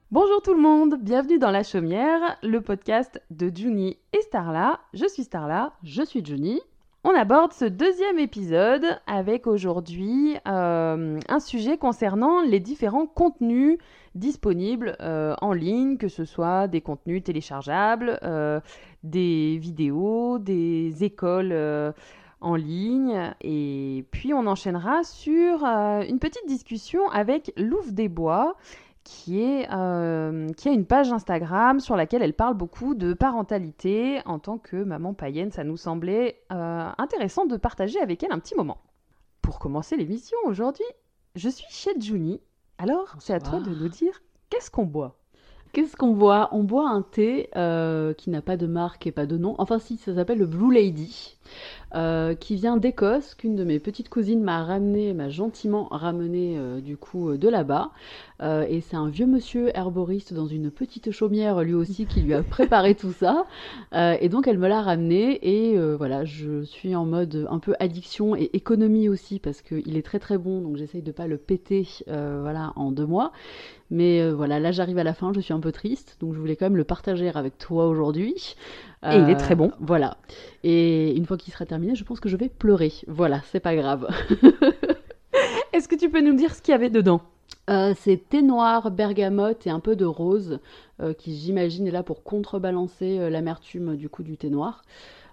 Bonjour tout le monde, bienvenue dans La Chaumière, le podcast de Juni et Starla. Je suis Starla. Je suis Johnny. On aborde ce deuxième épisode avec aujourd'hui un sujet concernant les différents contenus disponibles en ligne, que ce soit des contenus téléchargeables, des vidéos, des écoles en ligne. Et puis on enchaînera sur une petite discussion avec Louf Desbois, qui a une page Instagram sur laquelle elle parle beaucoup de parentalité. En tant que maman païenne, ça nous semblait intéressant de partager avec elle un petit moment. Pour commencer l'émission aujourd'hui, je suis chez Juni. Alors, c'est à toi de nous dire qu'est-ce qu'on boit. Qu'est-ce qu'on boit? On boit un thé qui n'a pas de marque et pas de nom. Enfin si, ça s'appelle le Blue Lady, qui vient d'Écosse, qu'une de mes petites cousines m'a gentiment ramené de là-bas. Et c'est un vieux monsieur herboriste dans une petite chaumière lui aussi qui lui a préparé tout ça. Et donc elle me l'a ramené et voilà, je suis en mode un peu addiction et économie aussi parce qu'il est très très bon, donc j'essaye de pas le péter voilà, en 2 mois. Mais voilà, là j'arrive à la fin, je suis un peu triste, donc je voulais quand même le partager avec toi aujourd'hui. Et il est très bon. Voilà. Et une fois qu'il sera terminé, je pense que je vais pleurer. Voilà, c'est pas grave. Est-ce que tu peux nous dire ce qu'il y avait dedans ? C'est thé noir, bergamote et un peu de rose, qui j'imagine est là pour contrebalancer l'amertume du coup du thé noir.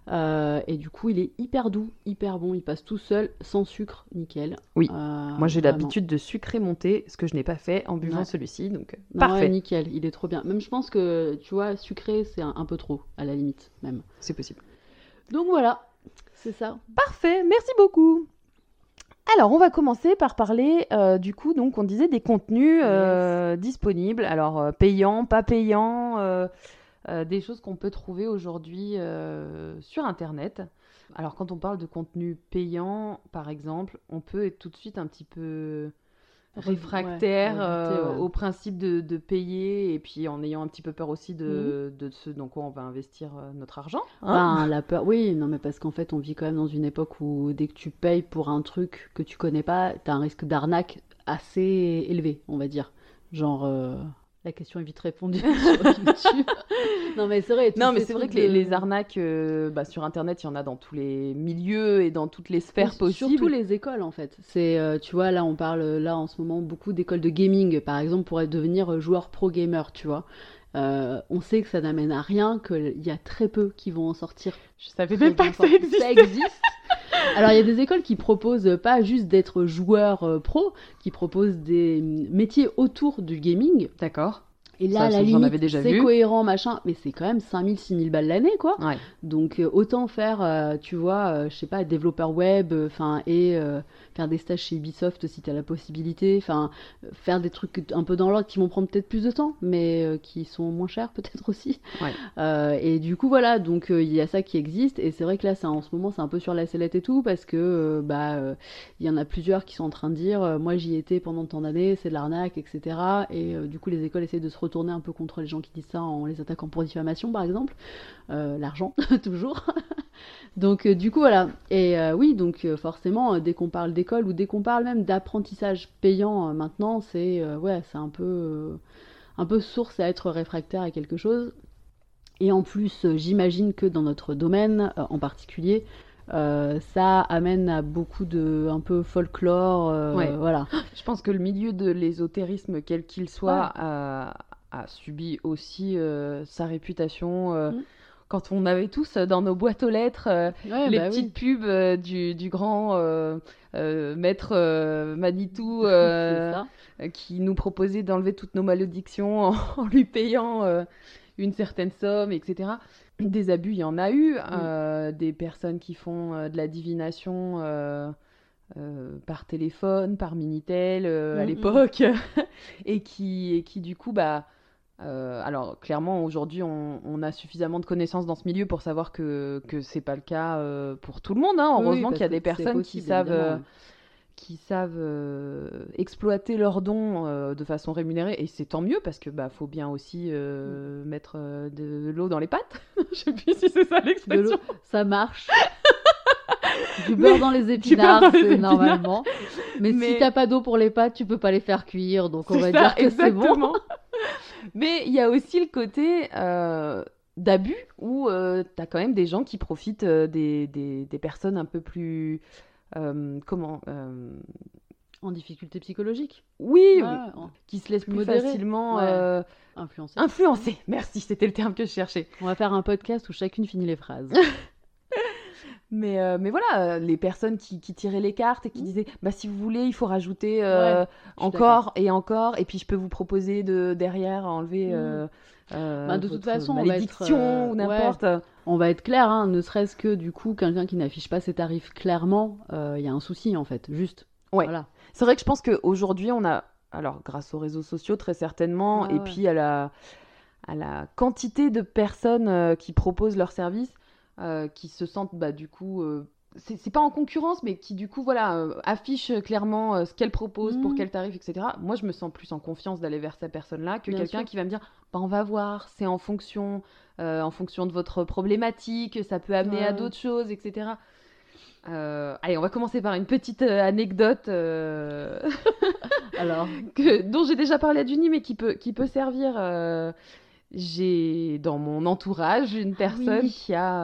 Et du coup, il est hyper doux, hyper bon. Il passe tout seul, sans sucre, nickel. Oui, moi j'ai vraiment. l'habitude de sucrer mon thé, ce que je n'ai pas fait en buvant Ouais. celui-ci, donc Non, parfait. ouais, nickel, il est trop bien. Même je pense que, tu vois, sucré, c'est un peu trop, à la limite, même. C'est possible. Donc voilà, c'est ça. Parfait, merci beaucoup. Alors, on va commencer par parler du coup, donc on disait des contenus disponibles. Alors, payants, pas payants, des choses qu'on peut trouver aujourd'hui sur Internet. Alors, quand on parle de contenu payant, par exemple, on peut être tout de suite un petit peu réfractaire ouais. au principe de payer et puis en ayant un petit peu peur aussi de ce dans quoi on va investir notre argent. Hein. Ben, la peur, oui, non, mais parce qu'en fait, on vit quand même dans une époque où dès que tu payes pour un truc que tu connais pas, t'as un risque d'arnaque assez élevé, on va dire. Genre, la question est vite répondue sur YouTube. Non, mais c'est vrai. Non, mais c'est vrai que les arnaques sur Internet, il y en a dans tous les milieux et dans toutes les sphères possibles. Surtout les écoles, en fait. C'est, tu vois, là, on parle, là, en ce moment, beaucoup d'écoles de gaming, par exemple, pour devenir joueur pro gamer, tu vois. On sait que ça n'amène à rien, qu'il y a très peu qui vont en sortir. Je savais même pas que ça existait. Ça existe. Alors, il y a des écoles qui proposent pas juste d'être joueur pro, qui proposent des métiers autour du gaming. D'accord. Et là, Ça, à la j'en avais limite, déjà c'est vu. cohérent, machin, mais c'est quand même 5000, 6000 balles l'année, quoi. Ouais. Donc, autant faire, tu vois, je sais pas, développeur web, faire des stages chez Ubisoft si t'as la possibilité, faire des trucs un peu dans l'ordre qui vont prendre peut-être plus de temps, mais qui sont moins chers peut-être aussi. Ouais. Et du coup, voilà, donc il y a ça qui existe, et c'est vrai que là, en ce moment, c'est un peu sur la sellette et tout, parce que, il y en a plusieurs qui sont en train de dire, moi j'y étais pendant tant d'années, c'est de l'arnaque, etc. Et du coup, les écoles essaient de se retourner un peu contre les gens qui disent ça en les attaquant pour diffamation, par exemple. L'argent, toujours. Donc, du coup, voilà. Et oui, donc forcément, dès qu'on parle d'école ou dès qu'on parle même d'apprentissage payant maintenant, c'est un peu source à être réfractaire à quelque chose. Et en plus, j'imagine que dans notre domaine en particulier, ça amène à beaucoup de un peu folklore, Ouais. voilà. Je pense que le milieu de l'ésotérisme, quel qu'il soit, a subi aussi sa réputation. Quand on avait tous dans nos boîtes aux lettres Ouais, les bah petites oui, pubs du grand maître Manitou c'est ça. qui nous proposait d'enlever toutes nos malédictions en lui payant une certaine somme, etc. Des abus, il y en a eu. Des personnes qui font de la divination par téléphone, par Minitel à l'époque, et qui du coup, alors clairement aujourd'hui on a suffisamment de connaissances dans ce milieu pour savoir que c'est pas le cas pour tout le monde. Hein. Oui, Heureusement parce qu'il y a que des c'est personnes possible, évidemment. qui savent exploiter leurs dons de façon rémunérée, et c'est tant mieux parce que faut bien aussi mettre de l'eau dans les pâtes. Je sais plus si c'est ça De l'expression. l'eau, ça marche. Du beurre dans les épinards, dans les c'est épinards. normalement. Mais si t'as pas d'eau pour les pâtes, tu peux pas les faire cuire, donc on va C'est dire ça, que c'est bon. exactement. Mais il y a aussi le côté d'abus où t'as quand même des gens qui profitent des personnes un peu plus... comment En difficulté psychologique. Oui, Ouais, en- qui se laissent plus plus modéré. facilement Ouais. Influencer. influencer. Merci, c'était le terme que je cherchais. On va faire un podcast où chacune finit les phrases. Mais voilà, les personnes qui tiraient les cartes et qui Mm. disaient bah, si vous voulez, il faut rajouter Ouais, je suis encore et encore, et puis je peux vous proposer de derrière enlever Mm. Bah, de toute votre façon, malédiction ou ouais, n'importe. on va être clair, hein, ne serait-ce que du coup, quelqu'un qui n'affiche pas ses tarifs clairement, il y a un souci en fait, juste. Ouais. Voilà. C'est vrai que je pense qu'aujourd'hui, on a, alors grâce aux réseaux sociaux très certainement, Ouais, et ouais. puis à la quantité de personnes qui proposent leurs services, qui se sentent bah, du coup, c'est pas en concurrence, mais qui du coup voilà, affichent clairement ce qu'elles proposent, pour Mm, quel tarif, etc. Moi, je me sens plus en confiance d'aller vers cette personne-là que bien quelqu'un sûr. qui va me dire bah, on va voir, c'est en fonction de votre problématique, ça peut amener à Ouais. d'autres choses, etc. Allez, on va commencer par une petite anecdote Alors, dont j'ai déjà parlé à Juni, mais qui peut servir. J'ai dans mon entourage une ah personne oui. qui a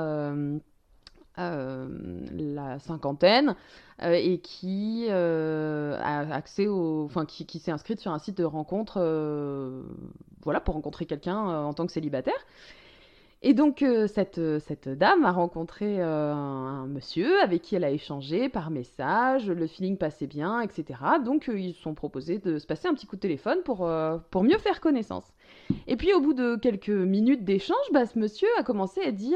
la cinquantaine et qui a accès enfin qui s'est inscrite sur un site de rencontre, voilà, pour rencontrer quelqu'un en tant que célibataire. Et donc cette dame a rencontré un monsieur avec qui elle a échangé par message, le feeling passait bien, etc. Donc ils se sont proposés de se passer un petit coup de téléphone pour mieux faire connaissance. Et puis au bout de quelques minutes d'échange, bah, ce monsieur a commencé à dire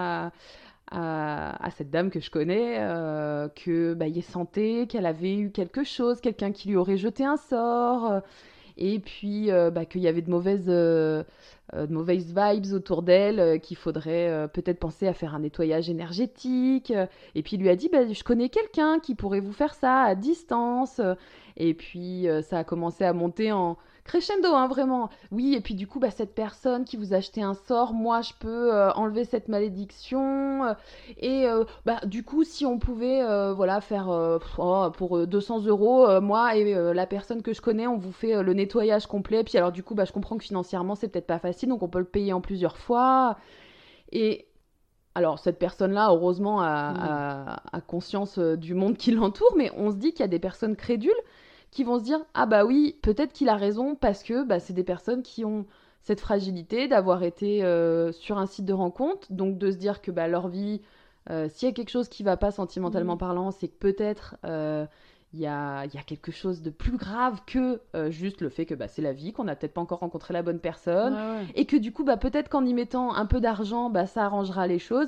à cette dame que je connais que bah, il sentait qu'elle avait eu quelque chose, quelqu'un qui lui aurait jeté un sort, et puis bah, qu'il y avait de mauvaises vibes autour d'elle, qu'il faudrait peut-être penser à faire un nettoyage énergétique. Et puis il lui a dit bah, je connais quelqu'un qui pourrait vous faire ça à distance. Et puis ça a commencé à monter en crescendo, hein, vraiment. Oui, et puis du coup, bah, cette personne qui vous a acheté un sort, moi je peux enlever cette malédiction. Et bah, du coup, si on pouvait voilà, faire pour 200 €, moi et la personne que je connais, on vous fait le nettoyage complet. Puis alors, du coup, bah, je comprends que financièrement, c'est peut-être pas facile, donc on peut le payer en plusieurs fois. Et alors, cette personne-là, heureusement, Mm. a conscience du monde qui l'entoure, mais on se dit qu'il y a des personnes crédules qui vont se dire ah bah oui, peut-être qu'il a raison parce que bah, c'est des personnes qui ont cette fragilité d'avoir été sur un site de rencontre, donc de se dire que bah, leur vie, s'il y a quelque chose qui va pas sentimentalement Mm. parlant, c'est que peut-être il y a quelque chose de plus grave que juste le fait que bah, c'est la vie, qu'on n'a peut-être pas encore rencontré la bonne Ouais, personne, ouais. et que du coup, bah, peut-être qu'en y mettant un peu d'argent, bah, ça arrangera les choses.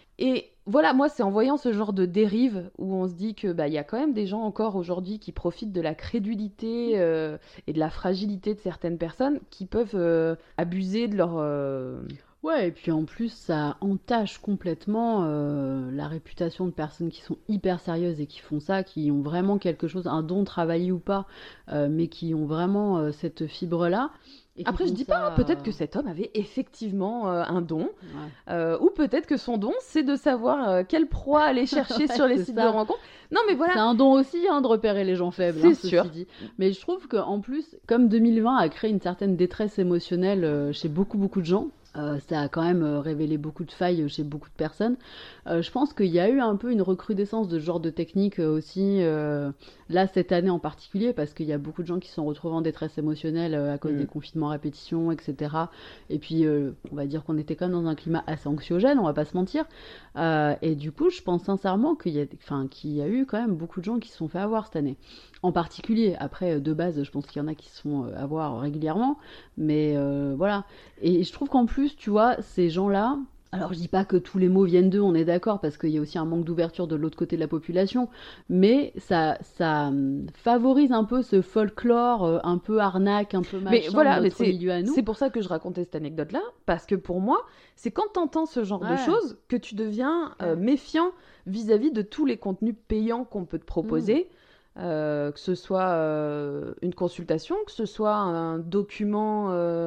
Et voilà, moi, c'est en voyant ce genre de dérive où on se dit que bah, y a quand même des gens encore aujourd'hui qui profitent de la crédulité et de la fragilité de certaines personnes qui peuvent abuser de leur... Ouais, et puis en plus, ça entache complètement la réputation de personnes qui sont hyper sérieuses et qui font ça, qui ont vraiment quelque chose, un don travaillé ou pas, mais qui ont vraiment cette fibre-là. Et qui Après, je font dis pas, hein, ça. peut-être que cet homme avait effectivement un don, Ouais. ou peut-être que son don, c'est de savoir quelle proie aller chercher Ouais, sur les c'est sites de ça. rencontres. Non, mais voilà, C'est un don aussi hein, de repérer les gens faibles, c'est hein, sûr. ceci dit. Mais je trouve qu'en plus, comme 2020 a créé une certaine détresse émotionnelle chez beaucoup de gens, ça a quand même révélé beaucoup de failles chez beaucoup de personnes. Je pense qu'il y a eu un peu une recrudescence de ce genre de technique aussi, là cette année en particulier, parce qu'il y a beaucoup de gens qui se sont retrouvés en détresse émotionnelle à cause des confinements à répétition, etc. Et puis, on va dire qu'on était quand même dans un climat assez anxiogène, on va pas se mentir. Et du coup, je pense sincèrement qu'il y a eu quand même beaucoup de gens qui se sont fait avoir cette année. En particulier, après, de base, je pense qu'il y en a qui se font avoir régulièrement. Mais voilà. Et je trouve qu'en plus, tu vois, ces gens-là, alors je dis pas que tous les mots viennent d'eux, on est d'accord, parce qu'il y a aussi un manque d'ouverture de l'autre côté de la population, mais ça favorise un peu ce folklore un peu arnaque, un peu Mais machin voilà, de mais notre milieu à nous. c'est pour ça que je racontais cette anecdote-là, parce que pour moi, c'est quand t'entends ce genre de Ouais, choses que tu deviens clair. méfiant vis-à-vis de tous les contenus payants qu'on peut te Mm. proposer, que ce soit une consultation, que ce soit un document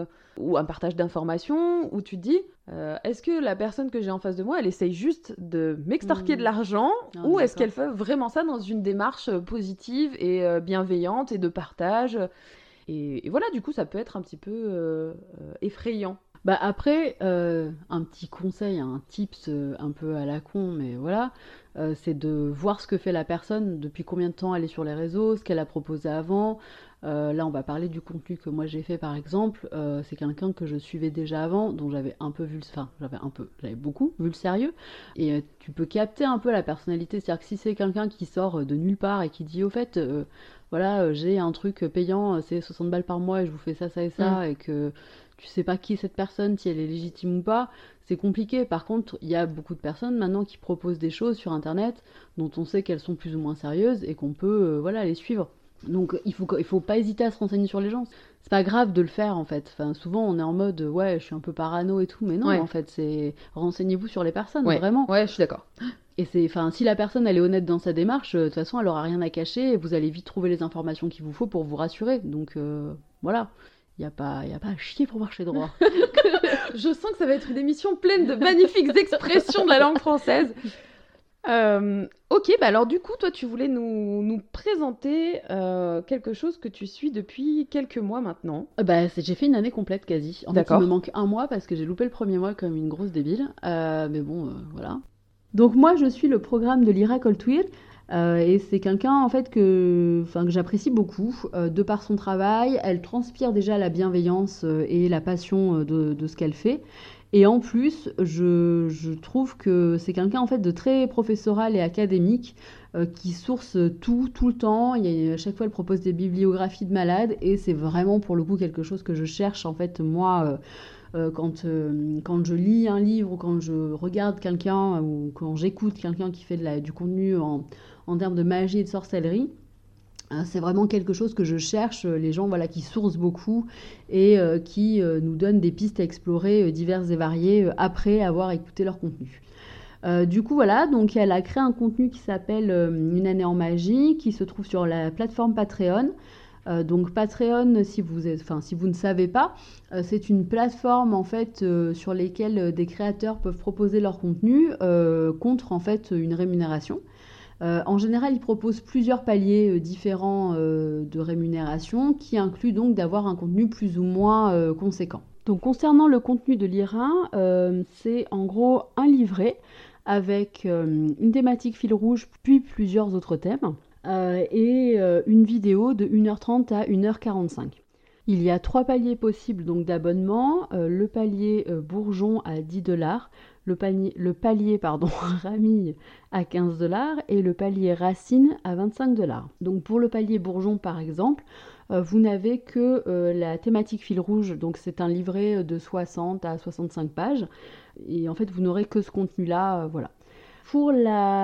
ou un partage d'informations, où tu te dis, est-ce que la personne que j'ai en face de moi, elle essaye juste de m'extorquer de Mm. l'argent, On ou est est-ce qu'elle d'accord. fait vraiment ça dans une démarche positive et bienveillante et de partage? Et voilà, du coup, ça peut être un petit peu effrayant. Bah après, un petit conseil, un tips un peu à la con, mais voilà, c'est de voir ce que fait la personne, depuis combien de temps elle est sur les réseaux, ce qu'elle a proposé avant. Là, on va parler du contenu que moi j'ai fait par exemple. C'est quelqu'un que je suivais déjà avant, dont j'avais un peu vu le, enfin, j'avais beaucoup vu le sérieux. Et tu peux capter un peu la personnalité, c'est-à-dire que si c'est quelqu'un qui sort de nulle part et qui dit au fait, voilà, j'ai un truc payant, c'est 60 balles par mois et je vous fais ça, ça et ça, et que tu sais pas qui est cette personne, si elle est légitime ou pas, c'est compliqué. Par contre, il y a beaucoup de personnes maintenant qui proposent des choses sur Internet dont on sait qu'elles sont plus ou moins sérieuses et qu'on peut voilà, les suivre. Donc il faut pas hésiter à se renseigner sur les gens. C'est pas grave de le faire en fait. Enfin, souvent on est en mode ouais, je suis un peu parano et tout, mais non, Ouais. en fait, c'est renseignez-vous sur les personnes, Ouais, vraiment. ouais, je suis d'accord. Et c'est, enfin, si la personne elle est honnête dans sa démarche, de toute façon elle aura rien à cacher et vous allez vite trouver les informations qu'il vous faut pour vous rassurer. Donc voilà, y a pas à chier pour marcher droit. Je sens que ça va être une émission pleine de magnifiques expressions de la langue française. Ok, bah alors du coup, toi, tu voulais nous présenter quelque chose que tu suis depuis quelques mois maintenant. Bah, j'ai fait une année complète quasi. En fait, il D'accord. me manque un mois parce que j'ai loupé le premier mois comme une grosse débile. Mais bon, voilà. Donc moi, je suis le programme de Lyra Coltwell. Et c'est quelqu'un en fait que j'apprécie beaucoup de par son travail. Elle transpire déjà la bienveillance et la passion de ce qu'elle fait. Et en plus, je trouve que c'est quelqu'un en fait de très professoral et académique qui source tout le temps. À chaque fois, elle propose des bibliographies de malades et c'est vraiment pour le coup quelque chose que je cherche en fait moi. Quand je lis un livre ou quand je regarde quelqu'un ou quand j'écoute quelqu'un qui fait du contenu en termes de magie et de sorcellerie, c'est vraiment quelque chose que je cherche, les gens voilà, qui sourcent beaucoup et qui nous donnent des pistes à explorer diverses et variées après avoir écouté leur contenu. Du coup, voilà, donc elle a créé un contenu qui s'appelle Une année en magie, qui se trouve sur la plateforme Patreon. Donc Patreon, si vous ne savez pas, c'est une plateforme en fait sur laquelle des créateurs peuvent proposer leur contenu contre en fait une rémunération. En général, ils proposent plusieurs paliers différents de rémunération qui incluent donc d'avoir un contenu plus ou moins conséquent. Donc concernant le contenu de Lyra, c'est en gros un livret avec une thématique fil rouge puis plusieurs autres thèmes et une vidéo de 1h30 à 1h45. Il y a 3 paliers possibles donc d'abonnement. Le palier bourgeon à 10$, le palier Ramille à 15$ et le palier racine à 25$. Donc pour le palier bourgeon par exemple, vous n'avez que la thématique fil rouge, donc c'est un livret de 60 à 65 pages et en fait vous n'aurez que ce contenu-là, voilà. Pour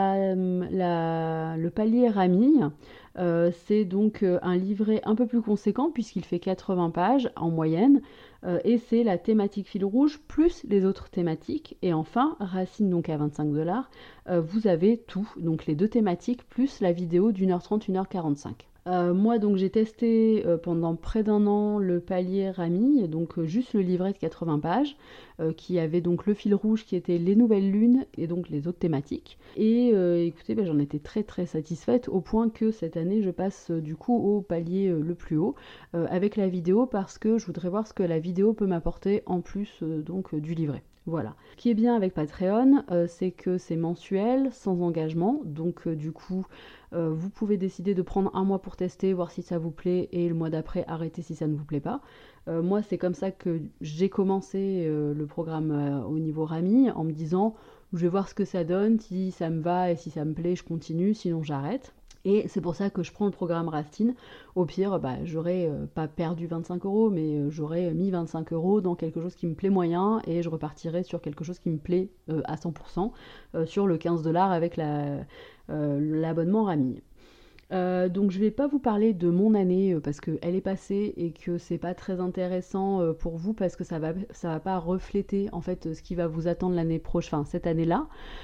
le palier Ramille, c'est donc un livret un peu plus conséquent puisqu'il fait 80 pages en moyenne et c'est la thématique fil rouge plus les autres thématiques. Et enfin, Racine donc à 25$, vous avez tout, donc les 2 thématiques plus la vidéo d'1h30, 1h45. Moi donc j'ai testé pendant près d'un an le palier Ramille, donc juste le livret de 80 pages qui avait donc le fil rouge qui était les nouvelles lunes et donc les autres thématiques. Et écoutez, j'en étais très très satisfaite au point que cette année je passe du coup au palier le plus haut avec la vidéo parce que je voudrais voir ce que la vidéo peut m'apporter en plus donc du livret. Voilà. Ce qui est bien avec Patreon, c'est que c'est mensuel, sans engagement. Donc du coup, vous pouvez décider de prendre un mois pour tester, voir si ça vous plaît, et le mois d'après arrêter si ça ne vous plaît pas. Moi, c'est comme ça que j'ai commencé le programme au niveau Rami, en me disant, je vais voir ce que ça donne, si ça me va et si ça me plaît, je continue, sinon j'arrête. Et c'est pour ça que je prends le programme Rastine. Au pire, j'aurais pas perdu 25€, mais j'aurais mis 25€ dans quelque chose qui me plaît moyen et je repartirai sur quelque chose qui me plaît à 100% sur le 15$ avec l'abonnement Rami. Donc je vais pas vous parler de mon année parce qu'elle est passée et que c'est pas très intéressant pour vous parce que ça va pas refléter en fait ce qui va vous attendre l'année prochaine, cette année-là.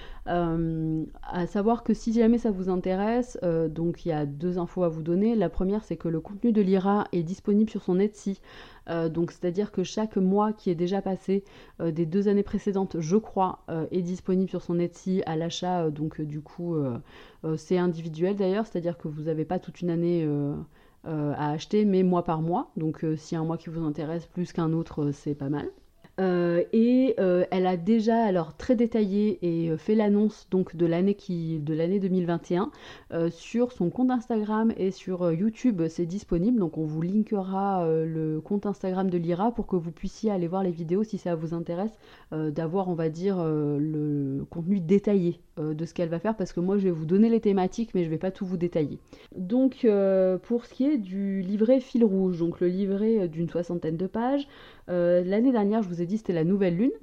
À savoir que si jamais ça vous intéresse, donc il y a 2 infos à vous donner. La première, c'est que le contenu de Lyra est disponible sur son Etsy. Donc c'est-à-dire que chaque mois qui est déjà passé des 2 années précédentes, je crois, est disponible sur son Etsy à l'achat. Donc du coup, c'est individuel d'ailleurs, c'est-à-dire que vous n'avez pas toute une année à acheter, mais mois par mois. Donc s'il y a un mois qui vous intéresse plus qu'un autre, c'est pas mal. Elle a déjà alors très détaillé et fait l'annonce donc de l'année 2021 sur son compte Instagram et sur YouTube, c'est disponible. Donc on vous linkera le compte Instagram de Lyra pour que vous puissiez aller voir les vidéos si ça vous intéresse, d'avoir on va dire le contenu détaillé de ce qu'elle va faire, parce que moi je vais vous donner les thématiques mais je vais pas tout vous détailler. Donc pour ce qui est du livret fil rouge, donc le livret d'une 60aine de pages, l'année dernière, je vous ai dit, c'était la nouvelle lune.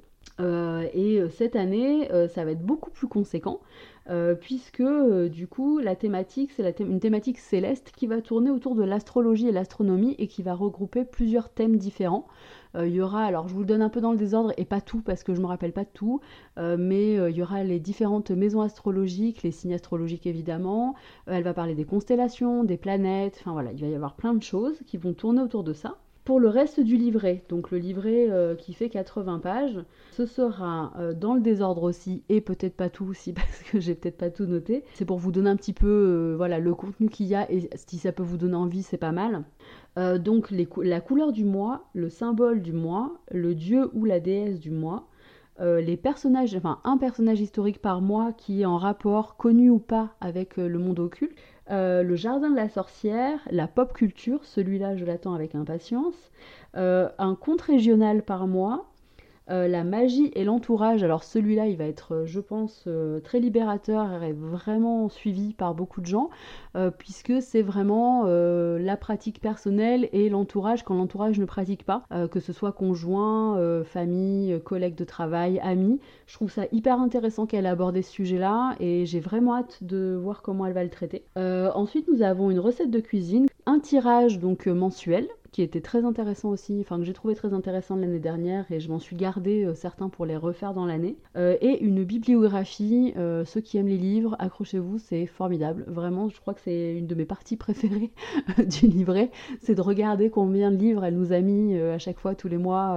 Cette année, ça va être beaucoup plus conséquent, puisque du coup, la thématique, c'est une thématique céleste qui va tourner autour de l'astrologie et l'astronomie et qui va regrouper plusieurs thèmes différents. Il y aura, alors je vous le donne un peu dans le désordre et pas tout parce que je me rappelle pas de tout, mais il y aura les différentes maisons astrologiques, les signes astrologiques évidemment. Elle va parler des constellations, des planètes, enfin voilà, il va y avoir plein de choses qui vont tourner autour de ça. Pour le reste du livret, donc le livret qui fait 80 pages, ce sera dans le désordre aussi, et peut-être pas tout aussi parce que j'ai peut-être pas tout noté. C'est pour vous donner un petit peu voilà, le contenu qu'il y a, et si ça peut vous donner envie, c'est pas mal. Donc la couleur du mois, le symbole du mois, le dieu ou la déesse du mois, les personnages, enfin un personnage historique par mois qui est en rapport, connu ou pas, avec le monde occulte, le jardin de la sorcière, la pop culture, celui-là je l'attends avec impatience, un conte régional par mois, la magie et l'entourage. Alors celui-là, il va être, je pense, très libérateur et vraiment suivi par beaucoup de gens, puisque c'est vraiment la pratique personnelle et l'entourage quand l'entourage ne pratique pas, que ce soit conjoint, famille, collègues de travail, amis. Je trouve ça hyper intéressant qu'elle ait abordé ce sujet-là et j'ai vraiment hâte de voir comment elle va le traiter. Ensuite, nous avons une recette de cuisine, un tirage donc mensuel, qui était très intéressant aussi, enfin que j'ai trouvé très intéressant l'année dernière et je m'en suis gardé certains pour les refaire dans l'année. Et une bibliographie, ceux qui aiment les livres, accrochez-vous, c'est formidable. Vraiment, je crois que c'est une de mes parties préférées du livret, c'est de regarder combien de livres elle nous a mis à chaque fois, tous les mois,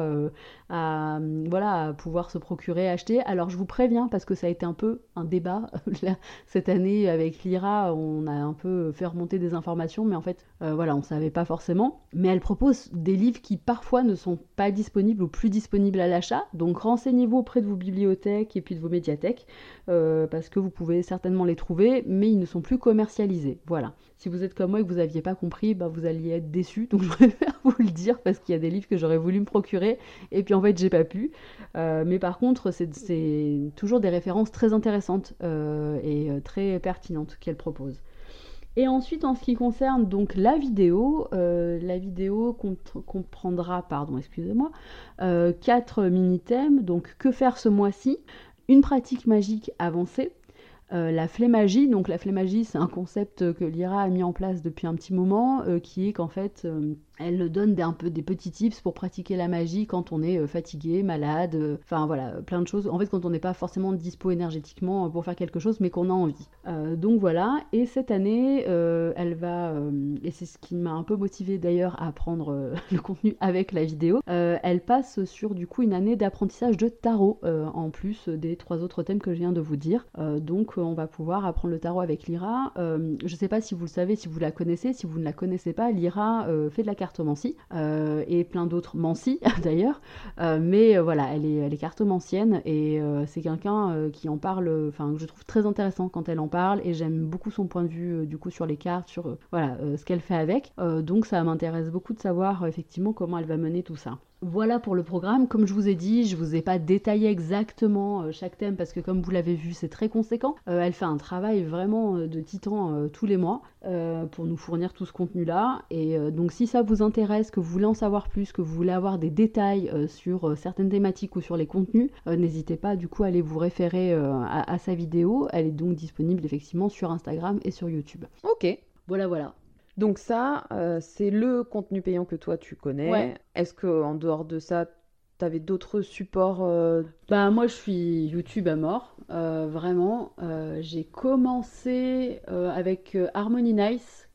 à pouvoir se procurer, acheter. Alors je vous préviens, parce que ça a été un peu un débat cette année avec Lyra, on a un peu fait remonter des informations, mais en fait, on savait pas forcément. Mais elle propose des livres qui parfois ne sont pas disponibles ou plus disponibles à l'achat, donc renseignez-vous auprès de vos bibliothèques et puis de vos médiathèques, parce que vous pouvez certainement les trouver, mais ils ne sont plus commercialisés. Voilà. Si vous êtes comme moi et que vous n'aviez pas compris, vous alliez être déçus, donc je préfère vous le dire, parce qu'il y a des livres que j'aurais voulu me procurer, et puis en fait j'ai pas pu. Mais par contre, c'est toujours des références très intéressantes et très pertinentes qu'elle propose. Et ensuite, en ce qui concerne donc la vidéo comprendra, excusez-moi, 4 mini-thèmes. Donc, que faire ce mois-ci? Une pratique magique avancée. La flémagie, donc la flémagie, c'est un concept que Lyra a mis en place depuis un petit moment, qui est qu'en fait, elle donne un peu des petits tips pour pratiquer la magie quand on est fatigué, malade, enfin voilà, plein de choses. En fait, quand on n'est pas forcément dispo énergétiquement pour faire quelque chose, mais qu'on a envie. Donc voilà, et cette année, elle va, et c'est ce qui m'a un peu motivée d'ailleurs à prendre le contenu avec la vidéo, elle passe sur du coup une année d'apprentissage de tarot, en plus des 3 autres thèmes que je viens de vous dire. Donc on va pouvoir apprendre le tarot avec Lyra. Je sais pas si vous le savez, si vous la connaissez, si vous ne la connaissez pas, Lyra fait de la cartomancie et plein d'autres mancies d'ailleurs, mais voilà, elle est cartomancienne et c'est quelqu'un qui en parle, enfin que je trouve très intéressant quand elle en parle, et j'aime beaucoup son point de vue du coup sur les cartes, sur ce qu'elle fait avec, donc ça m'intéresse beaucoup de savoir effectivement comment elle va mener tout ça. Voilà pour le programme. Comme je vous ai dit, je vous ai pas détaillé exactement chaque thème parce que comme vous l'avez vu, c'est très conséquent. Elle fait un travail vraiment de titan tous les mois pour nous fournir tout ce contenu-là. Et donc si ça vous intéresse, que vous voulez en savoir plus, que vous voulez avoir des détails sur certaines thématiques ou sur les contenus, n'hésitez pas du coup à aller vous référer à sa vidéo. Elle est donc disponible effectivement sur Instagram et sur YouTube. Ok. Voilà. Donc ça, c'est le contenu payant que toi tu connais. Ouais. Est-ce que en dehors de ça, t'avais d'autres supports Moi je suis YouTube à mort, vraiment. J'ai commencé avec Harmony Nice,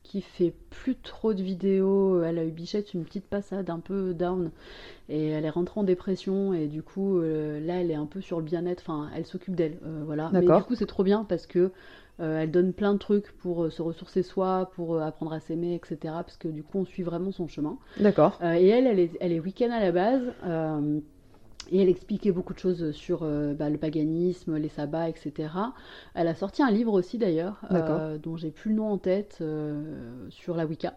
qui fait plus trop de vidéos. Elle a eu Bichette une petite passade un peu down et elle est rentrée en dépression et du coup là elle est un peu sur le bien-être, enfin elle s'occupe d'elle, voilà. Mais du coup c'est trop bien parce que elle donne plein de trucs pour se ressourcer soi, pour apprendre à s'aimer, etc. Parce que du coup on suit vraiment son chemin. D'accord. Et elle est week-end à la base. Et elle expliquait beaucoup de choses sur le paganisme, les sabbats, etc. Elle a sorti un livre aussi d'ailleurs, dont j'ai plus le nom en tête, sur la Wicca.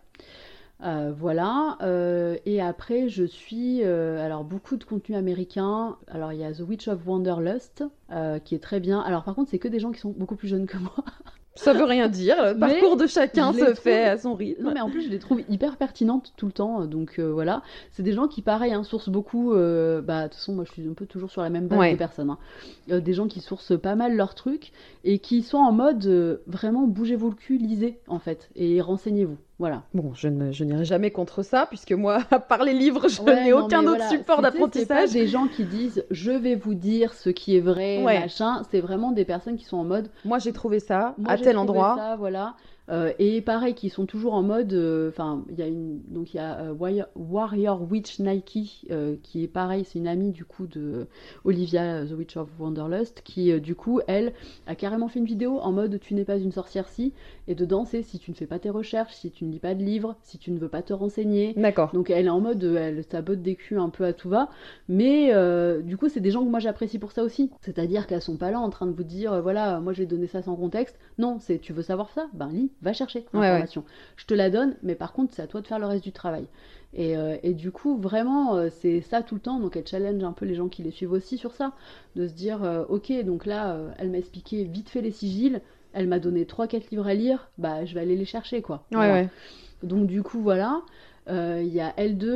Voilà. Et après, je suis alors beaucoup de contenu américain. Alors il y a The Witch of Wanderlust, qui est très bien. Alors par contre, c'est que des gens qui sont beaucoup plus jeunes que moi. Ça veut rien dire, le parcours de chacun se fait à son rythme. Non mais en plus je les trouve hyper pertinentes tout le temps, donc voilà. C'est des gens qui pareil sourcent beaucoup, de toute façon moi je suis un peu toujours sur la même base de personnes. Des gens qui sourcent pas mal leurs trucs et qui sont en mode vraiment bougez-vous le cul, lisez en fait, et renseignez-vous. Voilà. Bon, je n'irai jamais contre ça, puisque moi, à part les livres, je n'ai aucun autre support d'apprentissage. C'est pas des gens qui disent « je vais vous dire ce qui est vrai », machin. C'est vraiment des personnes qui sont en mode « moi j'ai trouvé ça, à tel endroit ». Ça, voilà. Et pareil, qui sont toujours en mode... il y a Warrior Witch Nike, qui est pareil, c'est une amie du coup de Olivia, The Witch of Wanderlust, qui du coup, elle, a carrément fait une vidéo en mode « tu n'es pas une sorcière si », et dedans c'est « si tu ne fais pas tes recherches, si tu ne lis pas de livres, si tu ne veux pas te renseigner ». D'accord. Donc elle est en mode, elle sabote des culs un peu à tout va, mais du coup c'est des gens que moi j'apprécie pour ça aussi. C'est-à-dire qu'elles sont pas là en train de vous dire, voilà, moi j'ai donné ça sans contexte. Non, c'est tu veux savoir ça, ben lis, va chercher l'information. Ouais. Je te la donne, mais par contre c'est à toi de faire le reste du travail. Et du coup vraiment c'est ça tout le temps, donc elle challenge un peu les gens qui les suivent aussi sur ça, de se dire ok, donc là elle m'a expliqué vite fait les sigils, elle m'a donné 3-4 livres à lire, bah je vais aller les chercher quoi. Voilà. Donc du coup voilà. Il y a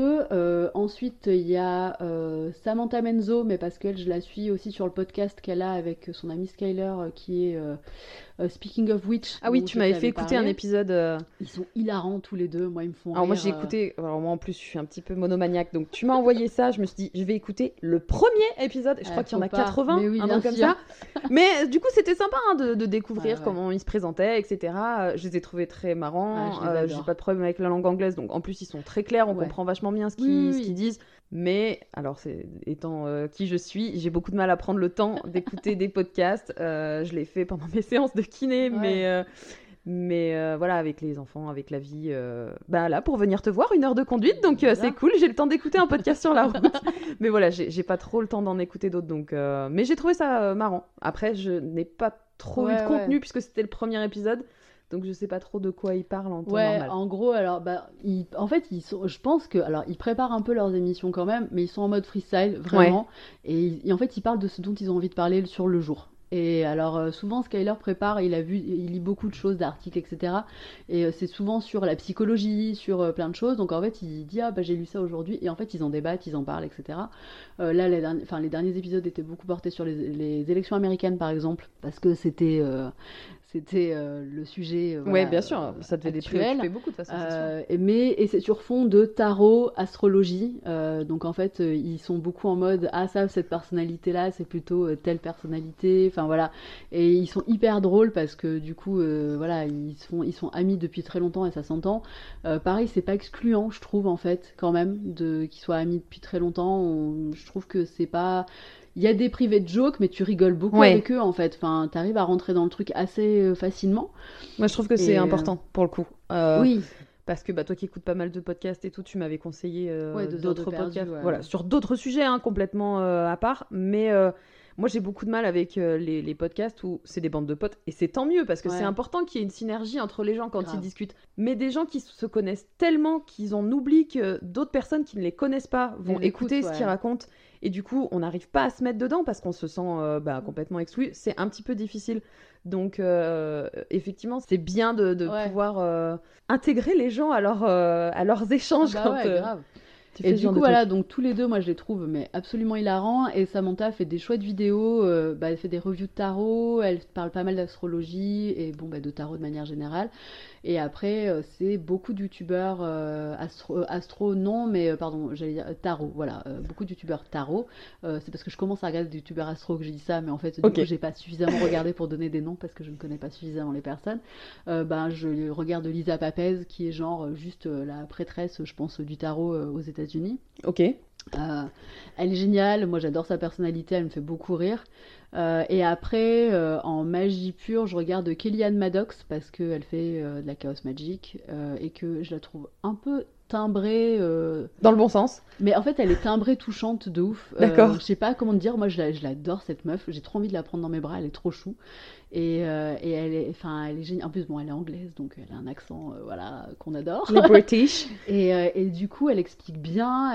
L2, ensuite il y a Samantha Menzo, mais parce qu'elle je la suis aussi sur le podcast qu'elle a avec son amie Skyler qui est Speaking of Witch. Ah oui, tu m'avais fait écouter un épisode. Ils sont hilarants tous les deux, moi ils me font Alors rire. Moi j'ai écouté, alors moi en plus je suis un petit peu monomaniaque, donc tu m'as envoyé ça, je me suis dit je vais écouter le premier épisode, je crois qu'il y en a 80, mais oui, un truc comme ça. Mais du coup c'était sympa de découvrir comment ils se présentaient, etc. Je les ai trouvés très marrants, j'ai pas de problème avec la langue anglaise, donc en plus ils sont très clairs, on comprend vachement bien ce qu'ils disent. Mais, alors, étant qui je suis, j'ai beaucoup de mal à prendre le temps d'écouter des podcasts. Je l'ai fait pendant mes séances de kiné, mais voilà, avec les enfants, avec la vie, là, pour venir te voir, 1 heure de conduite, donc c'est cool, j'ai le temps d'écouter un podcast sur la route. Mais voilà, j'ai pas trop le temps d'en écouter d'autres, donc... mais j'ai trouvé ça marrant. Après, je n'ai pas trop eu de contenu, puisque c'était le premier épisode. Donc je sais pas trop de quoi ils parlent en temps normal. En gros, alors en fait, je pense que ils préparent un peu leurs émissions quand même, mais ils sont en mode freestyle vraiment, et en fait ils parlent de ce dont ils ont envie de parler sur le jour. Et alors souvent Skyler prépare, il lit beaucoup de choses, d'articles, etc. Et c'est souvent sur la psychologie, sur plein de choses. Donc en fait il dit j'ai lu ça aujourd'hui, et en fait ils en débattent, ils en parlent, etc. Là les derniers épisodes étaient beaucoup portés sur les élections américaines par exemple, parce que c'était le sujet bien sûr, ça devait préoccuper beaucoup de toute façon, et c'est sur fond de tarot, astrologie, donc en fait ils sont beaucoup en mode cette personnalité là c'est plutôt telle personnalité, enfin voilà, et ils sont hyper drôles parce que du coup ils sont amis depuis très longtemps et ça s'entend. Pareil, c'est pas excluant je trouve en fait quand même qu'ils soient amis depuis très longtemps. Je trouve que c'est pas... Il y a des private jokes, mais tu rigoles beaucoup avec eux, en fait. Enfin, t'arrives à rentrer dans le truc assez facilement. Moi, je trouve que c'est important, pour le coup. Oui. Parce que toi qui écoutes pas mal de podcasts et tout, tu m'avais conseillé d'autres podcasts. Ouais. Voilà, sur d'autres sujets, complètement à part. Mais moi, j'ai beaucoup de mal avec les podcasts où c'est des bandes de potes. Et c'est tant mieux, parce que c'est important qu'il y ait une synergie entre les gens quand ils discutent. Mais des gens qui se connaissent tellement qu'ils en oublient que d'autres personnes qui ne les connaissent pas vont écouter ce qu'ils racontent. Et du coup, on n'arrive pas à se mettre dedans parce qu'on se sent complètement exclu. C'est un petit peu difficile. Donc, effectivement, c'est bien de pouvoir intégrer les gens à leurs échanges. Grave. Tu Et fais ce du genre coup, de voilà, trucs. donc tous les deux, moi, je les trouve mais absolument hilarants. Et Samantha fait des chouettes vidéos. Elle fait des reviews de tarot. Elle parle pas mal d'astrologie et bon, de tarot de manière générale. Et après, c'est beaucoup de youtubeurs astro, non, mais pardon, j'allais dire tarot. Voilà, beaucoup de youtubeurs tarot. C'est parce que je commence à regarder des youtubeurs astro que je dis ça, mais en fait, du Ok. coup, j'ai pas suffisamment regardé pour donner des noms parce que je ne connais pas suffisamment les personnes. Je regarde Lisa Papez, qui est genre juste la prêtresse, je pense, du tarot aux États-Unis. Ok. Euh, Elle est géniale, moi j'adore sa personnalité, elle me fait beaucoup rire. Et après, en magie pure, je regarde Kellyanne Maddox parce qu'elle fait de la chaos magic et que je la trouve un peu timbrée. Dans le bon sens. Mais en fait, elle est timbrée touchante de ouf. Je D'accord. sais pas comment te dire, moi je l'adore cette meuf, j'ai trop envie de la prendre dans mes bras, elle est trop chou. Et elle est géniale. En plus, bon, elle est anglaise, donc elle a un accent voilà, qu'on adore. Les British. Et du coup, elle explique bien,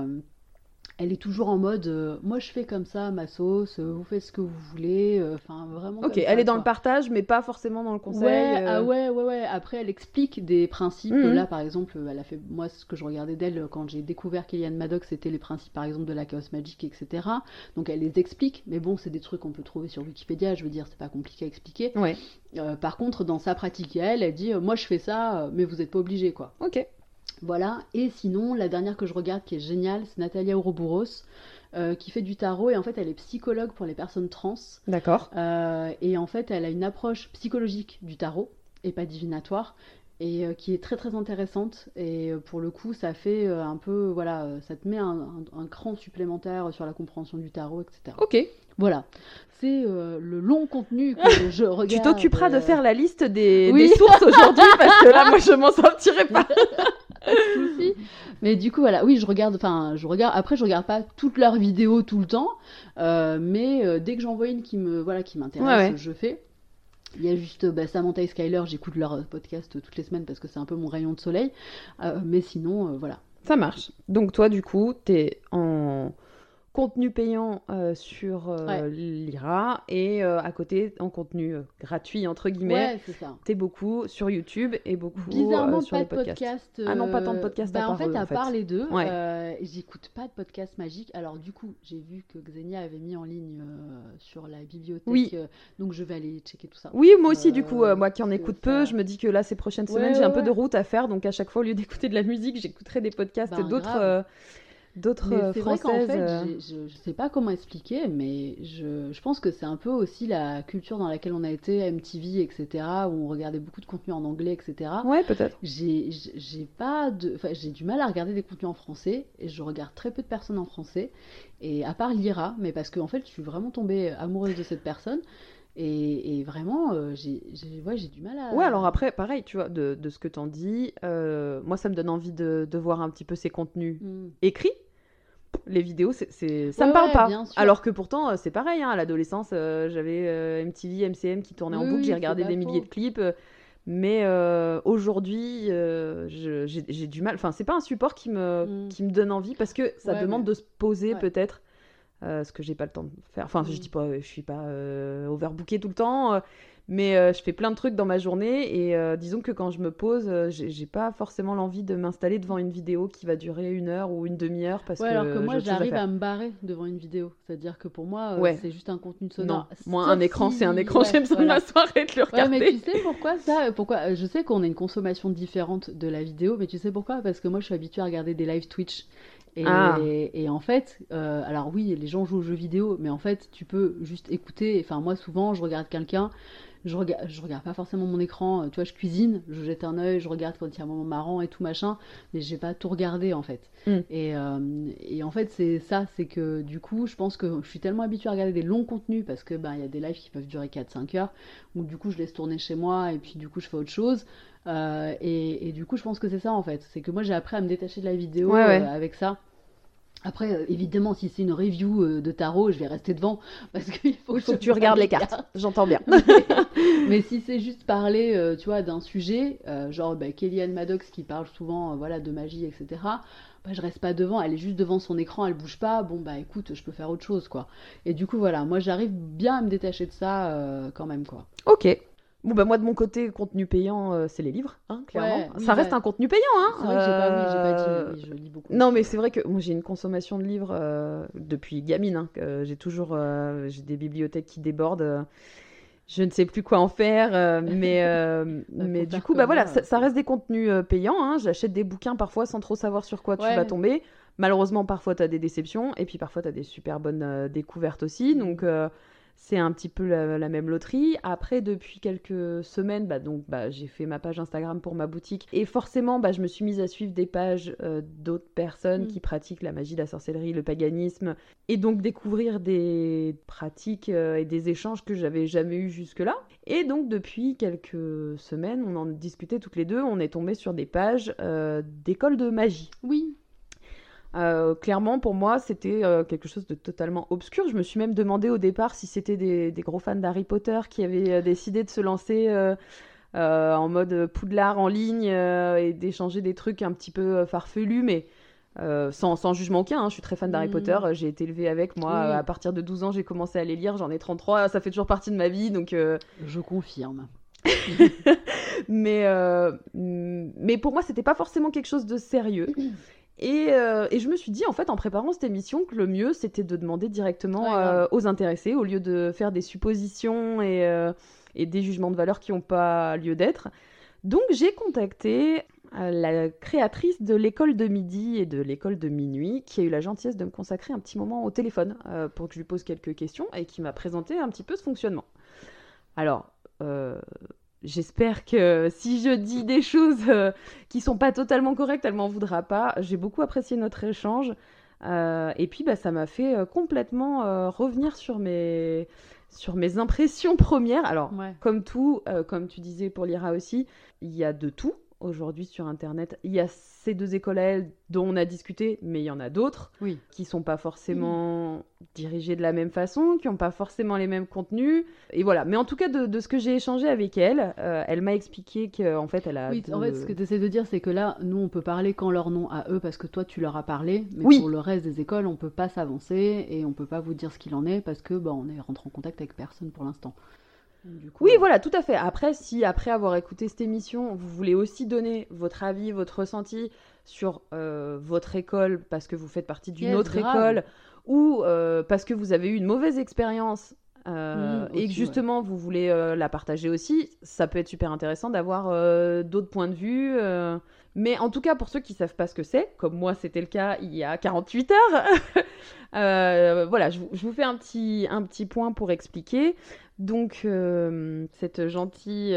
elle est toujours en mode moi je fais comme ça ma sauce, vous faites ce que vous voulez, enfin vraiment Ok, comme elle ça est dans le quoi. partage, mais pas forcément dans le conseil. Ouais, ah ouais, ouais, ouais. Après, elle explique des principes. Mhm. Là, par exemple, elle a fait. Moi, ce que je regardais d'elle quand j'ai découvert Kellyanne Maddox, c'était les principes, par exemple, de la chaos magic, etc. Donc, elle les explique. Mais bon, c'est des trucs qu'on peut trouver sur Wikipédia. Je veux dire, c'est pas compliqué à expliquer. Ouais. Par contre, dans sa pratique, elle dit moi, je fais ça, mais vous n'êtes pas obligé, quoi. Ok. Voilà. Et sinon, la dernière que je regarde qui est géniale, c'est Natalia Ouroboros, qui fait du tarot. Et en fait, elle est psychologue pour les personnes trans. D'accord. Et en fait, elle a une approche psychologique du tarot et pas divinatoire. Et qui est très très intéressante. Et pour le coup, ça fait un peu, voilà, ça te met un cran supplémentaire sur la compréhension du tarot, etc. Ok. Voilà, c'est le long contenu que je regarde. Tu t'occuperas de faire la liste des Oui. sources aujourd'hui parce que là, moi, je m'en sortirai pas. Pas de souci. Mais du coup, voilà, oui, je regarde. Après, je regarde pas toutes leurs vidéos tout le temps, mais dès que j'en vois une voilà, qui m'intéresse, Ouais. je fais. Il y a juste Samantha et Skyler, j'écoute leur podcast toutes les semaines parce que c'est un peu mon rayon de soleil. Mais sinon, voilà. Ça marche. Donc toi, du coup, t'es en contenu payant sur Ouais. Lyra et à côté en contenu gratuit entre guillemets. Ouais, c'est ça. T'es beaucoup sur YouTube et beaucoup Bizarrement, sur pas les de podcasts. podcast. Ah non, pas tant de podcasts à En part fait, eux, à en fait. part les deux, Ouais. j'écoute pas de podcast magique. Alors, du coup, j'ai vu que Xenia avait mis en ligne sur la bibliothèque. Oui. Donc, je vais aller checker tout ça. Oui, moi aussi, du coup, moi qui en parce que écoute peu, ça- je me dis que là, ces prochaines Ouais, semaines, j'ai un peu de ouais. route à faire. Donc, à chaque fois, au lieu d'écouter de la musique, j'écouterai des podcasts Ben, d'autres grave. d'autres Mais c'est vrai qu'en françaises. fait, je sais pas comment expliquer, mais je pense que c'est un peu aussi la culture dans laquelle on a été, MTV, etc., où on regardait beaucoup de contenu en anglais, etc. Ouais, peut-être. J'ai du mal à regarder des contenus en français, et je regarde très peu de personnes en français, et à part Lyra, mais parce que en fait, je suis vraiment tombée amoureuse de cette personne, et vraiment, ouais, j'ai du mal à... Ouais, alors après, pareil, tu vois, de ce que t'en dis, moi, ça me donne envie de voir un petit peu ces contenus Hmm. écrits. Les vidéos, ça Ouais, me parle ouais, pas. bien sûr. Alors que pourtant, c'est pareil, hein, à l'adolescence, j'avais MTV, MCM qui tournaient en Oui, boucle, j'ai oui, c'est regardé pas des milliers faux. de clips. Mais aujourd'hui, j'ai du mal. Enfin, c'est pas un support Hmm. qui me donne envie parce que ça Ouais, demande mais... de se poser Ouais. peut-être. Ce que j'ai pas le temps de faire. Enfin, je Hmm. dis pas, je suis pas overbookée tout le temps, mais je fais plein de trucs dans ma journée et disons que quand je me pose, j'ai pas forcément l'envie de m'installer devant une vidéo qui va durer 1 heure ou une demi-heure parce Ouais, alors que que j'ai moi, autre chose à j'arrive faire. à me barrer devant une vidéo. C'est-à-dire que pour moi, Ouais, c'est juste un contenu non. sonore. Moi, un Sauf écran, c'est un si... écran, j'ai Ouais, besoin de voilà. m'asseoir et de le Ouais, mais tu regarder. sais pourquoi ça? Pourquoi? Je sais qu'on a une consommation différente de la vidéo, mais tu sais pourquoi? Parce que moi, je suis habituée à regarder des live Twitch. Ah, Et en fait, alors oui, les gens jouent aux jeux vidéo, mais en fait, tu peux juste écouter. Enfin, moi, souvent, je regarde quelqu'un, je regarde pas forcément mon écran. Tu vois, je cuisine, je jette un œil, je regarde quand il y a un moment marrant et tout machin, mais j'ai pas tout regardé en fait. hmm. Et en fait, c'est ça, c'est que du coup, je pense que je suis tellement habituée à regarder des longs contenus parce que ben, il y a des lives qui peuvent durer 4-5 heures, où du coup, je laisse tourner chez moi et puis du coup, je fais autre chose. Et du coup, je pense que c'est ça en fait. C'est que moi, j'ai appris à me détacher de la vidéo Ouais, ouais. avec ça. Après, évidemment, si c'est une review de tarot, je vais rester devant parce qu'il faut Il que faut je que tu vois regardes les les cartes. cartes. J'entends bien. Mais, mais si c'est juste parler, tu vois, d'un sujet, genre Kellyanne Maddox qui parle souvent, voilà, de magie, etc. Bah, je reste pas devant, elle est juste devant son écran, elle bouge pas. Bon bah écoute, je peux faire autre chose, quoi. Et du coup, voilà, moi j'arrive bien à me détacher de ça quand même, quoi. Ok. Bon, bah moi, de mon côté, contenu payant, c'est les livres, hein, clairement. Ouais, oui, Ça reste un contenu payant, hein. c'est vrai que j'ai pas dit, mais oui, je lis beaucoup Non, aussi, mais ouais. c'est vrai que moi, j'ai une consommation de livres depuis gamine, hein, que j'ai toujours j'ai des bibliothèques qui débordent. Je ne sais plus quoi en faire, Bah, faut mais du faire coup, bah comme voilà, moi, ça reste des contenus payants, hein. J'achète des bouquins parfois sans trop savoir sur quoi tu vas Ouais. tomber. Malheureusement, parfois, tu as des déceptions, et puis parfois, tu as des super bonnes découvertes aussi. Donc, c'est un petit peu la même loterie. Après, depuis quelques semaines, j'ai fait ma page Instagram pour ma boutique. Et forcément, je me suis mise à suivre des pages d'autres personnes Mm. qui pratiquent la magie, la sorcellerie, le paganisme. Et donc découvrir des pratiques et des échanges que j'avais jamais eu jusque-là. Et donc depuis quelques semaines, on en discutait toutes les deux, on est tombé sur des pages d'écoles de magie. Oui. Clairement, pour moi, c'était quelque chose de totalement obscur. Je me suis même demandé au départ si c'était des gros fans d'Harry Potter qui avaient décidé de se lancer en mode Poudlard en ligne et d'échanger des trucs un petit peu farfelus, mais sans jugement aucun, hein. Je suis très fan d'Harry Potter, Mm. j'ai été élevée avec. Moi, à Oui, partir de 12 ans, j'ai commencé à les lire, j'en ai 33, ça fait toujours partie de ma vie, donc... je confirme. mais pour moi, c'était pas forcément quelque chose de sérieux. Et je me suis dit, en fait, en préparant cette émission, que le mieux, c'était de demander directement Ouais, grave. aux intéressés, au lieu de faire des suppositions et des jugements de valeur qui n'ont pas lieu d'être. Donc, j'ai contacté la créatrice de l'école de midi et de l'école de minuit, qui a eu la gentillesse de me consacrer un petit moment au téléphone pour que je lui pose quelques questions et qui m'a présenté un petit peu ce fonctionnement. Alors, j'espère que si je dis des choses qui sont pas totalement correctes, elle m'en voudra pas. J'ai beaucoup apprécié notre échange. Et puis, ça m'a fait complètement revenir sur mes impressions premières. Alors, Ouais. comme tout, comme tu disais pour Lyra aussi, il y a de tout aujourd'hui sur Internet. Il y a ces deux écoles à elle dont on a discuté, mais il y en a d'autres Oui. qui sont pas forcément dirigées de la même façon, qui n'ont pas forcément les mêmes contenus. Et voilà. Mais en tout cas, de ce que j'ai échangé avec elle, elle m'a expliqué qu'en fait, elle a Oui, en fait, ce que tu essaies de dire, c'est que là, nous, on peut parler qu'en leur nom à eux parce que toi, tu leur as parlé, mais Oui, pour le reste des écoles, on peut pas s'avancer et on peut pas vous dire ce qu'il en est parce que on est rentré en contact avec personne pour l'instant. Du coup, oui, voilà, tout à fait. Après, si après avoir écouté cette émission, vous voulez aussi donner votre avis, votre ressenti sur votre école parce que vous faites partie d'une yes, autre grave. école ou parce que vous avez eu une mauvaise expérience et que Aussi, ouais. justement vous voulez la partager aussi, ça peut être super intéressant d'avoir d'autres points de vue. Mais en tout cas, pour ceux qui savent pas ce que c'est, comme moi c'était le cas il y a 48 heures, voilà, je vous fais un petit point pour expliquer. Donc, cette gentille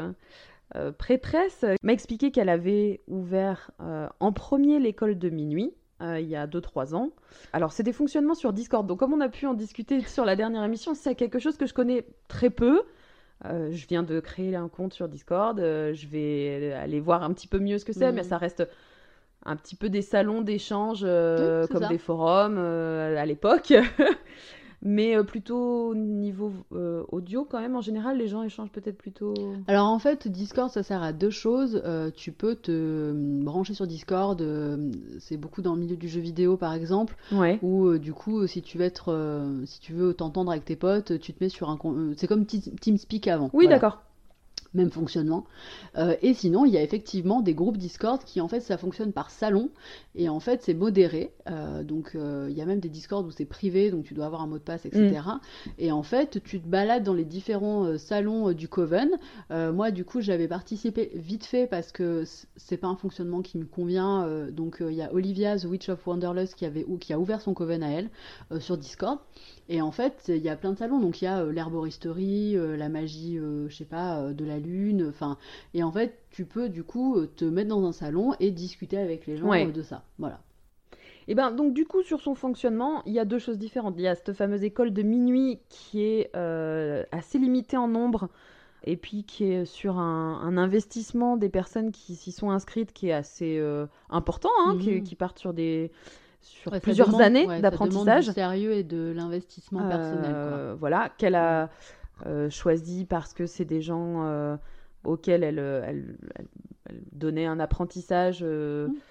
prêtresse m'a expliqué qu'elle avait ouvert en premier l'école de minuit. Il y a 2 3 ans. Alors, c'est des fonctionnements sur Discord. Donc, comme on a pu en discuter sur la dernière émission, c'est quelque chose que je connais très peu. Je viens de créer un compte sur Discord. Je vais aller voir un petit peu mieux ce que c'est, mais ça reste un petit peu des salons d'échange Oui, c'est comme ça. des forums à l'époque. Mais plutôt niveau audio quand même, en général, les gens échangent peut-être plutôt... Alors en fait, Discord, ça sert à deux choses. Tu peux te brancher sur Discord, c'est beaucoup dans le milieu du jeu vidéo par exemple, Ouais. où du coup, si tu veux t'entendre avec tes potes, tu te mets sur c'est comme TeamSpeak avant, Oui, voilà. d'accord. Même fonctionnement. Et sinon, il y a effectivement des groupes Discord qui, en fait, ça fonctionne par salon. Et en fait, c'est modéré. Il y a même des Discord où c'est privé, donc tu dois avoir un mot de passe, Mm. etc. Et en fait, tu te balades dans les différents salons du Coven. Moi, du coup, j'avais participé vite fait parce que c'est pas un fonctionnement qui me convient. Il y a Olivia, The Witch of Wanderlust, qui a ouvert son Coven à elle sur Discord. Et en fait, il y a plein de salons. Donc, il y a l'herboristerie, la magie, je sais pas, de la lune. Enfin, et en fait, tu peux du coup te mettre dans un salon et discuter avec les gens Ouais. de ça. Voilà. Et ben donc du coup sur son fonctionnement, il y a deux choses différentes. Il y a cette fameuse école de minuit qui est assez limitée en nombre et puis qui est sur un investissement des personnes qui s'y sont inscrites qui est assez important, hein, Mhm. qui partent sur Ouais, plusieurs années ça demande du d'apprentissage. sérieux et de l'investissement personnel, quoi. Voilà, qu'elle Mm. a choisi parce que c'est des gens auxquels elle donnait un apprentissage Mm.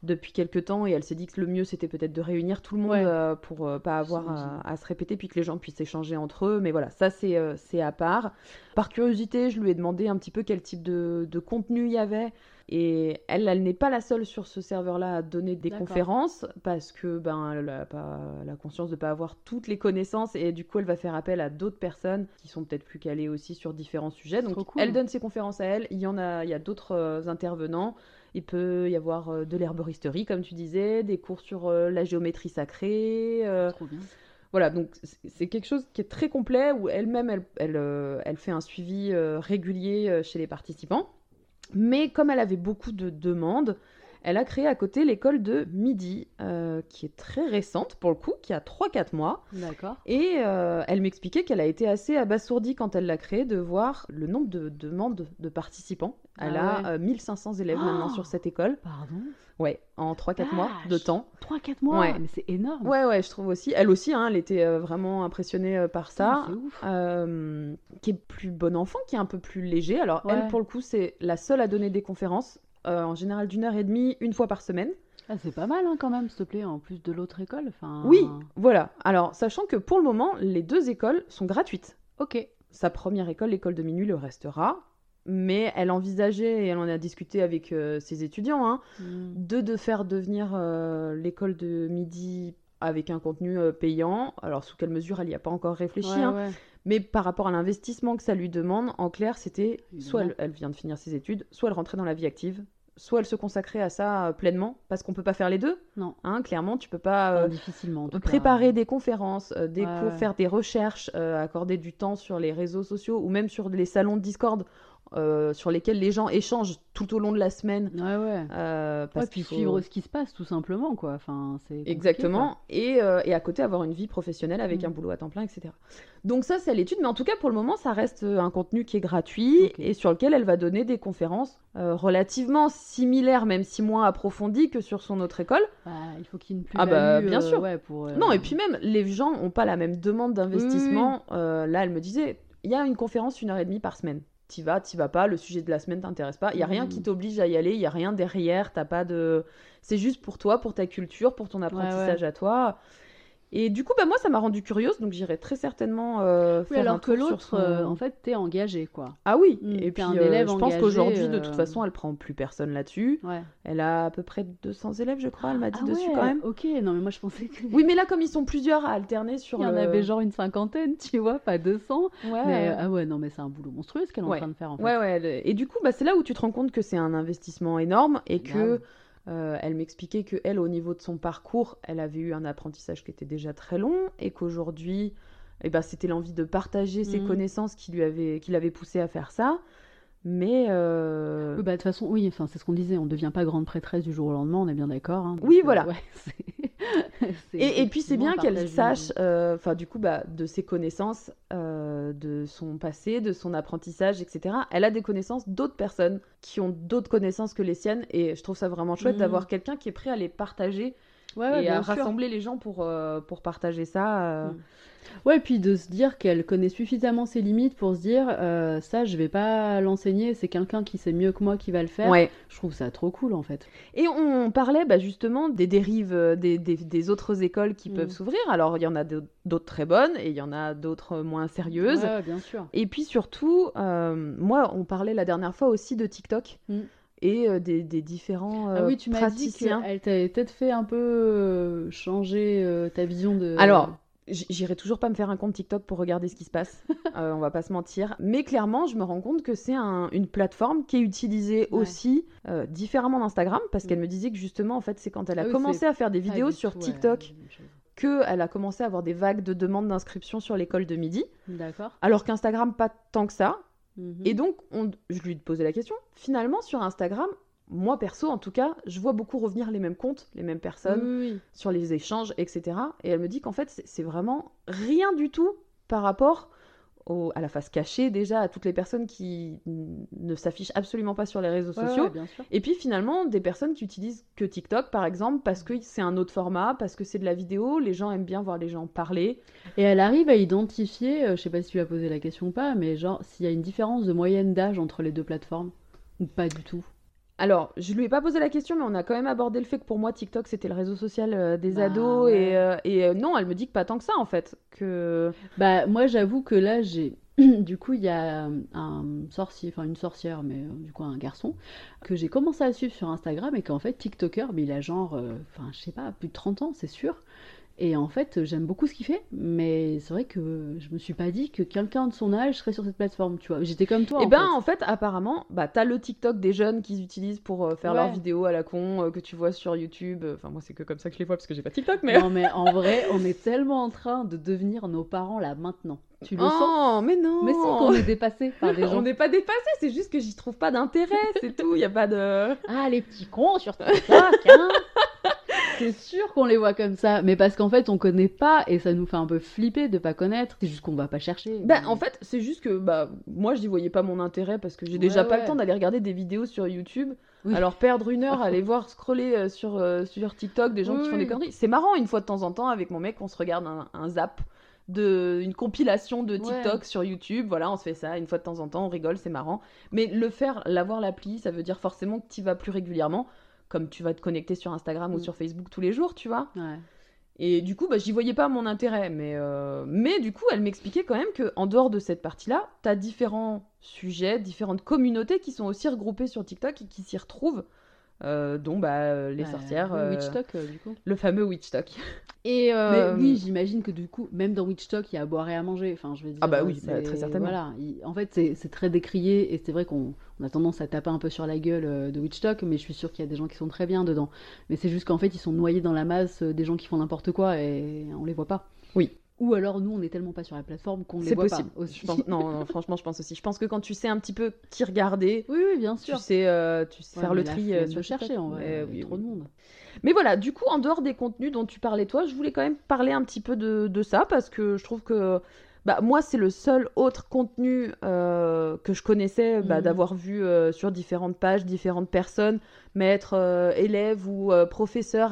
depuis quelques temps et elle s'est dit que le mieux c'était peut-être de réunir tout le monde pour pas avoir à se répéter puis que les gens puissent échanger entre eux. Mais voilà, ça c'est à part. Par curiosité, je lui ai demandé un petit peu quel type de contenu il y avait. Et elle n'est pas la seule sur ce serveur-là à donner des conférences parce que elle a pas la conscience de pas avoir toutes les connaissances et du coup elle va faire appel à d'autres personnes qui sont peut-être plus calées aussi sur différents sujets. Donc cool. Elle donne ses conférences à elle. Il y a d'autres intervenants. Il peut y avoir de l'herboristerie comme tu disais, des cours sur la géométrie sacrée. Trop bien. Voilà, donc c'est quelque chose qui est très complet où elle-même elle fait un suivi régulier chez les participants. Mais comme elle avait beaucoup de demandes, elle a créé à côté l'école de Midi, qui est très récente pour le coup, qui a 3-4 mois. D'accord. Et elle m'expliquait qu'elle a été assez abasourdie quand elle l'a créée de voir le nombre de demandes de participants. Elle a 1500 élèves maintenant sur cette école. Pardon ? Ouais, en 3-4 mois de temps. 3-4 mois ouais. Mais c'est énorme. Ouais, je trouve aussi. Elle aussi, elle était vraiment impressionnée par ça. C'est ouf. Qui est plus bon enfant, qui est un peu plus léger. Alors, elle, pour le coup, c'est la seule à donner des conférences, en général d'1h30, une fois par semaine. Ah, c'est pas mal quand même, s'il te plaît, en plus de l'autre école. Oui, voilà. Alors, sachant que pour le moment, les 2 écoles sont gratuites. Ok. Sa première école, l'école de Minuit, le restera. Mais elle envisageait, et elle en a discuté avec ses étudiants, de faire devenir l'école de Midi avec un contenu payant. Alors, sous quelle mesure, elle n'y a pas encore réfléchi. Mais par rapport à l'investissement que ça lui demande, en clair, c'était soit elle vient de finir ses études, soit elle rentrait dans la vie active, soit elle se consacrait à ça pleinement, parce qu'on ne peut pas faire les deux. Non. Clairement, tu ne peux pas difficilement, préparer des conférences, des cours, faire des recherches, accorder du temps sur les réseaux sociaux ou même sur les salons de Discord. Sur lesquels les gens échangent tout au long de la semaine. Parce puis suivre ce qui se passe, tout simplement, quoi. Enfin, c'est exactement. Et à côté, avoir une vie professionnelle avec un boulot à temps plein, etc. Donc ça, c'est à l'étude. Mais en tout cas, pour le moment, ça reste un contenu qui est gratuit et sur lequel elle va donner des conférences relativement similaires, même si moins approfondies que sur son autre école. Il faut qu'il y ait une plus-value. Bien sûr. Pour, Non, et puis même, les gens n'ont pas la même demande d'investissement. Là, elle me disait, il y a une conférence 1h30 par semaine. T'y vas pas, le sujet de la semaine t'intéresse pas, il y a rien qui t'oblige à y aller, il y a rien derrière, t'as pas de... C'est juste pour toi, pour ta culture, pour ton apprentissage à toi. Et du coup, moi, ça m'a rendue curieuse, donc j'irai très certainement faire alors un tour que l'autre, sur son... en fait, t'es engagé, quoi. Ah oui, et puis un élève je pense qu'aujourd'hui, de toute façon, elle prend plus personne là-dessus. Ouais. Elle a à peu près 200 élèves, je crois, elle m'a dit dessus quand même. Ok, non mais moi je pensais que... Oui, mais là, comme ils sont plusieurs à alterner sur il y en avait genre une 50aine, tu vois, pas 200. Mais non mais c'est un boulot monstrueux ce qu'elle est en train de faire, en fait. Et du coup, c'est là où tu te rends compte que c'est un investissement énorme et que... elle m'expliquait qu'elle, au niveau de son parcours, elle avait eu un apprentissage qui était déjà très long et qu'aujourd'hui, c'était l'envie de partager ses connaissances qui l'avait poussée à faire ça. Mais de toute façon, oui, c'est ce qu'on disait, on ne devient pas grande prêtresse du jour au lendemain, on est bien d'accord. Donc, oui, voilà. Et puis c'est bien qu'elle sache, du coup, de ses connaissances, de son passé, de son apprentissage, etc. Elle a des connaissances d'autres personnes qui ont d'autres connaissances que les siennes, et je trouve ça vraiment chouette d'avoir quelqu'un qui est prêt à les partager et à rassembler les gens pour partager ça. Ouais, puis de se dire qu'elle connaît suffisamment ses limites pour se dire ça, je vais pas l'enseigner, c'est quelqu'un qui sait mieux que moi qui va le faire. Je trouve ça trop cool en fait. Et on parlait justement des dérives des autres écoles qui peuvent s'ouvrir. Alors il y en a d'autres très bonnes et il y en a d'autres moins sérieuses. Ouais, bien sûr. Et puis surtout, moi, on parlait la dernière fois aussi de TikTok. Et des différents praticiens. Ah oui, tu m'as dit qu'elle t'avait peut-être fait un peu changer ta vision de... Alors, j'irai toujours pas me faire un compte TikTok pour regarder ce qui se passe, on va pas se mentir. Mais clairement, je me rends compte que c'est une plateforme qui est utilisée aussi différemment d'Instagram, parce qu'elle me disait que justement, en fait, c'est quand elle a commencé à faire des vidéos sur TikTok qu'elle a commencé à avoir des vagues de demandes d'inscription sur l'école de Midi. D'accord. Alors qu'Instagram, pas tant que ça. Et donc, je lui posais la question. Finalement, sur Instagram, moi perso, en tout cas, je vois beaucoup revenir les mêmes comptes, les mêmes personnes, sur les échanges, etc. Et elle me dit qu'en fait, c'est vraiment rien du tout par rapport à la face cachée, déjà, à toutes les personnes qui ne s'affichent absolument pas sur les réseaux sociaux. Bien sûr. Et puis finalement, des personnes qui utilisent que TikTok, par exemple, parce que c'est un autre format, parce que c'est de la vidéo, les gens aiment bien voir les gens parler. Et elle arrive à identifier, je sais pas si tu as posé la question ou pas, mais genre, s'il y a une différence de moyenne d'âge entre les deux plateformes, ou pas du tout? Alors, je lui ai pas posé la question, mais on a quand même abordé le fait que pour moi, TikTok, c'était le réseau social des Bah ados. Et, ouais. non, elle me dit que pas tant que ça, en fait. Que... Bah moi j'avoue que là j'ai du coup il y a un sorcier, enfin une sorcière mais du coup un garçon que j'ai commencé à suivre sur Instagram et qu'en fait TikToker mais il a genre enfin je sais pas plus de 30 ans c'est sûr et en fait j'aime beaucoup ce qu'il fait mais c'est vrai que je me suis pas dit que quelqu'un de son âge serait sur cette plateforme tu vois j'étais comme toi Eh en ben, fait. en fait, apparemment, bah, t'as le TikTok des jeunes qu'ils utilisent pour faire leurs Ouais. vidéos à la con, que tu vois sur YouTube. Enfin, moi, c'est que comme ça que je les vois, parce que j'ai pas TikTok, mais... Non mais en vrai on est tellement en train de devenir nos parents là maintenant tu le sens. Oh, mais Mais si non. qu'on est dépassé par des On gens. n'est pas dépassé, c'est juste que j'y trouve pas d'intérêt, c'est tout. Il y a pas de... Ah les petits cons sur TikTok hein. C'est sûr qu'on les voit comme ça, mais parce qu'en fait on connaît pas et ça nous fait un peu flipper de pas connaître. C'est juste qu'on va pas chercher. Ben, en fait, c'est juste que bah, moi, j'y voyais pas mon intérêt parce que j'ai Ouais, déjà pas le temps ouais. d'aller regarder des vidéos sur YouTube. Oui. Alors, perdre une C'est pas heure, faux. aller voir scroller sur TikTok des gens Oui, qui font des oui. conneries. C'est marrant, une fois de temps en temps, avec mon mec, on se regarde un zap une compilation de Ouais. TikTok sur YouTube. Voilà, on se fait ça une fois de temps en temps, on rigole, c'est marrant. Mais le faire, l'avoir l'appli, ça veut dire forcément que tu vas plus régulièrement, comme tu vas te connecter sur Instagram ou Mm. sur Facebook tous les jours, tu vois. Ouais. Et du coup, bah, j'y voyais pas mon intérêt. Mais du coup, elle m'expliquait quand même qu'en dehors de cette partie-là, t'as différents sujets, différentes communautés qui sont aussi regroupées sur TikTok et qui s'y retrouvent, dont bah, les Bah sorcières, oui, Witchtalk du coup. le fameux Witch Talk. Et Mais oui, j'imagine que du coup, même dans Witchtalk, il y a à boire et à manger. Enfin, je veux ah dire, bah oui, bah, très c'est certainement. voilà. En fait, c'est très décrié et c'est vrai qu'on a tendance à taper un peu sur la gueule de Witchtalk, mais je suis sûre qu'il y a des gens qui sont très bien dedans. Mais c'est juste qu'en fait, ils sont noyés dans la masse des gens qui font n'importe quoi et on les voit pas. Oui, Ou alors nous, on est tellement pas sur la plateforme qu'on ne les c'est voit pas possible. Je aussi. pense... Non, non, franchement, je pense aussi. Je pense que quand tu sais un petit peu qui regarder, Oui, oui, bien sûr. tu sais Ouais, faire le mais la tri flemme de sur TikTok. chercher en vrai, Mais il y oui, a trop oui. de monde. Mais voilà, du coup, en dehors des contenus dont tu parlais toi, je voulais quand même parler un petit peu de ça parce que je trouve que bah, moi, c'est le seul autre contenu que je connaissais bah, Mhm. d'avoir vu sur différentes pages, différentes personnes, maîtres, élèves ou professeurs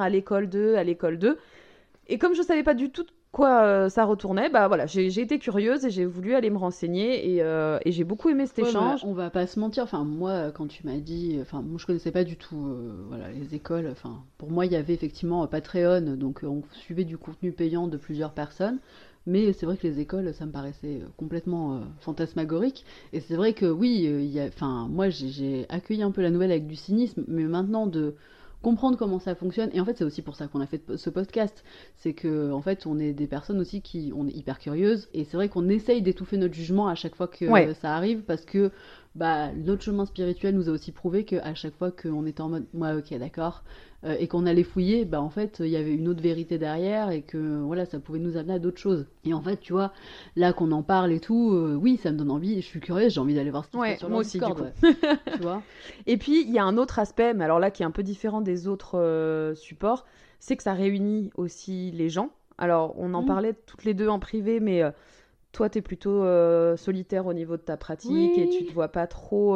à l'école 2. Et comme je savais pas du tout de quoi ça retournait, bah voilà, j'ai été curieuse et j'ai voulu aller me renseigner et j'ai beaucoup aimé cet Ouais, mais échange. on va pas se mentir. Enfin, moi, quand tu m'as dit, enfin, moi, je connaissais pas du tout, voilà, les écoles. Enfin, pour moi, il y avait effectivement Patreon, donc on suivait du contenu payant de plusieurs personnes. Mais c'est vrai que les écoles, ça me paraissait complètement fantasmagorique. Et c'est vrai que oui, enfin, moi, j'ai accueilli un peu la nouvelle avec du cynisme, mais maintenant de comprendre comment ça fonctionne. Et en fait, c'est aussi pour ça qu'on a fait ce podcast. C'est que, en fait, on est des personnes aussi qui, on est hyper curieuses. Et c'est vrai qu'on essaye d'étouffer notre jugement à chaque fois que Ouais. ça arrive parce que bah, notre chemin spirituel nous a aussi prouvé qu'à chaque fois qu'on était en mode, moi, ok, d'accord, et qu'on allait fouiller, bah en fait, il y avait une autre vérité derrière et que voilà, ça pouvait nous amener à d'autres choses. Et en fait, tu vois, là qu'on en parle et tout, oui, ça me donne envie, je suis curieuse, j'ai envie d'aller voir ce qui se passe Ouais, sur moi leur aussi, du Discord, coup. ouais. Tu vois. Et puis, il y a un autre aspect, mais alors là, qui est un peu différent des autres supports, c'est que ça réunit aussi les gens. Alors, on en Mm. parlait toutes les deux en privé, mais toi, t'es plutôt solitaire au niveau de ta pratique et tu Oui, te vois pas trop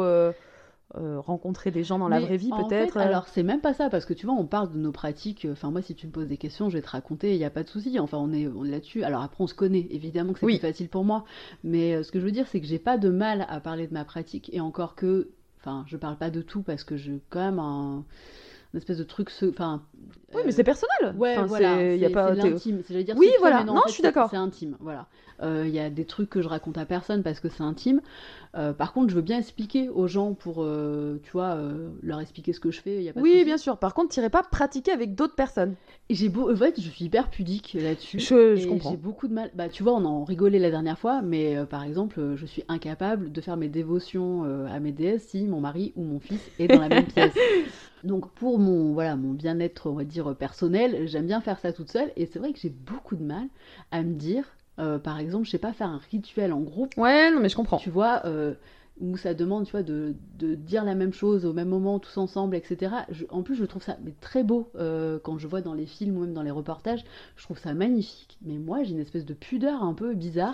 rencontrer des gens dans la mais vraie vie, en fait, peut-être. alors c'est même pas ça, parce que tu vois, on parle de nos pratiques. Enfin, moi, si tu me poses des questions, je vais te raconter, il n'y a pas de souci. Enfin, on est là-dessus. Alors après, on se connaît, évidemment que c'est plus Oui, facile pour moi. Mais ce que je veux dire, c'est que j'ai pas de mal à parler de ma pratique. Et encore que, enfin, je parle pas de tout parce que j'ai quand même une espèce de truc. Enfin, oui, mais c'est personnel. ouais, Enfin, voilà, y a c'est pas. de l'intime. J'allais dire Oui, secret, mais voilà. non, en Non, je fait, suis c'est d'accord. intime. Voilà. Il y a des trucs que je raconte à personne parce que c'est intime. Par contre, je veux bien expliquer aux gens pour, tu vois, leur expliquer ce que je fais, il n'y a pas de Oui, bien souci. sûr. Par contre, t'irais pas pratiquer avec d'autres personnes. Et en fait, je suis hyper pudique là-dessus. Je Et j'ai comprends. beaucoup de mal. Bah, tu vois, on en rigolait la dernière fois, mais par exemple, je suis incapable de faire mes dévotions à mes déesses si mon mari ou mon fils est dans la même pièce. Donc, pour mon, voilà, mon bien-être, on va dire, personnel, j'aime bien faire ça toute seule. Et c'est vrai que j'ai beaucoup de mal à me dire, par exemple, je sais pas, faire un rituel en groupe, Ouais, non, mais je comprends. tu vois, où ça demande, tu vois, de dire la même chose au même moment, tous ensemble, etc. En plus, je trouve ça mais très beau quand je vois dans les films ou même dans les reportages. Je trouve ça magnifique. Mais moi, j'ai une espèce de pudeur un peu bizarre.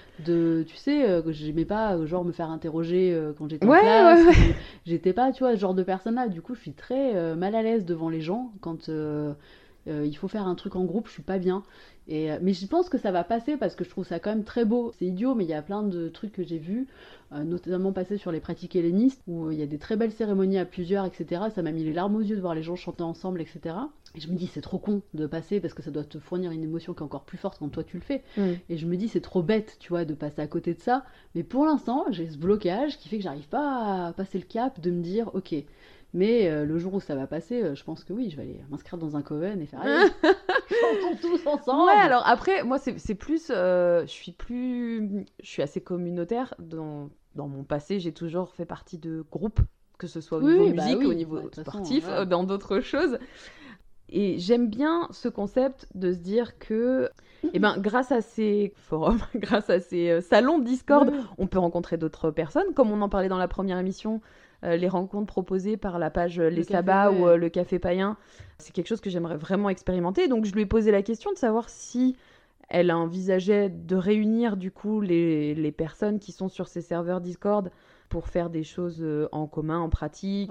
Tu sais, que j'aimais pas, genre, me faire interroger quand j'étais en Ouais, ouais, classe. Ou ouais. j'étais pas, tu vois, ce genre de personne-là. Du coup, je suis très mal à l'aise devant les gens quand il faut faire un truc en groupe, je suis pas bien. Mais je pense que ça va passer parce que je trouve ça quand même très beau. C'est idiot, mais il y a plein de trucs que j'ai vus, notamment passer sur les pratiques hellénistes, où il y a des très belles cérémonies à plusieurs, etc. Ça m'a mis les larmes aux yeux de voir les gens chanter ensemble, etc. Et je me dis, c'est trop con de passer parce que ça doit te fournir une émotion qui est encore plus forte quand toi tu le fais. Et je me dis, c'est trop bête, tu vois, de passer à côté de ça. Mais pour l'instant, j'ai ce blocage qui fait que j'arrive pas à passer le cap de me dire, ok. Mais le jour où ça va passer, je pense que oui, je vais aller m'inscrire dans un coven et faire allez, chantons tous ensemble. Ouais, alors après, moi, c'est plus, je suis assez communautaire. Dans mon passé, j'ai toujours fait partie de groupes, que ce soit au niveau musique, au niveau sportif, dans d'autres choses. Et j'aime bien ce concept de se dire que, grâce à ces forums, grâce à ces salons Discord, on peut rencontrer d'autres personnes, comme on en parlait dans la première émission. Les rencontres proposées par la page Les Sabbats ou le Café Païen, c'est quelque chose que j'aimerais vraiment expérimenter. Donc je lui ai posé la question de savoir si elle envisageait de réunir du coup les personnes qui sont sur ces serveurs Discord pour faire des choses en commun, en pratique.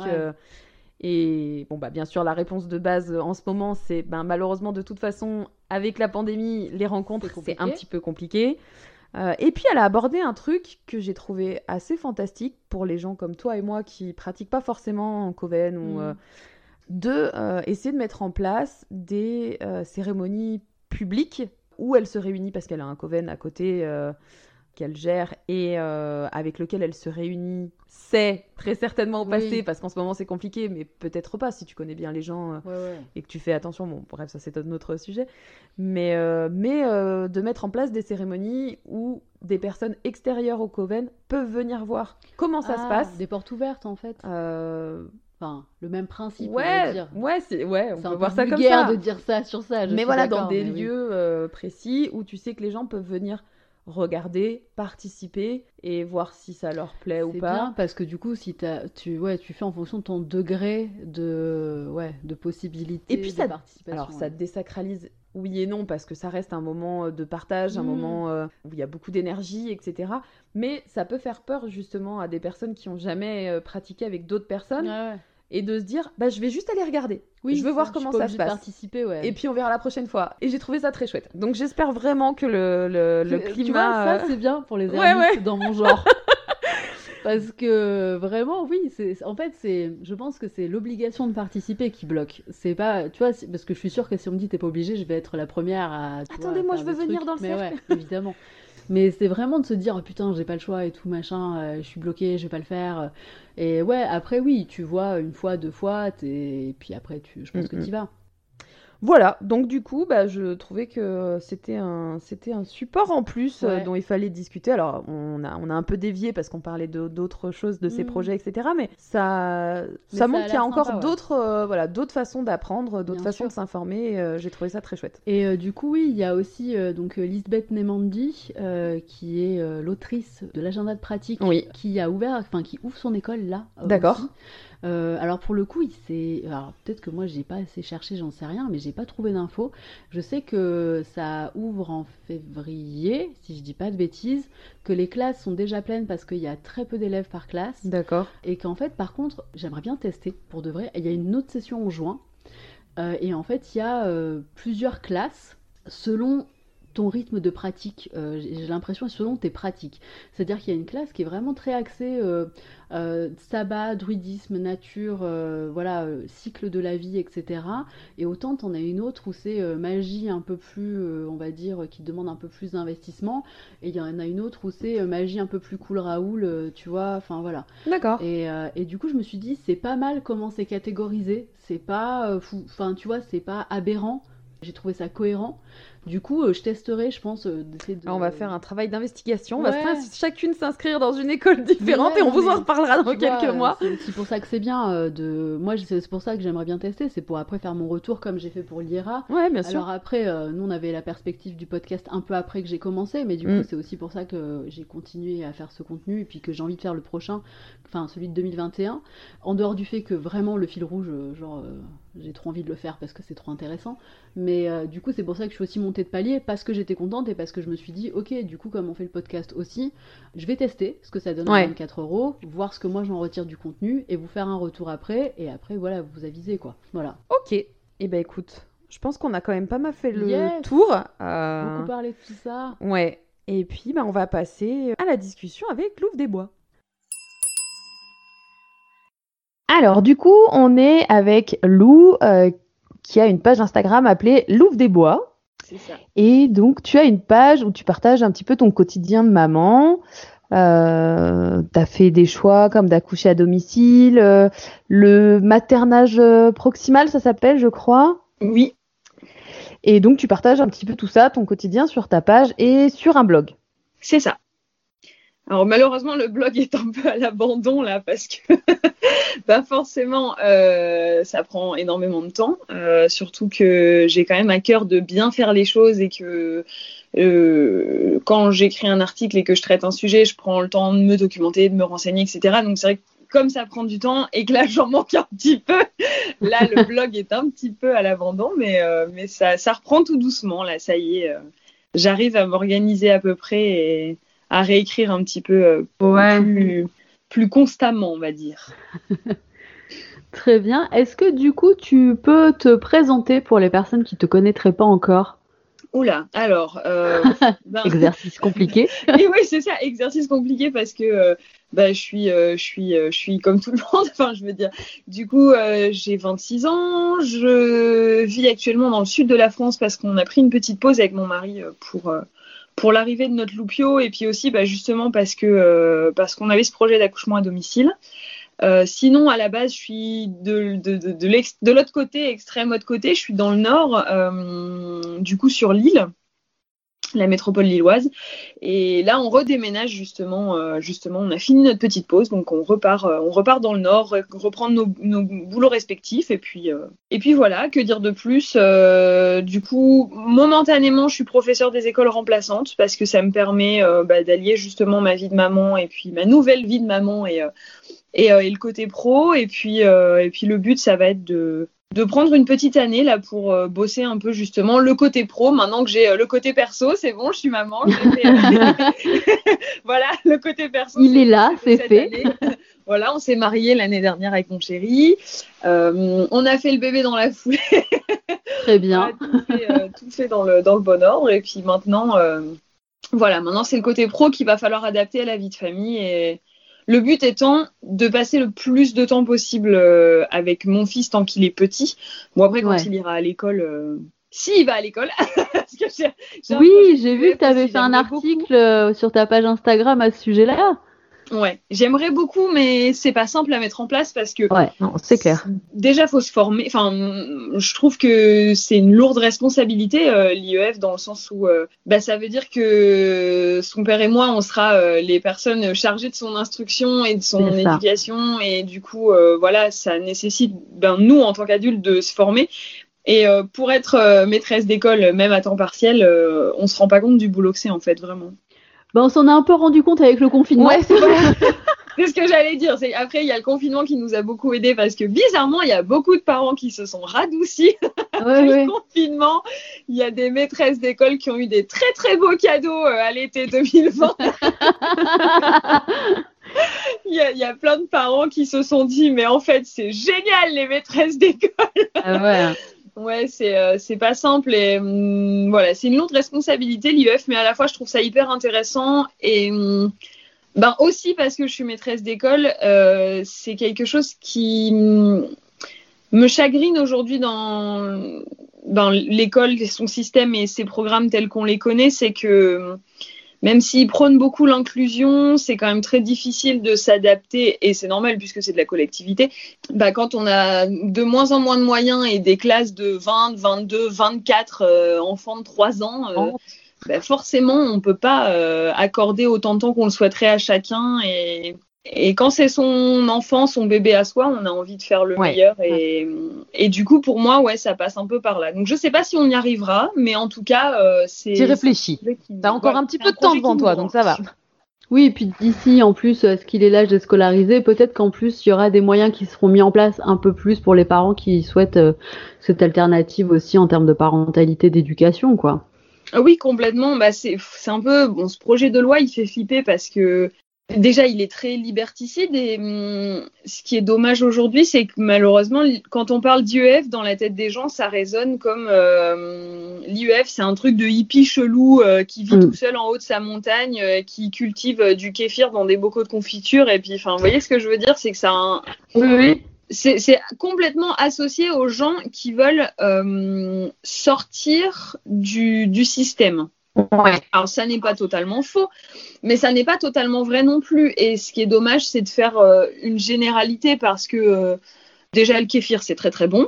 Et bon, bien sûr, la réponse de base en ce moment, c'est malheureusement, de toute façon, avec la pandémie, les rencontres, c'est un petit peu compliqué. Et puis elle a abordé un truc que j'ai trouvé assez fantastique pour les gens comme toi et moi qui pratiquent pas forcément en coven ou essayer de mettre en place des cérémonies publiques où elle se réunit parce qu'elle a un coven à côté qu'elle gère et avec lequel elle se réunit, c'est très certainement au passé parce qu'en ce moment c'est compliqué, mais peut-être pas si tu connais bien les gens et que tu fais attention. Bon, bref, ça c'est un autre sujet. Mais de mettre en place des cérémonies où des personnes extérieures au coven peuvent venir voir comment ça se passe. Des portes ouvertes en fait. Enfin, le même principe, on va dire. On peut voir ça comme ça. C'est un peu vulgaire de dire ça sur ça. Mais voilà, dans des lieux précis où tu sais que les gens peuvent venir regarder, participer et voir si ça leur plaît ou pas. C'est bien parce que du coup, si tu fais en fonction de ton degré de possibilité de participation. Alors ça désacralise, oui et non, parce que ça reste un moment de partage, un moment où il y a beaucoup d'énergie, etc. Mais ça peut faire peur justement à des personnes qui n'ont jamais pratiqué avec d'autres personnes. Et de se dire, je vais juste aller regarder. Je veux voir comment ça se passe. Participer, Et puis on verra la prochaine fois. Et j'ai trouvé ça très chouette. Donc j'espère vraiment que le climat... Tu vois, ça c'est bien pour les ermites dans mon genre. Parce que vraiment, oui, je pense que c'est l'obligation de participer qui bloque. C'est pas, tu vois, parce que je suis sûre que si on me dit t'es pas obligé, je vais être la première à... Attendez, moi je veux venir dans le cercle. Mais ouais, évidemment. Mais c'est vraiment de se dire, oh, putain, j'ai pas le choix et tout, machin, je suis bloquée, je vais pas le faire. Et ouais, après, oui, tu vois, une fois, deux fois, et puis après, je pense que t'y vas. Voilà, donc du coup, je trouvais que c'était un support en plus dont il fallait discuter. Alors, on a un peu dévié parce qu'on parlait d'autres choses, de ces projets, etc. Mais ça montre qu'il y a encore d'autres façons d'apprendre, d'autres façons de s'informer. J'ai trouvé ça très chouette. Et du coup, oui, il y a aussi donc Lisbeth Nemandi, qui est l'autrice de l'agenda de pratique, qui ouvre son école là. D'accord. Aussi. Alors pour le coup, alors peut-être que moi j'ai pas assez cherché, j'en sais rien, mais j'ai pas trouvé d'infos. Je sais que ça ouvre en février, si je dis pas de bêtises, que les classes sont déjà pleines parce qu'il y a très peu d'élèves par classe. D'accord. Et qu'en fait, par contre, j'aimerais bien tester pour de vrai. Il y a une autre session en juin, et en fait, il y a plusieurs classes selon ton rythme de pratique, j'ai l'impression, selon tes pratiques. C'est-à-dire qu'il y a une classe qui est vraiment très axée sabbat, druidisme, nature, cycle de la vie, etc. Et autant t'en as une autre où c'est magie un peu plus, on va dire, qui demande un peu plus d'investissement. Et il y en a une autre où c'est magie un peu plus cool Raoul, tu vois, enfin voilà. D'accord. Et du coup, je me suis dit, c'est pas mal comment c'est catégorisé. C'est pas fou, enfin tu vois, c'est pas aberrant. J'ai trouvé ça cohérent. Du coup, je testerai, je pense, d'essayer de... Alors, on va faire un travail d'investigation. On va chacune s'inscrire dans une école différente et on vous en reparlera dans quelques mois. C'est aussi pour ça que c'est bien. Moi, c'est pour ça que j'aimerais bien tester. C'est pour après faire mon retour comme j'ai fait pour l'IRA. Ouais, bien sûr. Alors après, nous, on avait la perspective du podcast un peu après que j'ai commencé. Mais du coup, c'est aussi pour ça que j'ai continué à faire ce contenu et puis que j'ai envie de faire le prochain, enfin celui de 2021. En dehors du fait que vraiment le fil rouge, j'ai trop envie de le faire parce que c'est trop intéressant. Mais du coup, c'est pour ça que je suis aussi montée de palier, parce que j'étais contente et parce que je me suis dit, ok, du coup, comme on fait le podcast aussi, je vais tester ce que ça donne à 24€, voir ce que moi j'en retire du contenu et vous faire un retour après. Et après, voilà, vous avisez quoi. Voilà. Ok. Et écoute, Je pense qu'on a quand même pas mal fait le Yes! tour. Beaucoup parlé de tout ça. Ouais. Et puis, on va passer à la discussion avec Louvre des Bois. Alors, du coup, on est avec Lou, qui a une page Instagram appelée Louvre des Bois. C'est ça. Et donc, tu as une page où tu partages un petit peu ton quotidien de maman. Tu as fait des choix comme d'accoucher à domicile, le maternage proximal, ça s'appelle, je crois. Oui. Et donc, tu partages un petit peu tout ça, ton quotidien, sur ta page et sur un blog. C'est ça. Alors malheureusement, le blog est un peu à l'abandon là parce que forcément, ça prend énormément de temps. Surtout que j'ai quand même à cœur de bien faire les choses et que quand j'écris un article et que je traite un sujet, je prends le temps de me documenter, de me renseigner, etc. Donc c'est vrai que comme ça prend du temps et que là j'en manque un petit peu, là le blog est un petit peu à l'abandon, mais ça reprend tout doucement. Là, ça y est, j'arrive à m'organiser à peu près et à réécrire un petit peu plus constamment, on va dire. Très bien. Est-ce que du coup, tu peux te présenter pour les personnes qui ne te connaîtraient pas encore? Oula, alors... Exercice compliqué. Et oui, c'est ça, exercice compliqué parce que je suis comme tout le monde. Enfin, je veux dire, du coup, j'ai 26 ans. Je vis actuellement dans le sud de la France parce qu'on a pris une petite pause avec mon mari pour l'arrivée de notre Loupio et puis aussi justement parce qu'on avait ce projet d'accouchement à domicile. Sinon, à la base, je suis de l'autre côté, extrême autre côté. Je suis dans le nord, du coup sur l'île, la métropole lilloise. Et là, on redéménage justement. On a fini notre petite pause, donc on repart dans le nord, reprendre nos boulots respectifs. Et puis voilà, que dire de plus. Du coup, momentanément, je suis professeure des écoles remplaçantes parce que ça me permet d'allier justement ma vie de maman et puis ma nouvelle vie de maman et le côté pro. Et puis le but, ça va être de prendre une petite année là pour bosser un peu justement le côté pro. Maintenant que j'ai le côté perso, c'est bon, je suis maman. Voilà, le côté perso. Il est là, c'est fait. Voilà, on s'est mariés l'année dernière avec mon chéri. On a fait le bébé dans la foulée. Très bien. Voilà, tout fait dans le bon ordre. Et puis maintenant, maintenant c'est le côté pro qu'il va falloir adapter à la vie de famille. Et le but étant de passer le plus de temps possible avec mon fils tant qu'il est petit. Bon, après, quand il ira à l'école, s'il va à l'école. Parce que j'ai vu que tu avais fait un article sur ta page Instagram à ce sujet-là. Ouais, j'aimerais beaucoup, mais c'est pas simple à mettre en place parce que c'est clair. Déjà, faut se former. Enfin, je trouve que c'est une lourde responsabilité l'IEF dans le sens où ça veut dire que son père et moi, on sera les personnes chargées de son instruction et de son éducation, et du coup, ça nécessite nous en tant qu'adultes de se former. Et pour être maîtresse d'école, même à temps partiel, on se rend pas compte du boulot que c'est en fait vraiment. On s'en a un peu rendu compte avec le confinement. Ouais, c'est ce que j'allais dire. Après, il y a le confinement qui nous a beaucoup aidés parce que bizarrement, il y a beaucoup de parents qui se sont radoucis après le confinement. Il y a des maîtresses d'école qui ont eu des très très beaux cadeaux à l'été 2020. Il y a plein de parents qui se sont dit mais en fait, c'est génial les maîtresses d'école. Ouais, c'est pas simple et c'est une lourde responsabilité l'IEF, mais à la fois je trouve ça hyper intéressant et aussi parce que je suis maîtresse d'école, c'est quelque chose qui me chagrine aujourd'hui dans l'école, son système et ses programmes tels qu'on les connaît, c'est que même s'ils prônent beaucoup l'inclusion, c'est quand même très difficile de s'adapter, et c'est normal puisque c'est de la collectivité. Quand on a de moins en moins de moyens et des classes de 20, 22, 24 enfants de 3 ans, forcément, on ne peut pas accorder autant de temps qu'on le souhaiterait à chacun. Et quand c'est son enfant, son bébé à soi, on a envie de faire le meilleur. Et du coup, pour moi, ça passe un peu par là. Donc, je ne sais pas si on y arrivera, mais en tout cas, c'est... Tu réfléchis. Tu as encore un petit peu de temps devant toi, donc ça va. Oui, et puis d'ici, en plus, est-ce qu'il est l'âge de scolariser? Peut-être qu'en plus, il y aura des moyens qui seront mis en place un peu plus pour les parents qui souhaitent cette alternative aussi en termes de parentalité, d'éducation, quoi. Oui, complètement. C'est un peu... ce projet de loi, il fait flipper parce que Déjà, il est très liberticide et ce qui est dommage aujourd'hui, c'est que malheureusement, quand on parle d'IEF, dans la tête des gens, ça résonne comme l'IEF, c'est un truc de hippie chelou qui vit tout seul en haut de sa montagne, qui cultive du kéfir dans des bocaux de confiture. Et puis, vous voyez ce que je veux dire, c'est que ça a un... Oui. C'est complètement associé aux gens qui veulent sortir du système. Ouais. Alors, ça n'est pas totalement faux, mais ça n'est pas totalement vrai non plus. Et ce qui est dommage, c'est de faire une généralité parce que déjà, le kéfir, c'est très très bon.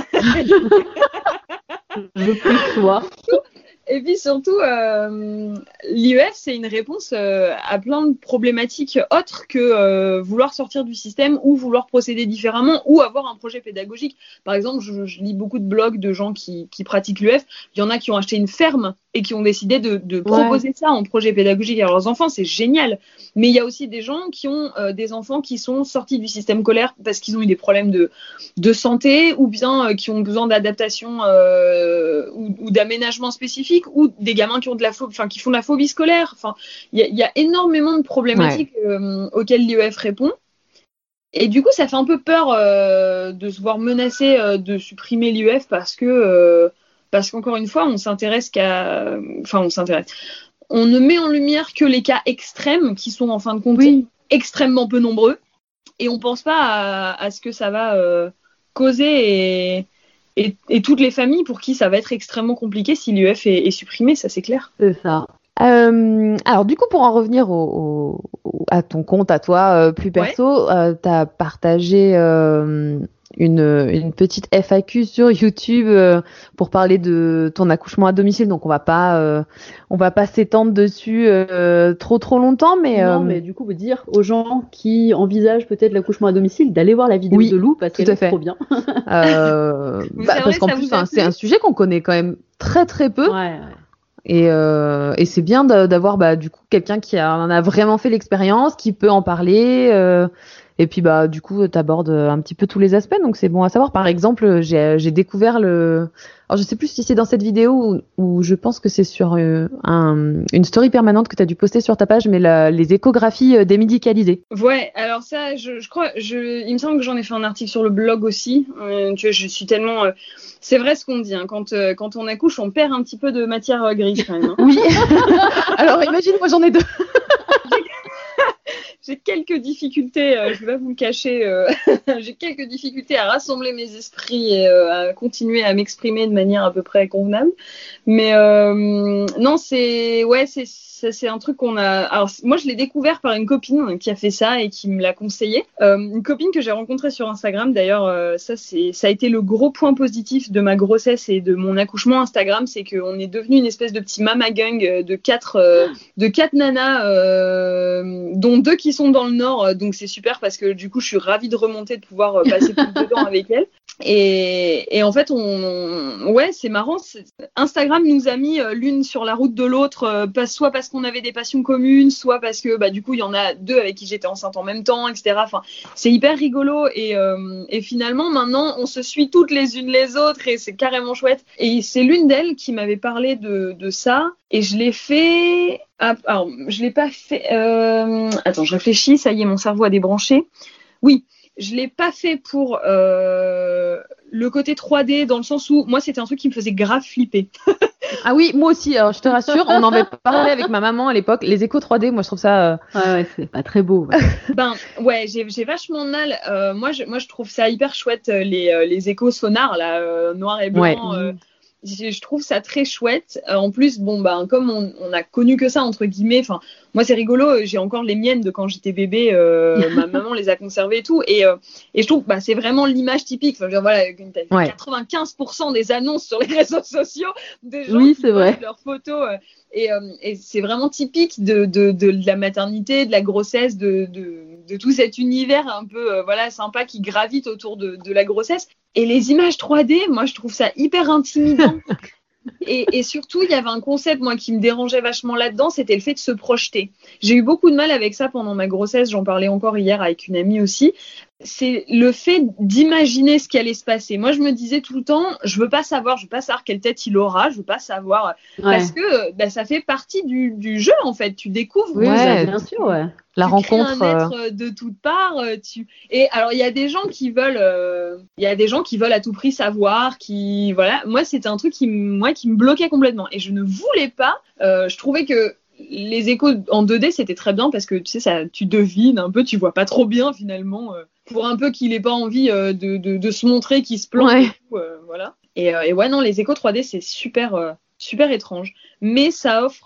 Je peux le voir. Et puis surtout, l'IEF, c'est une réponse à plein de problématiques autres que vouloir sortir du système ou vouloir procéder différemment ou avoir un projet pédagogique. Par exemple, je lis beaucoup de blogs de gens qui pratiquent l'IEF. Il y en a qui ont acheté une ferme et qui ont décidé de proposer ça en projet pédagogique à leurs enfants. C'est génial. Mais il y a aussi des gens qui ont des enfants qui sont sortis du système scolaire parce qu'ils ont eu des problèmes de santé ou bien qui ont besoin d'adaptation ou d'aménagement spécifique ou des gamins qui ont qui font de la phobie scolaire. Il y a énormément de problématiques auxquelles l'IEF répond. Et du coup, ça fait un peu peur de se voir menacé de supprimer l'IEF parce qu'encore une fois, on ne met en lumière que les cas extrêmes qui sont en fin de compte extrêmement peu nombreux et on pense pas à ce que ça va causer et toutes les familles pour qui ça va être extrêmement compliqué si l'IEF est supprimé, ça c'est clair. C'est ça. Alors du coup, pour en revenir à ton compte, à toi, plus perso, tu as partagé une petite FAQ sur YouTube pour parler de ton accouchement à domicile. Donc on va pas s'étendre dessus trop longtemps, mais non, mais du coup, vous dire aux gens qui envisagent peut-être l'accouchement à domicile d'aller voir la vidéo de Lou parce qu'elle est trop bien. Parce qu'en plus, c'est un sujet qu'on connaît quand même très très peu. Ouais. Et c'est bien d'avoir du coup quelqu'un qui en a vraiment fait l'expérience, qui peut en parler. Et puis du coup, tu abordes un petit peu tous les aspects, donc c'est bon à savoir. Par exemple, j'ai découvert alors je sais plus si c'est dans cette vidéo ou je pense que c'est sur une story permanente que tu as dû poster sur ta page, mais les échographies démédicalisées. Ouais, alors ça, je crois, il me semble que j'en ai fait un article sur le blog aussi. Tu vois, je suis tellement... c'est vrai ce qu'on dit, hein, quand on accouche, on perd un petit peu de matière grise quand même. Hein. Oui. Alors imagine, moi j'en ai 2. J'ai quelques difficultés, je ne vais pas vous le cacher, j'ai quelques difficultés à rassembler mes esprits et à continuer à m'exprimer de manière à peu près convenable. Mais non, c'est un truc qu'on a... Alors moi, je l'ai découvert par une copine qui a fait ça et qui me l'a conseillé. Une copine que j'ai rencontrée sur Instagram, d'ailleurs, ça a été le gros point positif de ma grossesse et de mon accouchement Instagram, c'est qu'on est devenu une espèce de petit mama gang de quatre nanas, dont 2 qui sont dans le Nord, donc c'est super parce que du coup je suis ravie de remonter, de pouvoir passer plus de temps avec elles. Et en fait, c'est marrant. Instagram nous a mis l'une sur la route de l'autre, soit parce qu'on avait des passions communes, soit parce que du coup il y en a 2 avec qui j'étais enceinte en même temps, etc. C'est hyper rigolo et finalement maintenant on se suit toutes les unes les autres et c'est carrément chouette. Et c'est l'une d'elles qui m'avait parlé de ça et je l'ai fait. Alors je l'ai pas fait. Attends, je réfléchis. Ça y est, mon cerveau a débranché. Oui. Je l'ai pas fait pour le côté 3D dans le sens où moi c'était un truc qui me faisait grave flipper. Ah oui, moi aussi. Alors je te rassure, on en avait parlé avec ma maman à l'époque. Les échos 3D, moi je trouve ça. Ouais, c'est pas très beau. Ouais. J'ai vachement mal. Moi je trouve ça hyper chouette les échos sonars là, noir et blanc. Ouais. Je trouve ça très chouette. En plus, comme on a connu que ça entre guillemets. Moi, c'est rigolo. J'ai encore les miennes de quand j'étais bébé. Ma maman les a conservées et tout. Et je trouve que c'est vraiment l'image typique. Voilà, 95% des annonces sur les réseaux sociaux des gens qui postent leurs photos. Et c'est vraiment typique de la maternité, de la grossesse, de tout cet univers un peu sympa qui gravite autour de la grossesse. Et les images 3D, moi, je trouve ça hyper intimidant. Et surtout, il y avait un concept, moi, qui me dérangeait vachement là-dedans, c'était le fait de se projeter. J'ai eu beaucoup de mal avec ça pendant ma grossesse, j'en parlais encore hier avec une amie aussi. c'est le fait d'imaginer ce qui allait se passer. Moi, je me disais tout le temps, je veux pas savoir quelle tête il aura, je veux pas savoir, parce que ça fait partie du jeu en fait. Tu découvres, Oui, bien sûr, ouais. La tu rencontre. crées un être de toutes parts. Et alors, il y a des gens qui veulent, à tout prix savoir, voilà. Moi, c'était un truc qui me bloquait complètement, et je ne voulais pas. Je trouvais que les échos en 2D c'était très bien parce que tu sais ça, tu devines un peu, tu vois pas trop bien finalement, pour un peu qu'il ait pas envie de se montrer qu'il se plante et tout, voilà. Et ouais, non, les échos 3D c'est super super étrange, mais ça offre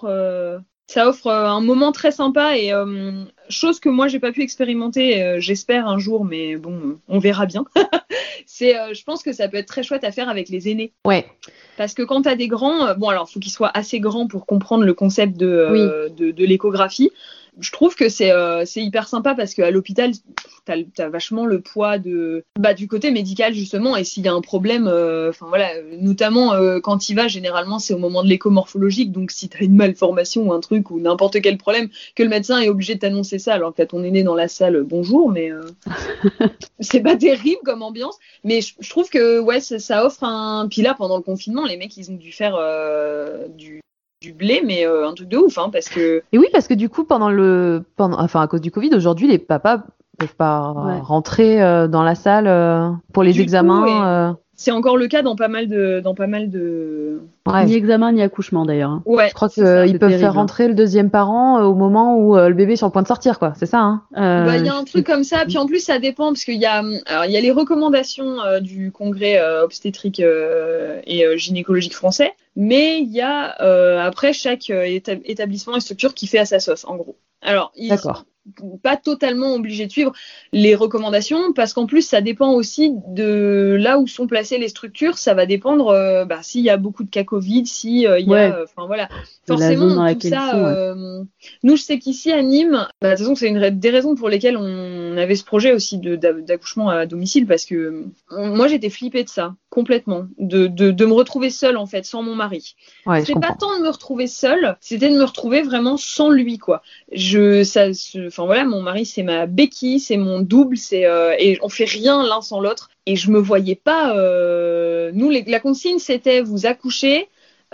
un moment très sympa, et chose que moi j'ai pas pu expérimenter, j'espère un jour, mais bon, on verra bien. Je pense que ça peut être très chouette à faire avec les aînés. Ouais. Parce que quand tu as des grands, bon alors il faut qu'ils soient assez grands pour comprendre le concept de l'échographie. Je trouve que c'est hyper sympa parce qu'à l'hôpital, t'as vachement le poids du côté médical justement, et s'il y a un problème, voilà, notamment quand il va, généralement c'est au moment de l'écho morphologique, donc si t'as une malformation ou un truc ou n'importe quel problème, que le médecin est obligé de t'annoncer ça alors que t'as ton aîné dans la salle, bonjour, mais c'est pas terrible comme ambiance, mais je trouve que ouais, ça offre un... Puis là, pendant le confinement, les mecs ils ont dû faire du blé, mais un truc de ouf, hein, parce que... Et oui, parce que du coup, à cause du Covid, aujourd'hui, les papas peuvent pas rentrer dans la salle pour les examens. C'est encore le cas dans pas mal de... Ouais. Ni examen, ni accouchement, d'ailleurs. Hein. Ouais, je crois qu'ils peuvent faire rentrer le deuxième parent au moment où le bébé est sur le point de sortir, quoi. C'est ça, hein. Il y a un truc comme ça, puis en plus, ça dépend, parce qu'il y a les recommandations du congrès obstétrique et gynécologique français, mais il y a après chaque établissement et structure qui fait à sa sauce, en gros. Alors, D'accord. Pas totalement obligé de suivre les recommandations, parce qu'en plus ça dépend aussi de là où sont placées les structures. Ça va dépendre s'il y a beaucoup de cas Covid, si il y a voilà, forcément tout ça. Nous, je sais qu'ici à Nîmes, de toute façon c'est une des raisons pour lesquelles on avait ce projet aussi d'accouchement à domicile, parce que moi j'étais flippée de ça complètement, de me retrouver seule en fait sans mon mari. C'est pas tant de me retrouver seule, c'était de me retrouver vraiment sans lui, quoi. Voilà, mon mari c'est ma béquille, c'est mon double, et on fait rien l'un sans l'autre, et je me voyais pas. Nous, la consigne c'était vous accouchez,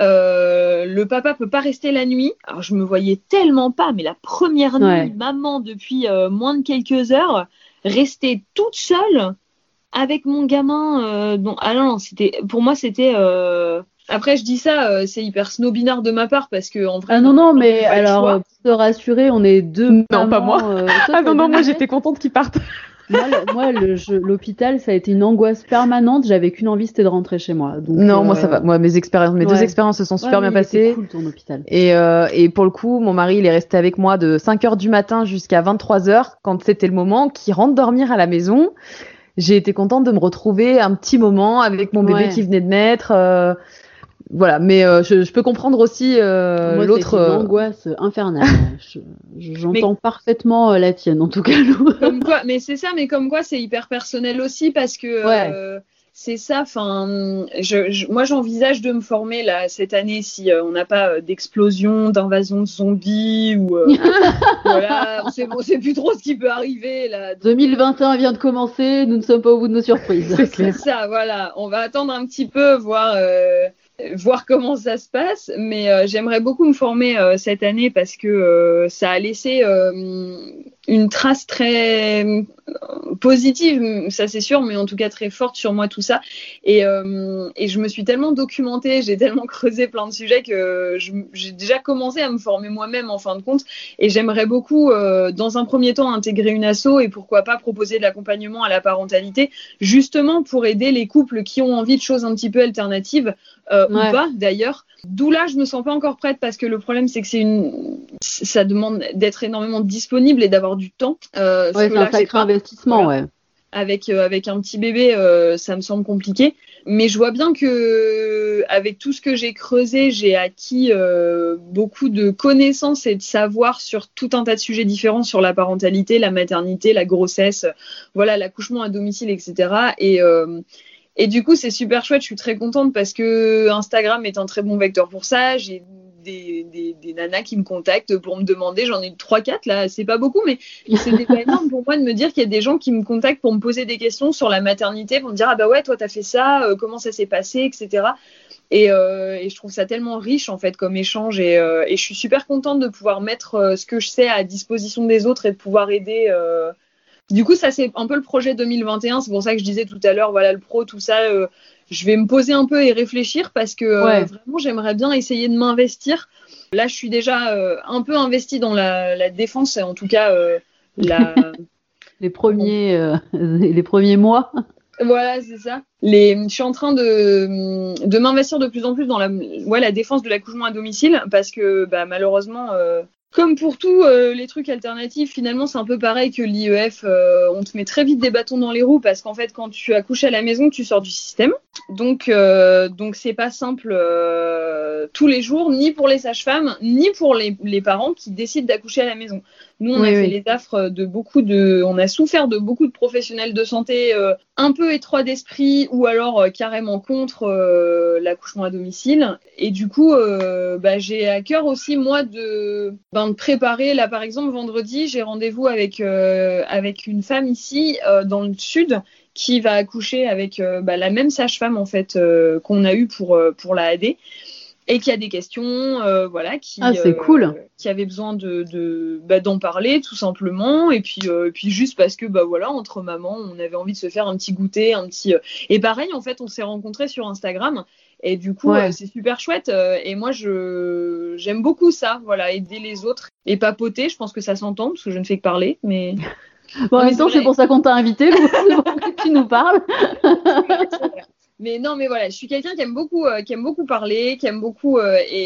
le papa peut pas rester la nuit. Alors je me voyais tellement pas, mais la première nuit, maman depuis moins de quelques heures, rester toute seule avec mon gamin. Pour moi c'était. Après, je dis ça, c'est hyper snobinard de ma part, parce que en vrai. Ah non, mais alors, pour te rassurer, on est deux. Non, mamans, pas moi. Moi j'étais contente qu'ils partent. Moi, l'hôpital, ça a été une angoisse permanente. J'avais qu'une envie, c'était de rentrer chez moi. Donc, non, moi ça va. Moi, mes deux expériences se sont super bien passées. C'était cool ton hôpital. Et pour le coup, mon mari, il est resté avec moi de 5h du matin jusqu'à 23h, quand c'était le moment qu'il rentre dormir à la maison. J'ai été contente de me retrouver un petit moment avec mon bébé qui venait de naître. Voilà, mais je peux comprendre aussi moi, l'autre. C'est une angoisse infernale. J'entends parfaitement la tienne, en tout cas. Comme quoi, mais c'est ça, mais comme quoi, c'est hyper personnel aussi, parce que c'est ça. Enfin, moi, j'envisage de me former là cette année, si on n'a pas d'explosion, d'invasion de zombies ou voilà, on sait plus trop ce qui peut arriver là. 2021 vient de commencer, nous ne sommes pas au bout de nos surprises. C'est ça, voilà. On va attendre un petit peu, voir comment ça se passe, mais j'aimerais beaucoup me former cette année, parce que ça a laissé une trace très positive, ça c'est sûr, mais en tout cas très forte sur moi, tout ça. Et je me suis tellement documentée, j'ai tellement creusé plein de sujets que j'ai déjà commencé à me former moi-même en fin de compte. Et j'aimerais beaucoup, dans un premier temps, intégrer une asso, et pourquoi pas proposer de l'accompagnement à la parentalité, justement pour aider les couples qui ont envie de choses un petit peu alternatives, ou pas d'ailleurs. D'où là, je me sens pas encore prête, parce que le problème c'est que ça demande d'être énormément disponible et d'avoir du temps. C'est un sacré investissement, voilà. Avec un petit bébé, ça me semble compliqué. Mais je vois bien que avec tout ce que j'ai creusé, j'ai acquis beaucoup de connaissances et de savoir sur tout un tas de sujets différents, sur la parentalité, la maternité, la grossesse, voilà, l'accouchement à domicile, etc. Et du coup, c'est super chouette. Je suis très contente, parce que Instagram est un très bon vecteur pour ça. J'ai des nanas qui me contactent pour me demander, j'en ai eu 3-4 là, c'est pas beaucoup, mais c'était pas énorme pour moi de me dire qu'il y a des gens qui me contactent pour me poser des questions sur la maternité, pour me dire ah bah ouais, toi t'as fait ça, comment ça s'est passé, etc. Et je trouve ça tellement riche en fait comme échange, et je suis super contente de pouvoir mettre ce que je sais à disposition des autres et de pouvoir aider. Du coup, ça c'est un peu le projet 2021. C'est pour ça que je disais tout à l'heure, voilà, le pro, tout ça. Je vais me poser un peu et réfléchir parce que vraiment, j'aimerais bien essayer de m'investir. Là, je suis déjà un peu investie dans la défense, en tout cas les premiers mois. Voilà, c'est ça. Je suis en train de m'investir de plus en plus dans la défense de l'accouchement à domicile parce que malheureusement, comme pour tous les trucs alternatifs, finalement, c'est un peu pareil que l'IEF. On te met très vite des bâtons dans les roues parce qu'en fait, quand tu accouches à la maison, tu sors du système. Donc c'est pas simple tous les jours, ni pour les sages-femmes, ni pour les parents qui décident d'accoucher à la maison. Nous, on a fait les affres on a souffert de beaucoup de professionnels de santé un peu étroits d'esprit ou alors carrément contre l'accouchement à domicile. Et du coup, j'ai à cœur aussi, moi, de préparer. Là, par exemple, vendredi, j'ai rendez-vous avec une femme ici, dans le sud, qui va accoucher avec la même sage-femme, en fait, qu'on a eue pour la AD. Et qui a des questions, c'est cool. Qui avait besoin d'en parler tout simplement, et puis juste parce que entre mamans, on avait envie de se faire un petit goûter, et pareil en fait, on s'est rencontrés sur Instagram, et du coup c'est super chouette, et moi j'aime beaucoup ça, voilà, aider les autres et papoter. Je pense que ça s'entend parce que je ne fais que parler, mais bon, en même temps, c'est pour ça qu'on t'a invité, pour que tu nous parles. Mais non, mais voilà, je suis quelqu'un qui aime beaucoup parler, qui aime beaucoup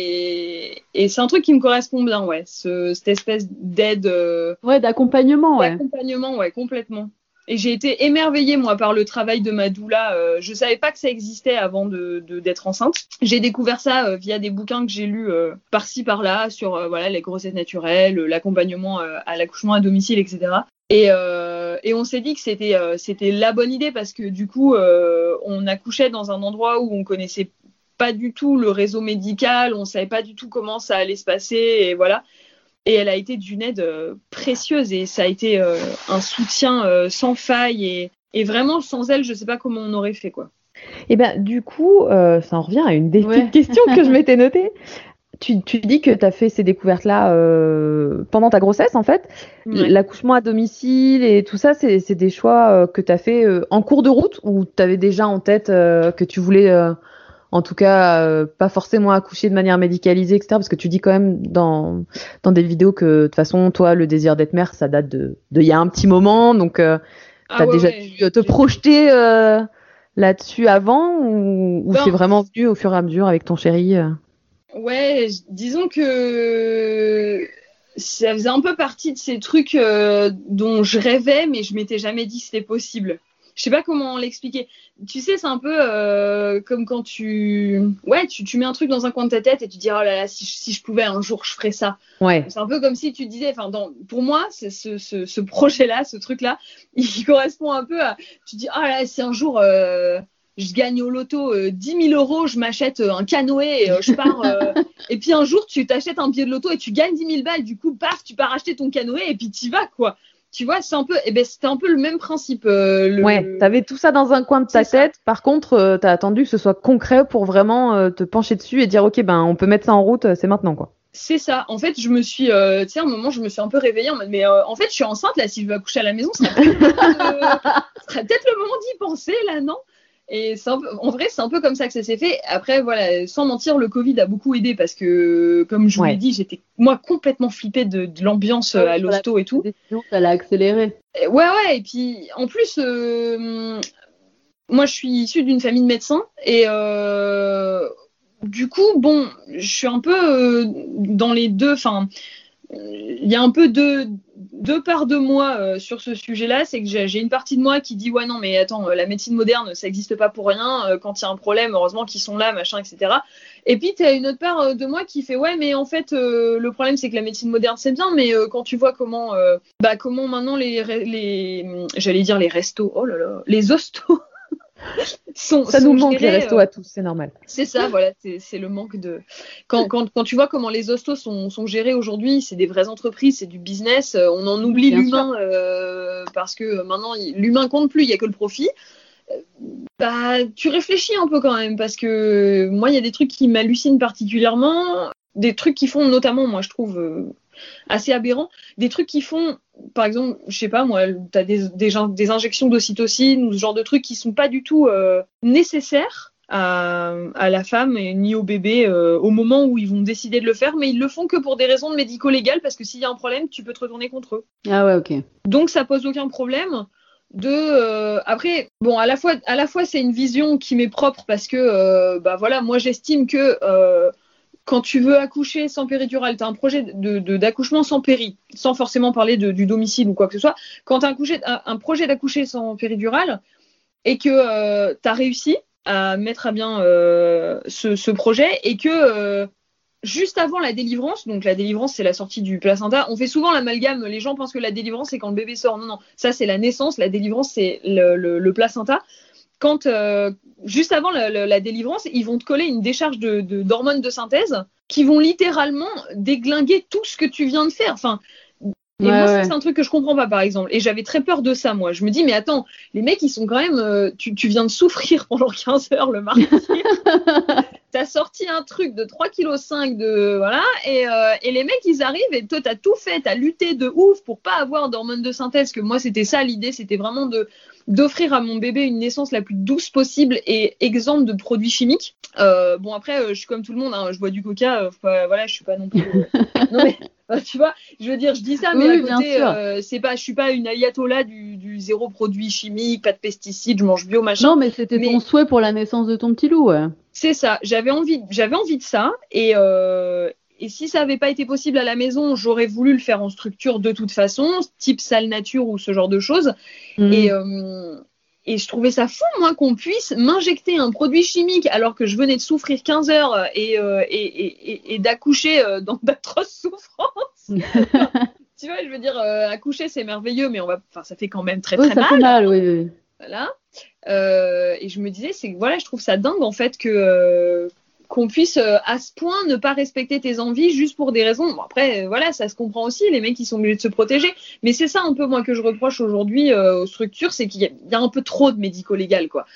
et c'est un truc qui me correspond bien, ouais, cette espèce d'aide. D'accompagnement, ouais. D'accompagnement, ouais, complètement. Et j'ai été émerveillée, moi, par le travail de ma doula. Je savais pas que ça existait avant d'être enceinte. J'ai découvert ça via des bouquins que j'ai lus par-ci, par-là, sur les grossesses naturelles, l'accompagnement à l'accouchement à domicile, etc. Et on s'est dit que c'était la bonne idée parce que du coup, on accouchait dans un endroit où on connaissait pas du tout le réseau médical, on savait pas du tout comment ça allait se passer, et voilà. Et elle a été d'une aide précieuse, et ça a été un soutien sans faille, et vraiment sans elle, je sais pas comment on aurait fait, quoi. Et du coup, ça en revient à une des petites questions que je m'étais notée. Tu dis que tu as fait ces découvertes-là pendant ta grossesse, en fait. Ouais. L'accouchement à domicile et tout ça, c'est des choix que tu as fait en cours de route, ou tu avais déjà en tête que tu voulais, en tout cas, pas forcément accoucher de manière médicalisée, etc. Parce que tu dis quand même dans des vidéos que, de toute façon, toi, le désir d'être mère, ça date de il y a un petit moment. Donc, tu as déjà dû te projeter là-dessus avant, ou c'est vraiment venu au fur et à mesure avec ton chéri Ouais, disons que ça faisait un peu partie de ces trucs dont je rêvais, mais je m'étais jamais dit que c'était possible. Je sais pas comment l'expliquer. Tu sais, c'est un peu comme quand tu mets un truc dans un coin de ta tête et tu te dis oh là là, si je pouvais un jour, je ferais ça. Ouais. C'est un peu comme si tu disais, pour moi, c'est ce projet-là, ce truc-là, il correspond un peu à. Tu te dis oh là là, si un jour je gagne au loto 10 000 €, je m'achète un canoë et je pars. Et puis un jour, tu t'achètes un billet de loto et tu gagnes 10 000 balles. Du coup, paf, tu pars acheter ton canoë et puis t'y vas, quoi. Tu vois, c'est un peu, c'était un peu le même principe. T'avais tout ça dans un coin de ta tête. Par contre, t'as attendu que ce soit concret pour vraiment te pencher dessus et dire, ok, on peut mettre ça en route, c'est maintenant, quoi. C'est ça. En fait, je me suis, à un moment, je me suis un peu réveillée en mode, mais en fait, je suis enceinte là. Si je veux accoucher à la maison, ce serait peut-être le moment d'y penser là, non? Et en vrai, c'est un peu comme ça que ça s'est fait. Après, voilà, sans mentir, le Covid a beaucoup aidé parce que, comme je vous l'ai dit, j'étais, moi, complètement flippée de l'ambiance à l'hosto et tout. Ça l'a accéléré. Ouais. Et puis, en plus, moi, je suis issue d'une famille de médecins et du coup, bon, je suis un peu dans les deux. Enfin, il y a un peu deux parts de moi sur ce sujet-là. C'est que j'ai une partie de moi qui dit ouais non mais attends, la médecine moderne ça n'existe pas pour rien, quand il y a un problème heureusement qu'ils sont là, machin, etc. Et puis tu as une autre part de moi qui fait ouais mais en fait le problème c'est que la médecine moderne c'est bien, mais quand tu vois comment maintenant j'allais dire les restos, oh là là, les hostos Ça nous manque les restos à tous, c'est normal. C'est ça, voilà, c'est le manque de... Quand tu vois comment les hostos sont gérés aujourd'hui, c'est des vraies entreprises, c'est du business, on en oublie l'humain parce que maintenant, l'humain compte plus, il n'y a que le profit. Bah, tu réfléchis un peu quand même, parce que moi, il y a des trucs qui m'hallucinent particulièrement, des trucs qui font notamment, moi, je trouve... assez aberrant, des trucs qui font, par exemple, je sais pas moi, t'as des injections d'ocytocine ou ce genre de trucs qui sont pas du tout nécessaires à la femme et ni au bébé au moment où ils vont décider de le faire, mais ils le font que pour des raisons médico-légales, parce que s'il y a un problème, tu peux te retourner contre eux. Ah ouais, ok. Donc ça pose aucun problème. Après, bon, à la fois c'est une vision qui m'est propre, parce que bah voilà, moi j'estime que quand tu veux accoucher sans péridurale, tu as un projet d'accouchement sans péri, sans forcément parler du domicile ou quoi que ce soit. Quand tu as un projet d'accoucher sans péridurale et que tu as réussi à mettre à bien ce projet, et que juste avant la délivrance, donc la délivrance c'est la sortie du placenta, on fait souvent l'amalgame, les gens pensent que la délivrance c'est quand le bébé sort. Non, ça c'est la naissance, la délivrance c'est le placenta. Quand juste avant la délivrance, ils vont te coller une décharge d'hormones de synthèse qui vont littéralement déglinguer tout ce que tu viens de faire. Enfin, ça, c'est un truc que je comprends pas, par exemple. Et j'avais très peur de ça, moi. Je me dis, mais attends, les mecs, ils sont quand même... tu viens de souffrir pendant 15 heures le mardi. T'as sorti un truc de 3,5 kg de... Voilà. Et les mecs, ils arrivent et toi, t'as tout fait. T'as lutté de ouf pour pas avoir d'hormones de synthèse. Que moi, c'était ça l'idée. C'était vraiment d'offrir à mon bébé une naissance la plus douce possible et exempte de produits chimiques. Bon, après, je suis comme tout le monde. Hein, je bois du coca. Voilà, je suis pas non plus... non, mais... tu vois, je veux dire, je dis ça, mais à côté, je suis pas une ayatollah du zéro produit chimique, pas de pesticides, je mange bio, machin. Non, mais c'était ton souhait pour la naissance de ton petit loup, ouais. C'est ça, j'avais envie de ça, et si ça avait pas été possible à la maison, j'aurais voulu le faire en structure de toute façon, type salle nature ou ce genre de choses. Et je trouvais ça fou, moi, qu'on puisse m'injecter un produit chimique alors que je venais de souffrir 15 heures et d'accoucher dans d'atroces souffrances. Tu vois, je veux dire, accoucher, c'est merveilleux, mais ça fait quand même très, très mal. Ça fait mal, oui. Voilà. Et je me disais, je trouve ça dingue, en fait, qu'on puisse à ce point ne pas respecter tes envies juste pour des raisons. Bon, après, voilà, ça se comprend aussi, les mecs, ils sont obligés de se protéger. Mais c'est ça un peu, moi, que je reproche aujourd'hui aux structures, c'est qu'il y a un peu trop de médico-légal, quoi.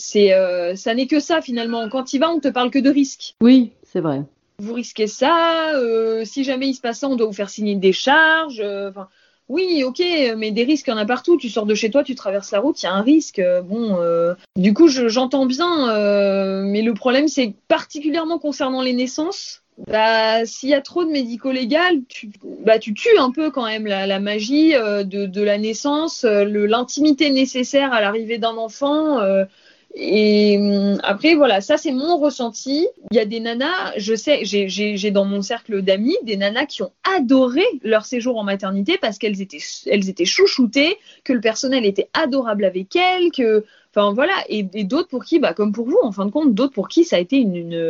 Ça n'est que ça, finalement. Quand il va, on te parle que de risques. Oui, c'est vrai. Vous risquez ça, si jamais il se passe ça, on doit vous faire signer une décharge. Oui, ok, mais des risques, il y en a partout. Tu sors de chez toi, tu traverses la route, il y a un risque. Du coup, j'entends bien, mais le problème, c'est particulièrement concernant les naissances, s'il y a trop de médico-légal, tu tues un peu quand même la magie de la naissance, l'intimité nécessaire à l'arrivée d'un enfant. Et après, voilà, ça c'est mon ressenti. Il y a des nanas, je sais, j'ai dans mon cercle d'amis des nanas qui ont adoré leur séjour en maternité parce qu'elles étaient chouchoutées, que le personnel était adorable avec elles, enfin voilà, et d'autres pour qui, comme pour vous, en fin de compte, d'autres pour qui ça a été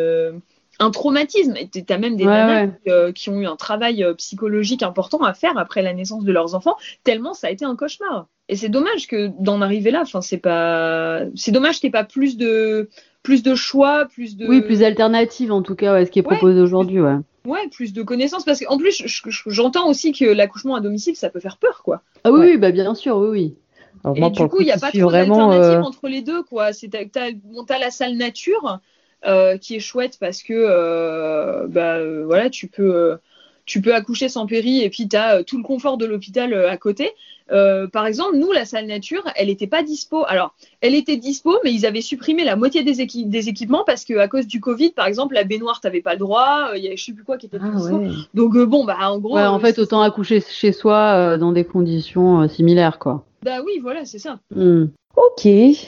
un traumatisme. Et t'as même des nanas qui ont eu un travail psychologique important à faire après la naissance de leurs enfants, tellement ça a été un cauchemar. Et c'est dommage d'en arriver là. Enfin, c'est dommage qu'il n'y ait pas plus de choix, plus de... Oui, plus d'alternatives en tout cas, ce qui est proposé aujourd'hui, ouais. Ouais, plus de connaissances, parce qu'en plus, j'entends aussi que l'accouchement à domicile, ça peut faire peur, quoi. Ah oui, bien sûr, oui. Alors, moi, et du coup, il n'y a pas trop d'alternatives entre les deux, quoi. T'as la salle nature, qui est chouette parce que voilà, tu peux accoucher sans péri et puis tu as tout le confort de l'hôpital à côté. Par exemple, nous, la salle nature, elle n'était pas dispo. Alors, elle était dispo, mais ils avaient supprimé la moitié des équipements parce qu'à cause du Covid, par exemple, la baignoire, tu n'avais pas le droit. Il y avait je ne sais plus quoi qui était dispo. Ouais. Donc, en gros... Ouais, en fait, autant accoucher chez soi dans des conditions similaires, quoi. Bah oui, voilà, c'est ça. Ok.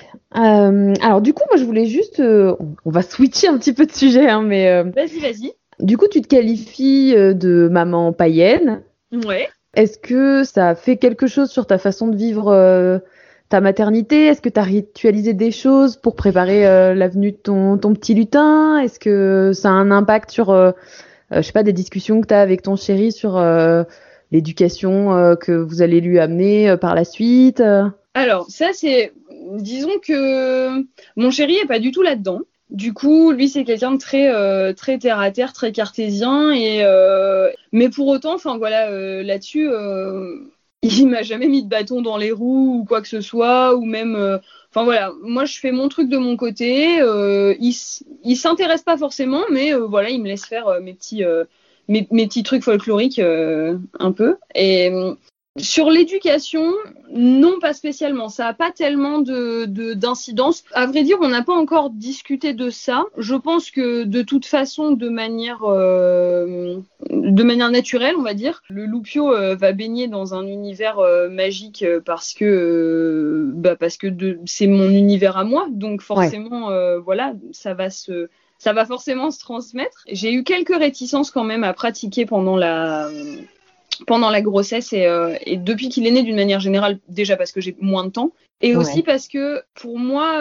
Alors du coup, moi je voulais juste... on va switcher un petit peu de sujet, hein, mais... Vas-y. Du coup, tu te qualifies de maman païenne. Ouais. Est-ce que ça a fait quelque chose sur ta façon de vivre ta maternité? Est-ce que tu as ritualisé des choses pour préparer la venue de ton petit lutin? Est-ce que ça a un impact sur, je sais pas, des discussions que tu as avec ton chéri sur l'éducation que vous allez lui amener par la suite? Alors, ça, c'est disons que mon chéri est pas du tout là-dedans. Du coup, lui, c'est quelqu'un de très terre à terre, très cartésien. Mais pour autant, enfin voilà, là-dessus, il m'a jamais mis de bâton dans les roues ou quoi que ce soit, ou même. Enfin voilà, moi je fais mon truc de mon côté. Il s'intéresse pas forcément, mais voilà, il me laisse faire mes petits trucs folkloriques un peu. Et sur l'éducation, non, pas spécialement. Ça n'a pas tellement d'incidence. À vrai dire, on n'a pas encore discuté de ça. Je pense que de toute façon, de manière naturelle, on va dire, le loupio va baigner dans un univers magique parce que c'est mon univers à moi. Donc forcément, voilà, ça va forcément se transmettre. J'ai eu quelques réticences quand même à pratiquer pendant la grossesse et depuis qu'il est né d'une manière générale, déjà parce que j'ai moins de temps et aussi parce que pour moi,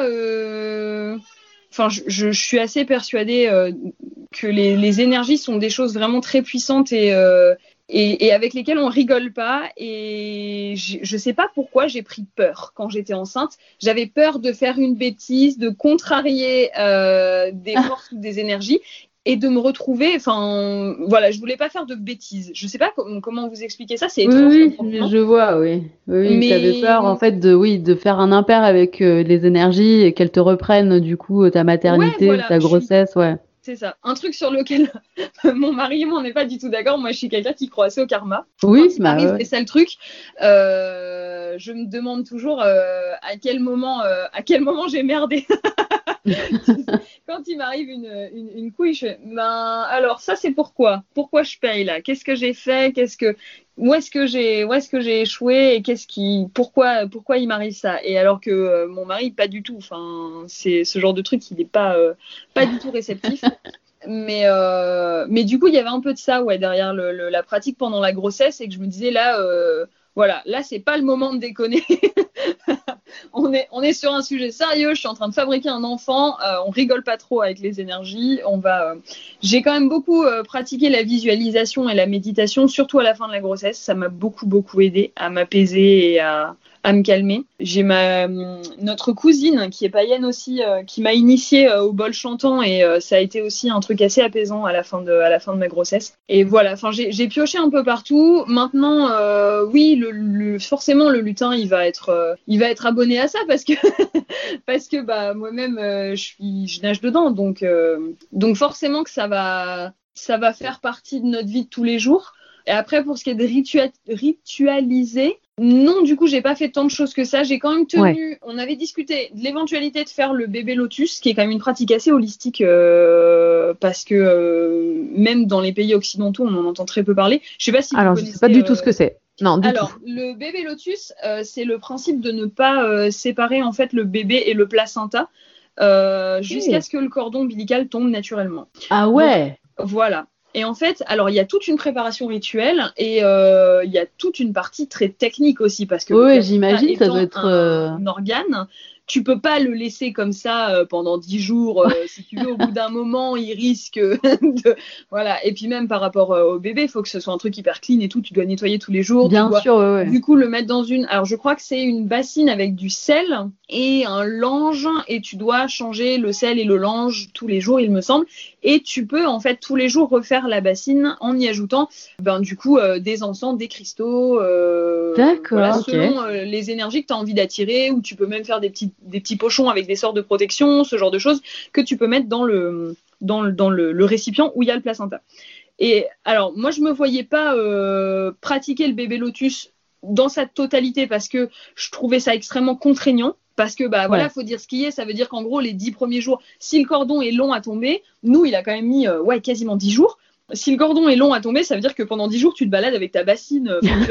je suis assez persuadée que les énergies sont des choses vraiment très puissantes et avec lesquelles on rigole pas. Et je sais pas pourquoi j'ai pris peur quand j'étais enceinte. J'avais peur de faire une bêtise, de contrarier des forces ou des énergies. Et de me retrouver, enfin, voilà, je voulais pas faire de bêtises. Je sais pas comment vous expliquer ça, c'est étrange. Oui, je vois, oui. Mais... t'avais peur, en fait, de faire un impair avec les énergies et qu'elles te reprennent, du coup, ta maternité, ta grossesse, C'est ça. Un truc sur lequel mon mari et moi, on n'est pas du tout d'accord. Moi, je suis quelqu'un qui croit assez au karma. Oui, c'est ça le truc. Je me demande toujours à quel moment j'ai merdé. Quand il m'arrive une couille, je fais, alors ça c'est pourquoi je paye là, qu'est-ce que j'ai fait, où est-ce que j'ai échoué et pourquoi il m'arrive ça. Et alors que mon mari pas du tout, enfin c'est ce genre de truc, il est pas du tout réceptif. Mais du coup il y avait un peu de ça derrière la pratique pendant la grossesse, et que je me disais là voilà, là c'est pas le moment de déconner. On est sur un sujet sérieux, je suis en train de fabriquer un enfant, on rigole pas trop avec les énergies. J'ai quand même beaucoup pratiqué la visualisation et la méditation, surtout à la fin de la grossesse. Ça m'a beaucoup aidé à m'apaiser et à me calmer. J'ai notre cousine qui est païenne aussi, qui m'a initiée au bol chantant, et ça a été aussi un truc assez apaisant à la fin de ma grossesse. Et voilà, enfin j'ai pioché un peu partout. Maintenant, oui, forcément le lutin il va être abonné à ça parce que bah moi-même je nage dedans, donc forcément que ça va faire partie de notre vie de tous les jours. Et après, pour ce qui est de ritualiser, non, du coup, j'ai pas fait tant de choses que ça. J'ai quand même tenu. On avait discuté de l'éventualité de faire le bébé lotus, qui est quand même une pratique assez holistique, parce que même dans les pays occidentaux, on en entend très peu parler. Je sais pas si vous connaissez. Alors, je sais pas du tout ce que c'est. Non, du tout. Le bébé lotus, c'est le principe de ne pas séparer en fait le bébé et le placenta jusqu'à ce que le cordon ombilical tombe naturellement. Ah ouais. Donc, voilà. Et en fait, alors il y a toute une préparation rituelle et il y a toute une partie très technique aussi, parce que j'imagine ça doit être un organe. Tu peux pas le laisser comme ça pendant 10 jours. Si tu veux, au bout d'un moment, il risque de... Voilà. Et puis même par rapport au bébé, il faut que ce soit un truc hyper clean et tout. Tu dois nettoyer tous les jours. Bien sûr, Du coup, le mettre dans une... Alors, je crois que c'est une bassine avec du sel et un lange. Et tu dois changer le sel et le lange tous les jours, il me semble. Et tu peux, en fait, tous les jours refaire la bassine en y ajoutant, du coup, des encens, des cristaux. D'accord, voilà, selon les énergies que tu as envie d'attirer. Ou tu peux même faire des petits pochons avec des sorts de protection, ce genre de choses que tu peux mettre dans le récipient où il y a le placenta. Et alors, moi, je me voyais pas pratiquer le bébé lotus dans sa totalité parce que je trouvais ça extrêmement contraignant. Parce que, voilà, faut dire ce qui est. Ça veut dire qu'en gros, les 10 premiers jours, si le cordon est long à tomber, nous, il a quand même mis quasiment 10 jours. Si le cordon est long à tomber, ça veut dire que pendant 10 jours, tu te balades avec ta bassine.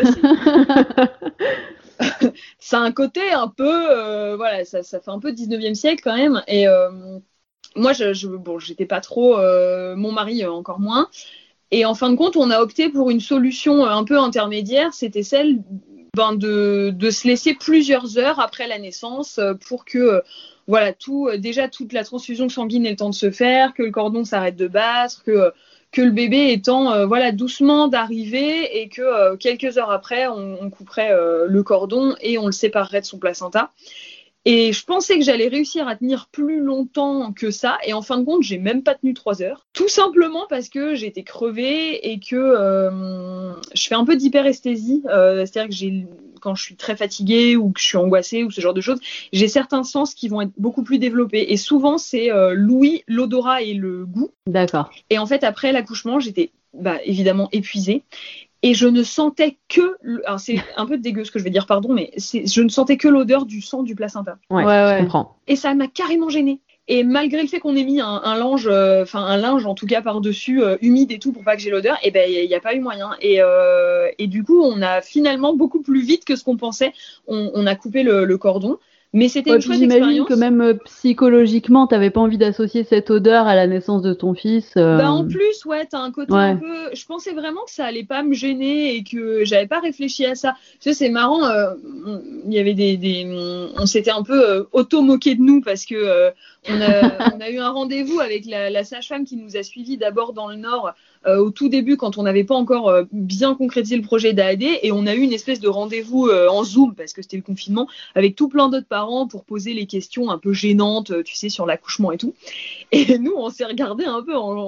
Ça a un côté un peu, voilà, ça fait un peu 19e siècle quand même. Et moi, j'étais pas trop, mon mari encore moins. Et en fin de compte, on a opté pour une solution un peu intermédiaire. C'était celle de se laisser plusieurs heures après la naissance pour que voilà, toute la transfusion sanguine ait le temps de se faire, que le cordon s'arrête de battre, que le bébé étant doucement d'arriver, et que quelques heures après, on couperait le cordon et on le séparerait de son placenta. Et je pensais que j'allais réussir à tenir plus longtemps que ça. Et en fin de compte, j'ai même pas tenu 3 heures. Tout simplement parce que j'étais crevée et que je fais un peu d'hyperesthésie. C'est-à-dire que quand je suis très fatiguée ou que je suis angoissée ou ce genre de choses, j'ai certains sens qui vont être beaucoup plus développés. Et souvent, c'est l'ouïe, l'odorat et le goût. D'accord. Et en fait, après l'accouchement, j'étais évidemment épuisée. Et je ne sentais que... Alors, c'est un peu dégueu ce que je vais dire, pardon, mais je ne sentais que l'odeur du sang du placenta. Ouais, je comprends. Et ça m'a carrément gênée. Et malgré le fait qu'on ait mis un linge en tout cas par-dessus, humide et tout, pour pas que j'ai l'odeur, et ben il n'y a pas eu moyen. Et du coup, on a finalement beaucoup plus vite que ce qu'on pensait, on a coupé le cordon. Mais c'était une chouette expérience. J'imagine que même psychologiquement, t'avais pas envie d'associer cette odeur à la naissance de ton fils. En plus, ouais, t'as un côté un peu... Je pensais vraiment que ça allait pas me gêner et que j'avais pas réfléchi à ça. Tu sais, c'est marrant, il y avait on s'était un peu auto-moqué de nous parce que on a eu un rendez-vous avec la sage-femme qui nous a suivis d'abord dans le Nord au tout début quand on n'avait pas encore bien concrétisé le projet d'AAD, et on a eu une espèce de rendez-vous en Zoom parce que c'était le confinement avec tout plein d'autres parents pour poser les questions un peu gênantes, tu sais, sur l'accouchement et tout. Et nous, on s'est regardé un peu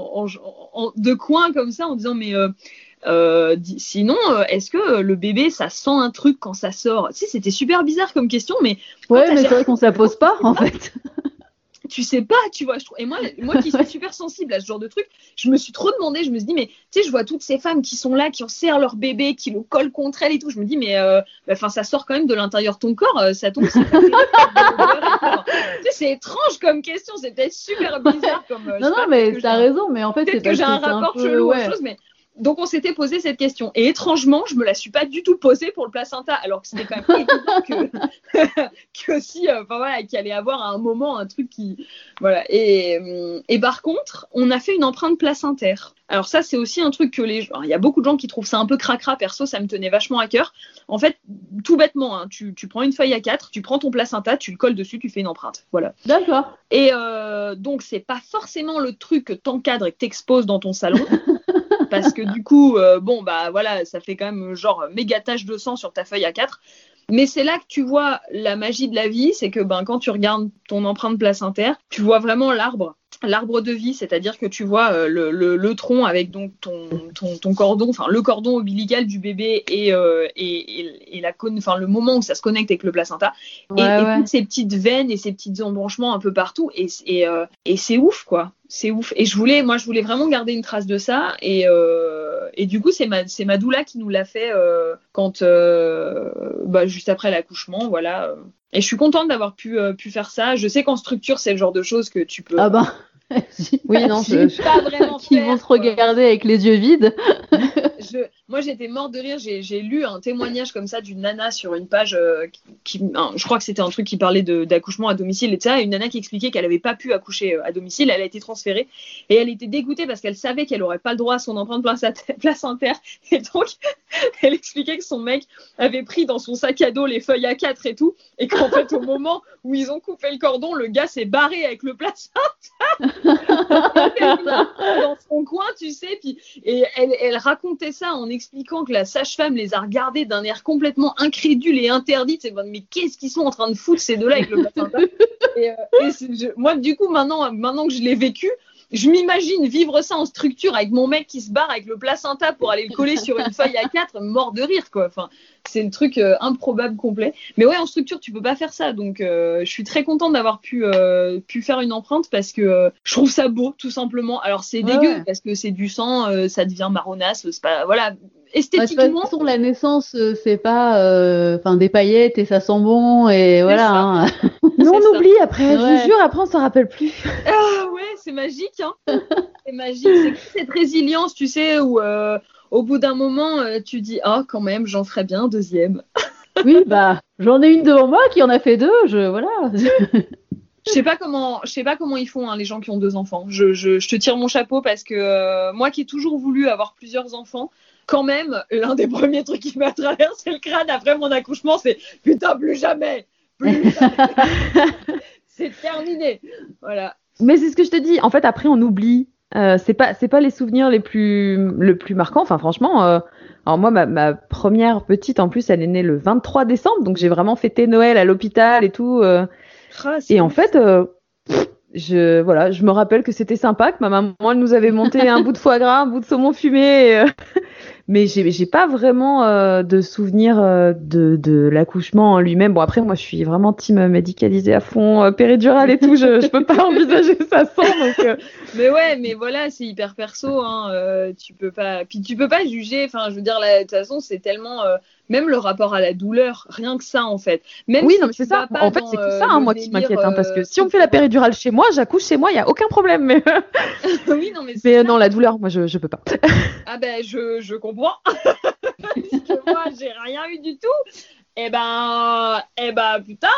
de coin comme ça en disant mais sinon, est-ce que le bébé, ça sent un truc quand ça sort? Tu sais, c'était super bizarre comme question, mais... Ouais, mais c'est vrai qu'on ne se la pose pas, en fait. Tu sais pas, tu vois. Et moi qui suis super sensible à ce genre de truc, je me suis trop demandé, je me suis dit, mais tu sais, je vois toutes ces femmes qui sont là, qui en serrent leur bébé, qui le collent contre elles et tout. Je me dis, mais ça sort quand même de l'intérieur de ton corps, ça tombe. Tu sais, c'est étrange comme question, c'est peut-être super bizarre comme. Non, mais t'as raison, mais en fait, peut-être que j'ai un rapport chelou aux choses, mais. Donc on s'était posé cette question, et étrangement je me la suis pas du tout posée pour le placenta, alors que c'était quand même évident que si qu'il allait avoir à un moment un truc qui voilà. Et par contre on a fait une empreinte placentaire. Alors ça c'est aussi un truc que il y a beaucoup de gens qui trouvent ça un peu cracra, perso ça me tenait vachement à cœur. En fait tout bêtement tu prends une feuille A4, tu prends ton placenta, tu le colles dessus, tu fais une empreinte, voilà. D'accord. Et donc c'est pas forcément le truc que t'encadres et que t'exposes dans ton salon. Parce que du coup, ça fait quand même genre méga tache de sang sur ta feuille A4. Mais c'est là que tu vois la magie de la vie, c'est que quand tu regardes ton empreinte placentaire, tu vois vraiment l'arbre de vie, c'est-à-dire que tu vois le tronc avec donc ton cordon, enfin le cordon ombilical du bébé et la cône, enfin le moment où ça se connecte avec le placenta, et toutes ces petites veines et ces petits embranchements un peu partout, et c'est ouf quoi. C'est ouf. Et je voulais vraiment garder une trace de ça. Et du coup, c'est ma doula qui nous l'a fait quand juste après l'accouchement, voilà. Et je suis contente d'avoir pu faire ça. Je sais qu'en structure, c'est le genre de choses que tu peux. Ah ben. Oui, non, je pas vraiment qui vont se regarder avec les yeux vides. Moi, j'étais morte de rire. J'ai lu un témoignage comme ça d'une nana sur une page je crois que c'était un truc qui parlait d'accouchement à domicile et ça. Une nana qui expliquait qu'elle n'avait pas pu accoucher à domicile. Elle a été transférée et elle était dégoûtée parce qu'elle savait qu'elle n'aurait pas le droit à son empreinte placentaire. Et donc, elle expliquait que son mec avait pris dans son sac à dos les feuilles A4 et tout. Et qu'en fait, au moment où ils ont coupé le cordon, le gars s'est barré avec le placenta dans son coin, tu sais. Et elle racontait ça en expliquant que la sage-femme les a regardés d'un air complètement incrédule et interdit. C'est mais qu'est-ce qu'ils sont en train de foutre ces deux-là avec le placenta? Moi, du coup, maintenant que je l'ai vécu, je m'imagine vivre ça en structure avec mon mec qui se barre avec le placenta pour aller le coller sur une feuille A4, mort de rire, quoi. Enfin, c'est le truc improbable complet. Mais ouais, en structure, tu peux pas faire ça. Donc, je suis très contente d'avoir pu faire une empreinte parce que je trouve ça beau, tout simplement. Alors, c'est dégueu parce que c'est du sang, ça devient marronasse. C'est pas, voilà. Esthétiquement. De toute façon, la naissance, c'est pas des paillettes et ça sent bon et voilà. Hein. Mais on oublie après, je vous jure, après on s'en rappelle plus. Ah ouais, c'est magique, hein. C'est magique, c'est cette résilience, tu sais, où au bout d'un moment, tu dis quand même, j'en ferais bien un deuxième. Oui, j'en ai une devant moi qui en a fait deux, voilà. Je sais pas comment ils font, hein, les gens qui ont 2 enfants. Je te tire mon chapeau parce que moi qui ai toujours voulu avoir plusieurs enfants, quand même, l'un des premiers trucs qui m'a traversé le crâne après mon accouchement, c'est putain, plus jamais. C'est terminé. Voilà. Mais c'est ce que je te dis. En fait, après, on oublie. C'est pas les souvenirs le plus marquant. Enfin, franchement, alors moi, ma première petite, en plus, elle est née le 23 décembre, donc j'ai vraiment fêté Noël à l'hôpital et tout. Crasse. Et en fait, je me rappelle que c'était sympa, que ma maman, elle nous avait monté un bout de foie gras, un bout de saumon fumé. Mais j'ai pas vraiment de souvenir de l'accouchement en lui-même. Bon, après, moi, je suis vraiment team médicalisée à fond, péridurale et tout. Je peux pas envisager ça sans. Donc, Mais ouais, mais voilà, c'est hyper perso. Hein, tu peux pas. Puis tu peux pas juger. Enfin, je veux dire, de toute façon, c'est tellement. Même le rapport à la douleur, rien que ça, en fait. Même oui, si non, mais tu c'est ça. vas pas En fait, dans, c'est que ça, le moi, qui délire, m'inquiète. Parce que si on me fait tout la pour- péridurale chez moi, j'accouche chez moi, il y a aucun problème. Mais, Oui, non, mais c'est mais ça. non, la douleur, moi, je peux pas. Ah ben, je comprends. Parce que moi, j'ai rien eu du tout. Putain,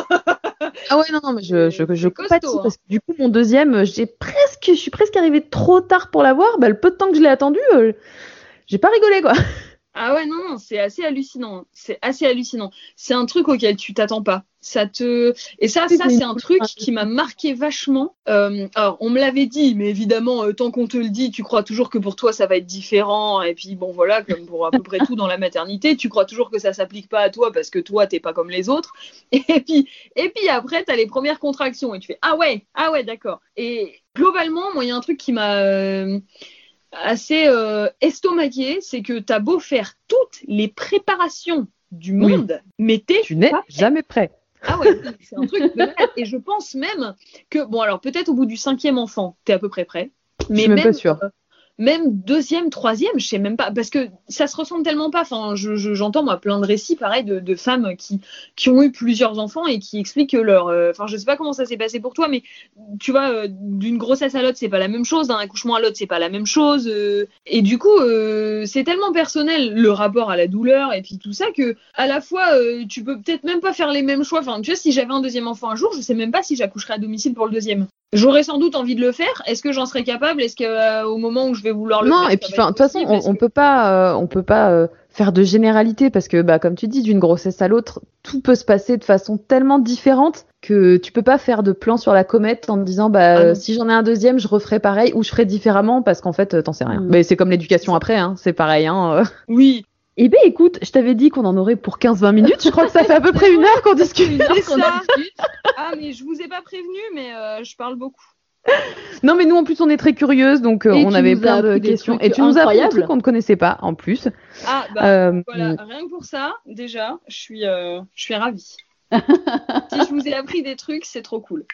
Ah ouais, non, non, mais je c'est compatis costaud. parce que du coup, mon deuxième, je suis presque arrivée trop tard pour l'avoir. Bah, le peu de temps que je l'ai attendu, j'ai pas rigolé, quoi. Ah ouais, non, c'est assez hallucinant. C'est assez hallucinant. C'est un truc auquel tu t'attends pas. Et ça, c'est un truc qui m'a marqué vachement. Alors, on me l'avait dit, mais évidemment, tant qu'on te le dit, tu crois toujours que pour toi, ça va être différent. Et puis, bon, voilà, comme pour à peu près tout dans la maternité, tu crois toujours que ça s'applique pas à toi parce que toi, t'es pas comme les autres. Et puis après, t'as les premières contractions et tu fais, ah ouais, d'accord. Et globalement, moi, il y a un truc qui m'a assez estomaqué, c'est que t'as beau faire toutes les préparations du monde, mais Tu n'es pas jamais prêt. Ah ouais, c'est un truc de malade. Et je pense même que, bon, alors peut-être au bout du 5e enfant, t'es à peu près prêt. Je Mais suis même pas sûre. Même 2e, 3e, je sais même pas, parce que ça se ressemble tellement pas. Enfin, j'entends moi plein de récits pareil de femmes qui ont eu plusieurs enfants et qui expliquent que enfin, je sais pas comment ça s'est passé pour toi, mais tu vois, d'une grossesse à l'autre, c'est pas la même chose, d'un accouchement à l'autre, c'est pas la même chose. Et du coup, c'est tellement personnel le rapport à la douleur et puis tout ça que à la fois, tu peux peut-être même pas faire les mêmes choix. Enfin, tu vois, si j'avais un deuxième enfant un jour, je sais même pas si j'accoucherais à domicile pour le deuxième. J'aurais sans doute envie de le faire. Est-ce que j'en serais capable? Est-ce que au moment où je vais vouloir le faire, Non, et puis, ça va de être toute façon, possible? on peut pas faire de généralité parce que, bah, comme tu dis, d'une grossesse à l'autre, tout peut se passer de façon tellement différente que tu peux pas faire de plan sur la comète en te disant, bah, non. si j'en ai un deuxième, je referai pareil ou je ferai différemment parce qu'en fait, t'en sais rien. Mm. Mais c'est comme l'éducation après, hein, c'est pareil, hein. Oui, Eh ben, écoute, je t'avais dit qu'on en aurait pour 15-20 minutes. Je crois que ça fait à peu près une heure qu'on discute. c'est ça. Ah, mais je vous ai pas prévenu, mais je parle beaucoup. Non, mais nous, en plus, on est très curieuses, donc Et on tu avait nous as plein de appris des questions. trucs Et tu nous as appris des incroyables. trucs qu'on ne connaissait pas, en plus. Ah, voilà, rien que pour ça, déjà, je suis ravie. Si je vous ai appris des trucs, c'est trop cool.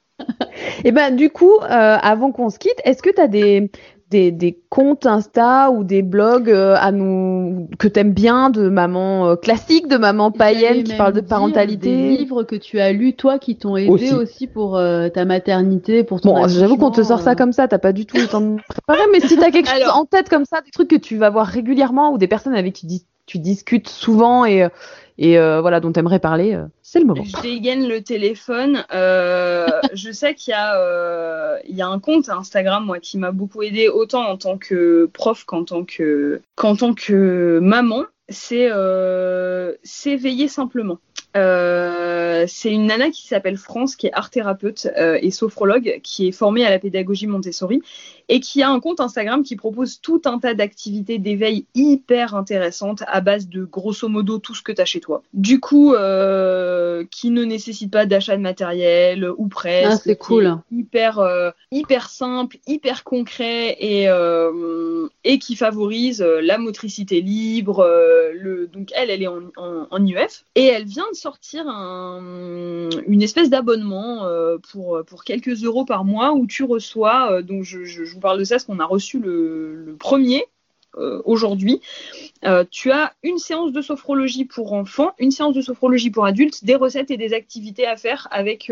Et ben, du coup, avant qu'on se quitte, est-ce que tu as des comptes Insta ou des blogs que t'aimes bien, de maman classique, de maman païenne qui parle de parentalité? Des livres que tu as lus, toi, qui t'ont aidé aussi pour ta maternité, pour ton Bon, j'avoue qu'on te sort ça accouchement, comme ça, t'as pas du tout le temps de préparer, mais si t'as quelque chose Alors. en tête comme ça, des trucs que tu vas voir régulièrement ou des personnes avec qui tu discutes souvent et voilà, dont t'aimerais parler, c'est le moment. Je dégaine le téléphone. Je sais qu'il y a un compte Instagram, moi, qui m'a beaucoup aidé autant en tant que prof qu'en tant que maman. C'est s'éveiller simplement. C'est une nana qui s'appelle France, qui est art thérapeute et sophrologue, qui est formée à la pédagogie Montessori et qui a un compte Instagram qui propose tout un tas d'activités d'éveil hyper intéressantes à base de grosso modo tout ce que tu as chez toi. Du coup, qui ne nécessite pas d'achat de matériel ou presque. Ah, c'est cool. Hyper simple, hyper concret et qui favorise la motricité libre. Donc elle est en IEF et elle vient de sortir une espèce d'abonnement pour quelques euros par mois où tu reçois, donc je vous parle de ça parce qu'on a reçu le premier aujourd'hui. Tu as une séance de sophrologie pour enfants, une séance de sophrologie pour adultes, des recettes et des activités à faire avec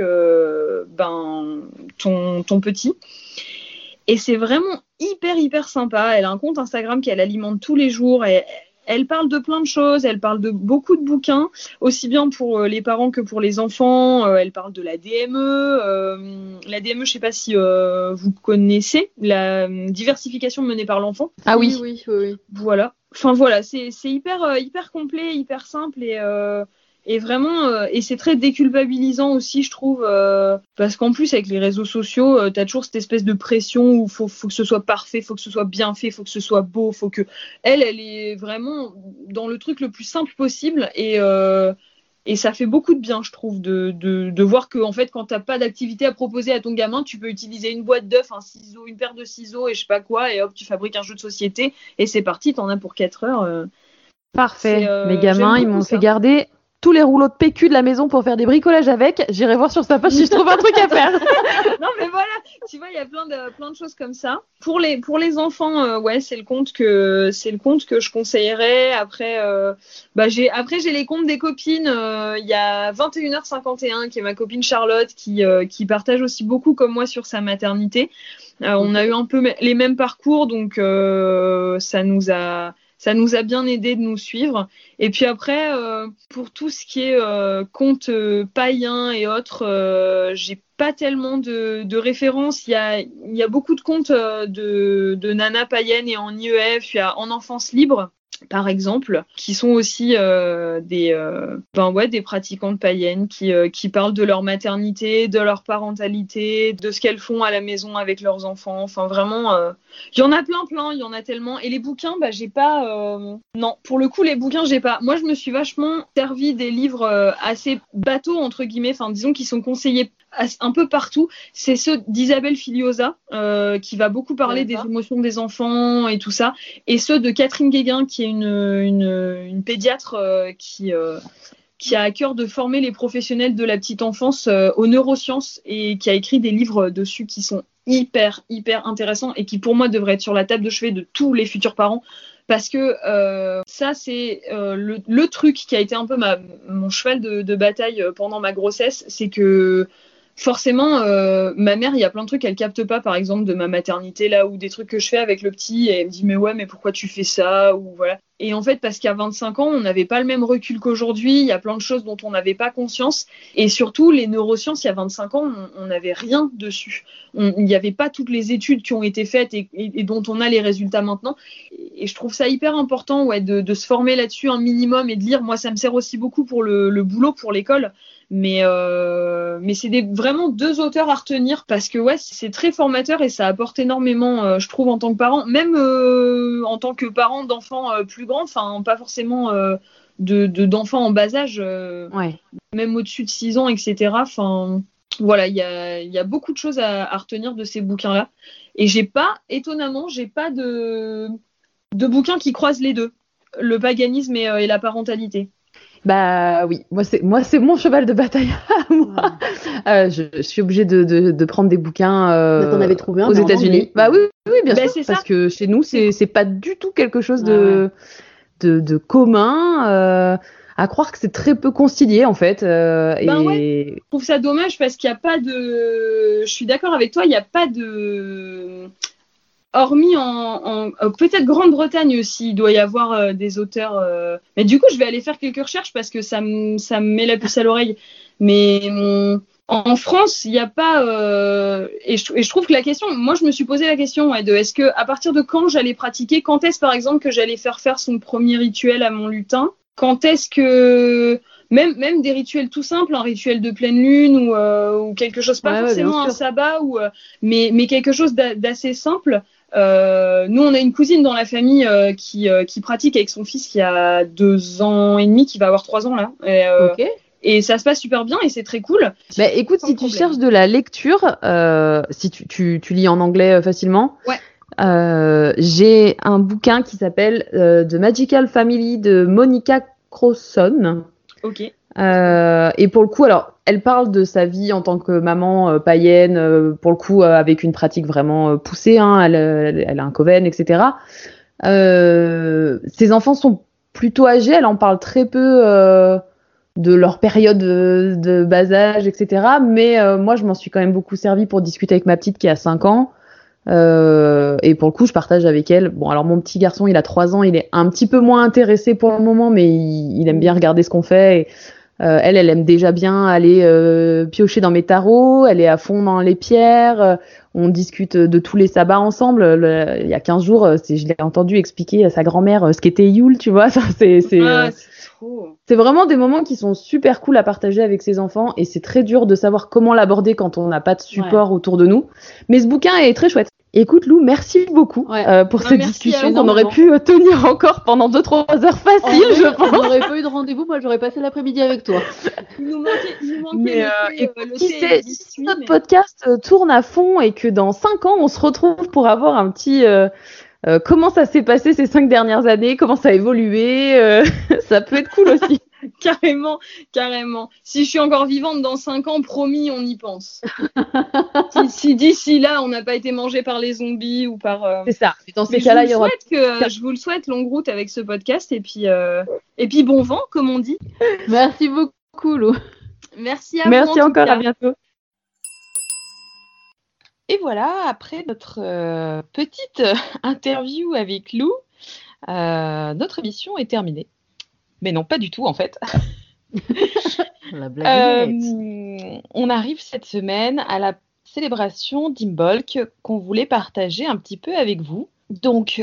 ton petit. Et c'est vraiment hyper sympa. Elle a un compte Instagram qu'elle alimente tous les jours et elle parle de plein de choses, elle parle de beaucoup de bouquins, aussi bien pour les parents que pour les enfants. Elle parle de la DME. La DME, je ne sais pas si vous connaissez, la diversification menée par l'enfant. Ah oui. Oui. Voilà. Enfin voilà, c'est hyper complet, hyper simple et vraiment, et c'est très déculpabilisant aussi, je trouve, parce qu'en plus, avec les réseaux sociaux, t'as toujours cette espèce de pression où faut que ce soit parfait, faut que ce soit bien fait, faut que ce soit beau, faut que... Elle est vraiment dans le truc le plus simple possible Et ça fait beaucoup de bien, je trouve, de voir que en fait, quand t'as pas d'activité à proposer à ton gamin, tu peux utiliser une boîte d'œufs, un ciseau, une paire de ciseaux et je sais pas quoi, et hop, tu fabriques un jeu de société et c'est parti, t'en as pour 4 heures. Parfait. Mes J'aime gamins, ils beaucoup m'ont ça. fait garder tous les rouleaux de PQ de la maison pour faire des bricolages avec. J'irai voir sur sa page si je trouve un truc à faire. Non, mais voilà, tu vois, il y a plein de choses comme ça. Pour les enfants, ouais, c'est le conte que je conseillerais. Après, j'ai les contes des copines. Il y a 21h51 qui est ma copine Charlotte qui partage aussi beaucoup comme moi sur sa maternité. On a eu un peu les mêmes parcours, donc ça nous a bien aidé de nous suivre. Et puis après, pour tout ce qui est contes païens et autres, j'ai pas tellement de références. Il y a beaucoup de contes de nanas païennes et en IEF, il y a En enfance libre, par exemple, qui sont aussi des pratiquantes païennes qui parlent de leur maternité, de leur parentalité, de ce qu'elles font à la maison avec leurs enfants. Enfin, vraiment, il y en a plein, il y en a tellement. Et les bouquins, j'ai pas... Non, pour le coup, les bouquins, j'ai pas. Moi, je me suis vachement servi des livres assez bateaux, entre guillemets, enfin, disons, qui sont conseillés un peu partout. C'est ceux d'Isabelle Filiosa, qui va beaucoup parler des émotions des enfants et tout ça, et ceux de Catherine Guéguin, qui est une pédiatre qui a à cœur de former les professionnels de la petite enfance aux neurosciences et qui a écrit des livres dessus qui sont hyper intéressants et qui pour moi devraient être sur la table de chevet de tous les futurs parents. Parce que ça, c'est le truc qui a été un peu mon cheval de bataille pendant ma grossesse, c'est que forcément, ma mère, il y a plein de trucs qu'elle capte pas, par exemple, de ma maternité, là, ou des trucs que je fais avec le petit, et elle me dit, mais ouais, mais pourquoi tu fais ça, ou voilà. Et en fait, parce qu'à 25 ans, on n'avait pas le même recul qu'aujourd'hui, il y a plein de choses dont on n'avait pas conscience, et surtout, les neurosciences, il y a 25 ans, on n'avait rien dessus. Il n'y avait pas toutes les études qui ont été faites et dont on a les résultats maintenant. Et je trouve ça hyper important, ouais, de se former là-dessus un minimum et de lire. Moi, ça me sert aussi beaucoup pour le boulot, pour l'école. Mais c'est vraiment 2 auteurs à retenir parce que ouais, c'est très formateur et ça apporte énormément, je trouve, en tant que parent, même en tant que parent d'enfants plus grands, enfin pas forcément d'enfants en bas âge, Ouais. même au-dessus de 6 ans, etc. Enfin voilà, il y a beaucoup de choses à retenir de ces bouquins-là. Et étonnamment, j'ai pas de bouquins qui croisent les deux, le paganisme et la parentalité. Bah oui, moi c'est mon cheval de bataille à moi. Je suis obligée de prendre des bouquins T'en avais trouvé un, aux mais en États-unis. anglais. Bah oui, bien sûr, C'est parce ça. que chez nous c'est pas du tout quelque chose de commun. À croire que c'est très peu concilié en fait. Ouais, je trouve ça dommage parce qu'il n'y a pas de. Je suis d'accord avec toi, il n'y a pas de. Hormis en peut-être Grande-Bretagne aussi, il doit y avoir des auteurs. Mais du coup, je vais aller faire quelques recherches parce que ça me met la puce à l'oreille. Mais en France, il n'y a pas. Et je trouve que la question. Moi, je me suis posé la question de est-ce que à partir de quand j'allais pratiquer, quand est-ce par exemple que j'allais faire son premier rituel à mon lutin, quand est-ce que même des rituels tout simples, un rituel de pleine lune ou quelque chose, pas forcément un sabbat mais quelque chose d'assez simple. Nous, on a une cousine dans la famille qui pratique avec son fils qui a 2 ans et demi, qui va avoir 3 ans là. Et ça se passe super bien et c'est très cool. Bah, écoute, si tu cherches de la lecture, si tu lis en anglais facilement, j'ai un bouquin qui s'appelle The Magical Family de Monica Crosson. Ok. Et pour le coup, alors, elle parle de sa vie en tant que maman païenne, pour le coup, avec une pratique vraiment poussée. Hein, elle a un coven, etc. Ses enfants sont plutôt âgés. Elle en parle très peu de leur période de bas âge, etc. Mais moi, je m'en suis quand même beaucoup servie pour discuter avec ma petite qui a 5 ans. Et pour le coup, je partage avec elle. Bon, alors mon petit garçon, il a 3 ans, il est un petit peu moins intéressé pour le moment, mais il aime bien regarder ce qu'on fait. Et, elle aime déjà bien aller piocher dans mes tarots. Elle est à fond dans les pierres. On discute de tous les sabbats ensemble. Il y a 15 jours, je l'ai entendu expliquer à sa grand-mère ce qu'était Yule, tu vois. trop. C'est vraiment des moments qui sont super cool à partager avec ses enfants et c'est très dur de savoir comment l'aborder quand on n'a pas de support autour de nous. Mais ce bouquin est très chouette. Écoute Lou, merci beaucoup pour cette discussion qu'on aurait pu tenir encore pendant 2-3 heures facile, je pense. On n'aurait pas eu de rendez-vous, moi j'aurais passé l'après-midi avec toi. Il nous manquait Mais le qui thé sait, si notre podcast tourne à fond et que dans 5 ans, on se retrouve pour avoir un petit... comment ça s'est passé ces 5 dernières années, comment ça a évolué, ça peut être cool aussi. Carrément. Si je suis encore vivante dans 5 ans, promis, on y pense. si d'ici là, on n'a pas été mangé par les zombies ou par... C'est ça. Et dans ces cas-là, il y aura... Je vous le souhaite, longue route avec ce podcast et puis bon vent, comme on dit. Merci beaucoup, Lou. Merci à vous. Merci encore, à bientôt. Et voilà, après notre petite interview avec Lou, notre émission est terminée. Mais non, pas du tout en fait. La blague on arrive cette semaine à la célébration d'Imbolc qu'on voulait partager un petit peu avec vous. Donc,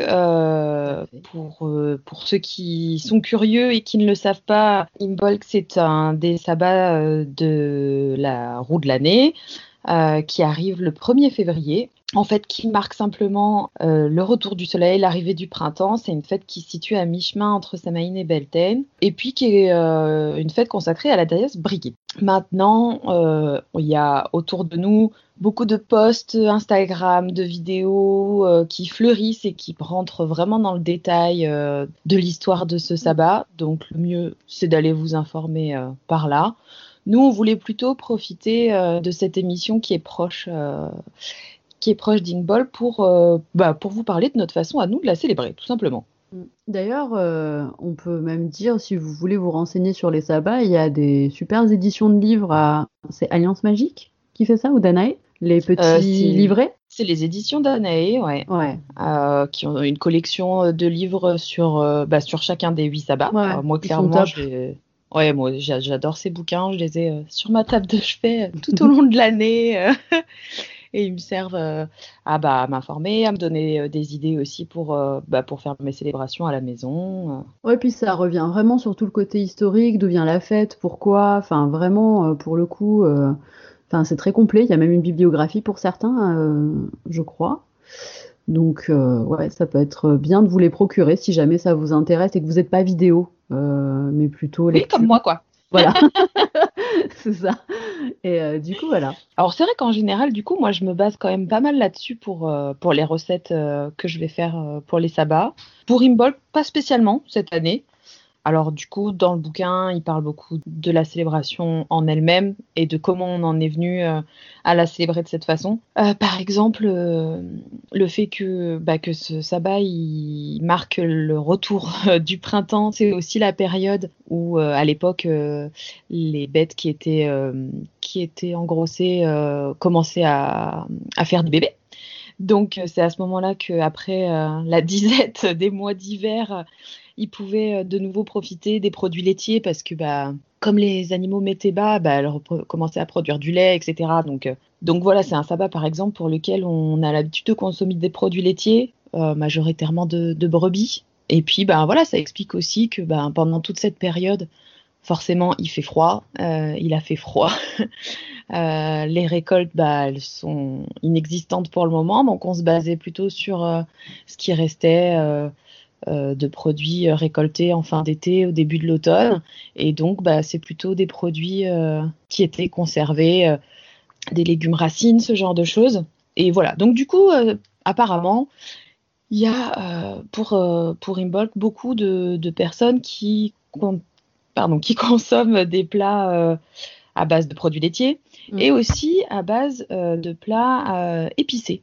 pour ceux qui sont curieux et qui ne le savent pas, Imbolc, c'est un des sabbats de la roue de l'année qui arrive le 1er février. En fait, qui marque simplement le retour du soleil, l'arrivée du printemps. C'est une fête qui se situe à mi-chemin entre Samhain et Beltane, et puis qui est une fête consacrée à la déesse Brigitte. Maintenant, il y a autour de nous beaucoup de posts Instagram, de vidéos qui fleurissent et qui rentrent vraiment dans le détail de l'histoire de ce sabbat. Donc le mieux, c'est d'aller vous informer par là. Nous, on voulait plutôt profiter de cette émission qui est proche d'Imbolc pour vous parler de notre façon à nous de la célébrer, tout simplement. D'ailleurs, on peut même dire, si vous voulez vous renseigner sur les sabbats, il y a des super éditions de livres c'est Alliance Magique qui fait ça, ou Danae, les petits livrets. C'est les éditions Danae, qui ont une collection de livres sur chacun des 8 sabbats. Moi, clairement, moi, j'adore ces bouquins, je les ai sur ma table de chevet tout au long de l'année. Et ils me servent à m'informer, à me donner des idées aussi pour faire mes célébrations à la maison. Ouais, puis ça revient vraiment sur tout le côté historique, d'où vient la fête, pourquoi, enfin vraiment, pour le coup, c'est très complet. Il y a même une bibliographie pour certains, je crois. Donc, ça peut être bien de vous les procurer si jamais ça vous intéresse et que vous n'êtes pas vidéo, mais plutôt lecture. Oui, comme moi, quoi. Voilà, c'est ça. Et du coup, voilà. Alors, c'est vrai qu'en général, du coup, moi, je me base quand même pas mal là-dessus pour les recettes que je vais faire pour les sabbats. Pour Imbolc, pas spécialement cette année. Alors, du coup, dans le bouquin, il parle beaucoup de la célébration en elle-même et de comment on en est venu à la célébrer de cette façon. Par exemple, le fait que ce sabbat, il marque le retour du printemps. C'est aussi la période où, à l'époque, les bêtes qui étaient engrossées commençaient à faire des bébés. Donc, c'est à ce moment-là qu'après la disette des mois d'hiver, ils pouvaient de nouveau profiter des produits laitiers parce que comme les animaux mettaient bas, elles commençaient à produire du lait, etc. Donc voilà, c'est un sabbat par exemple pour lequel on a l'habitude de consommer des produits laitiers, majoritairement de brebis. Et puis ça explique aussi que pendant toute cette période, forcément il fait froid, il a fait froid. Les récoltes, elles sont inexistantes pour le moment, donc on se basait plutôt sur ce qui restait de produits récoltés en fin d'été, au début de l'automne. Et donc, c'est plutôt des produits qui étaient conservés, des légumes racines, ce genre de choses. Et voilà. Donc, du coup, apparemment, il y a pour Imbolc beaucoup de personnes qui consomment des plats à base de produits laitiers et aussi à base de plats épicés.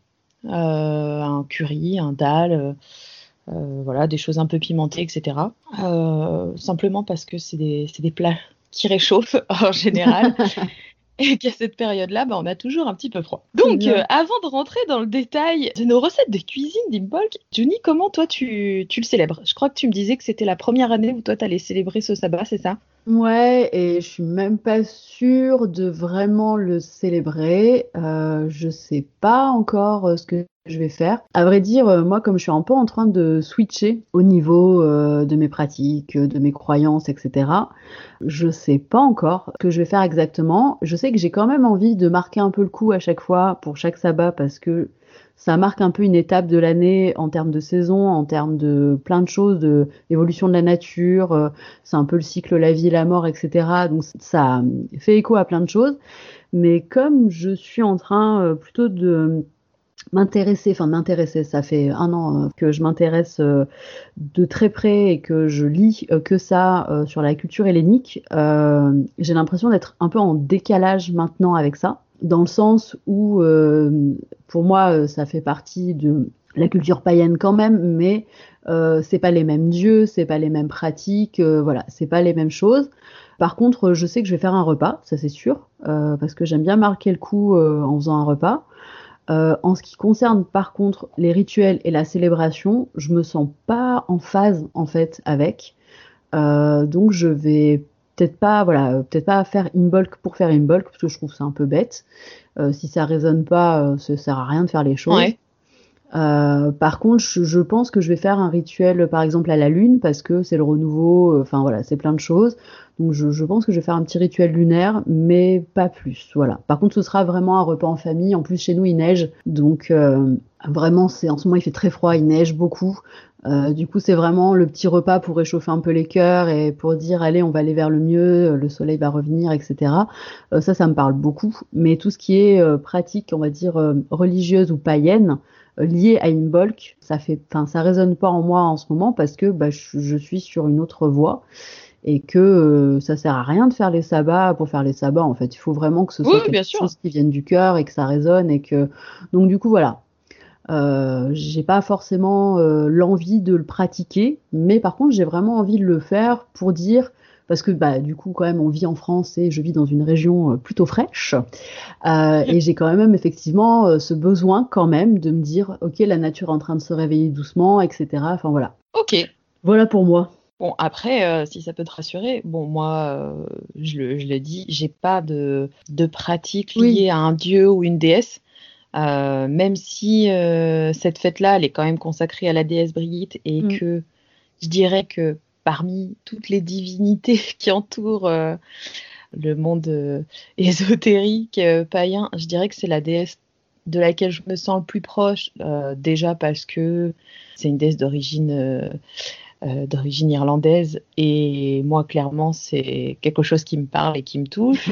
Un curry, un dal... des choses un peu pimentées, etc. Simplement parce que c'est des plats qui réchauffent en général et qu'à cette période-là, on a toujours un petit peu froid. Donc, avant de rentrer dans le détail de nos recettes de cuisine d'Imbolc, Johnny, comment toi tu le célèbres ? Je crois que tu me disais que c'était la première année où toi t'allais célébrer ce sabbat, c'est ça ? Ouais, et je suis même pas sûre de vraiment le célébrer. Je sais pas encore ce que je vais faire. À vrai dire, moi, comme je suis un peu en train de switcher au niveau de mes pratiques, de mes croyances, etc., je sais pas encore ce que je vais faire exactement. Je sais que j'ai quand même envie de marquer un peu le coup à chaque fois pour chaque sabbat parce que ça marque un peu une étape de l'année en termes de saison, en termes de plein de choses, de l'évolution de la nature. C'est un peu le cycle la vie, la mort, etc. Donc ça fait écho à plein de choses. Mais comme je suis en train plutôt de m'intéresser, ça fait 1 an que je m'intéresse de très près et que je lis que ça sur la culture hellénique, j'ai l'impression d'être un peu en décalage maintenant avec ça, dans le sens où pour moi ça fait partie de la culture païenne quand même, mais c'est pas les mêmes dieux, c'est pas les mêmes pratiques, voilà, c'est pas les mêmes choses. Par contre, je sais que je vais faire un repas, ça c'est sûr, parce que j'aime bien marquer le coup en faisant un repas. En ce qui concerne par contre les rituels et la célébration, je me sens pas en phase en fait avec. Donc je vais peut-être pas faire Imbolc pour faire Imbolc parce que je trouve ça un peu bête. Si ça résonne pas, ça sert à rien de faire les choses. Ouais. Par contre, je pense que je vais faire un rituel, par exemple à la lune, parce que c'est le renouveau, enfin voilà, c'est plein de choses. Donc je pense que je vais faire un petit rituel lunaire, mais pas plus. Voilà. Par contre, ce sera vraiment un repas en famille. En plus, chez nous, il neige, donc vraiment, c'est en ce moment, il fait très froid, il neige beaucoup. Du coup, c'est vraiment le petit repas pour réchauffer un peu les cœurs et pour dire, allez, on va aller vers le mieux, le soleil va revenir, etc. Ça me parle beaucoup. Mais tout ce qui est pratique, on va dire religieuse ou païenne, lié à Imbolc, ça résonne pas en moi en ce moment parce que bah, je suis sur une autre voie et que ça sert à rien de faire les sabbats pour faire les sabbats. En fait, il faut vraiment que ce Oui, soit oui, quelque bien sûr. chose qui vienne du cœur et que ça résonne et que donc du coup voilà. J'ai pas forcément l'envie de le pratiquer, mais par contre j'ai vraiment envie de le faire pour dire parce que bah du coup quand même on vit en France et je vis dans une région plutôt fraîche. Et j'ai quand même effectivement ce besoin quand même de me dire, ok, la nature est en train de se réveiller doucement, etc. Enfin voilà. Ok. Voilà pour moi. Bon, après, si ça peut te rassurer, bon, moi, je le dis, j'ai pas de pratique Oui. liée à un dieu ou une déesse. Même si cette fête-là, elle est quand même consacrée à la déesse Brigitte et Mm. que je dirais que parmi toutes les divinités qui entourent le monde ésotérique païen, je dirais que c'est la déesse de laquelle je me sens le plus proche, déjà parce que c'est une déesse d'origine irlandaise et moi clairement c'est quelque chose qui me parle et qui me touche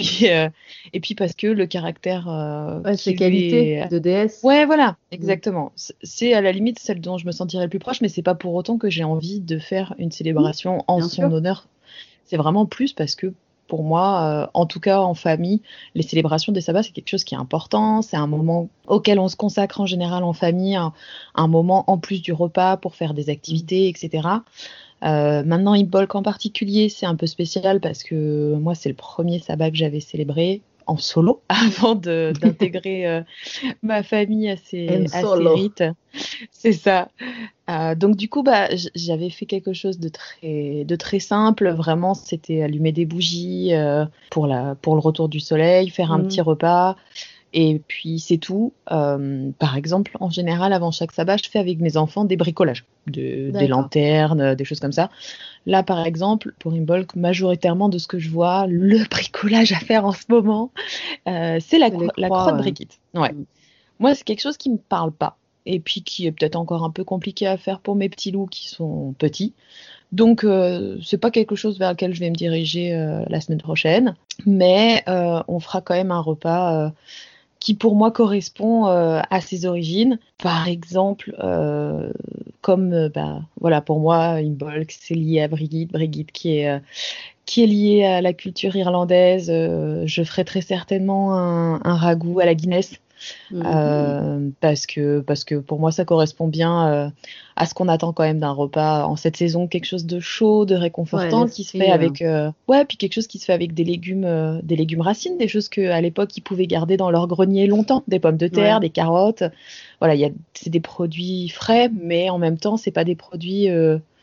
et puis parce que le caractère Ouais, qui ces lui qualités est de déesse. ouais voilà Mm. exactement c'est à la limite celle dont je me sentirais le plus proche mais c'est pas pour autant que j'ai envie de faire une Mm. célébration en Bien son sûr. honneur. C'est vraiment plus parce que pour moi, en tout cas en famille, les célébrations des sabbats, c'est quelque chose qui est important. C'est un moment auquel on se consacre en général en famille, un moment en plus du repas pour faire des Mm. activités, etc. Maintenant, Imbolc en particulier, c'est un peu spécial parce que moi, c'est le premier sabbat que j'avais célébré en solo avant d'intégrer ma famille En à ces solo. rites. C'est ça. Donc du coup, bah, j'avais fait quelque chose de très simple. Vraiment, c'était allumer des bougies pour le retour du soleil, faire un Mm. petit repas. Et puis c'est tout. Par exemple, en général, avant chaque sabbat, je fais avec mes enfants des bricolages, des D'accord. lanternes, des choses comme ça. Là, par exemple, pour Imbolc, majoritairement de ce que je vois, le bricolage à faire en ce moment, c'est C'est les la croix, croix de ouais. Brigitte. Ouais. Mm. Moi, c'est quelque chose qui me parle pas. Et puis qui est peut-être encore un peu compliqué à faire pour mes petits loups qui sont petits. Donc, c'est pas quelque chose vers lequel je vais me diriger la semaine prochaine. Mais on fera quand même un repas qui, pour moi, correspond à ses origines. Par exemple, comme, bah, voilà, pour moi, Imbolc, c'est lié à Brigitte. Brigitte qui est liée à la culture irlandaise. Je ferai très certainement un ragoût à la Guinness. Mhm. Parce que pour moi ça correspond bien à ce qu'on attend quand même d'un repas en cette saison, quelque chose de chaud, de Ouais, réconfortant qui se fait l'esprit. avec ouais puis quelque chose qui se fait avec des légumes racines, des choses que à l'époque ils pouvaient garder dans leur grenier longtemps, des pommes de terre, Ouais. des carottes, voilà c'est des produits frais mais en même temps c'est pas des produits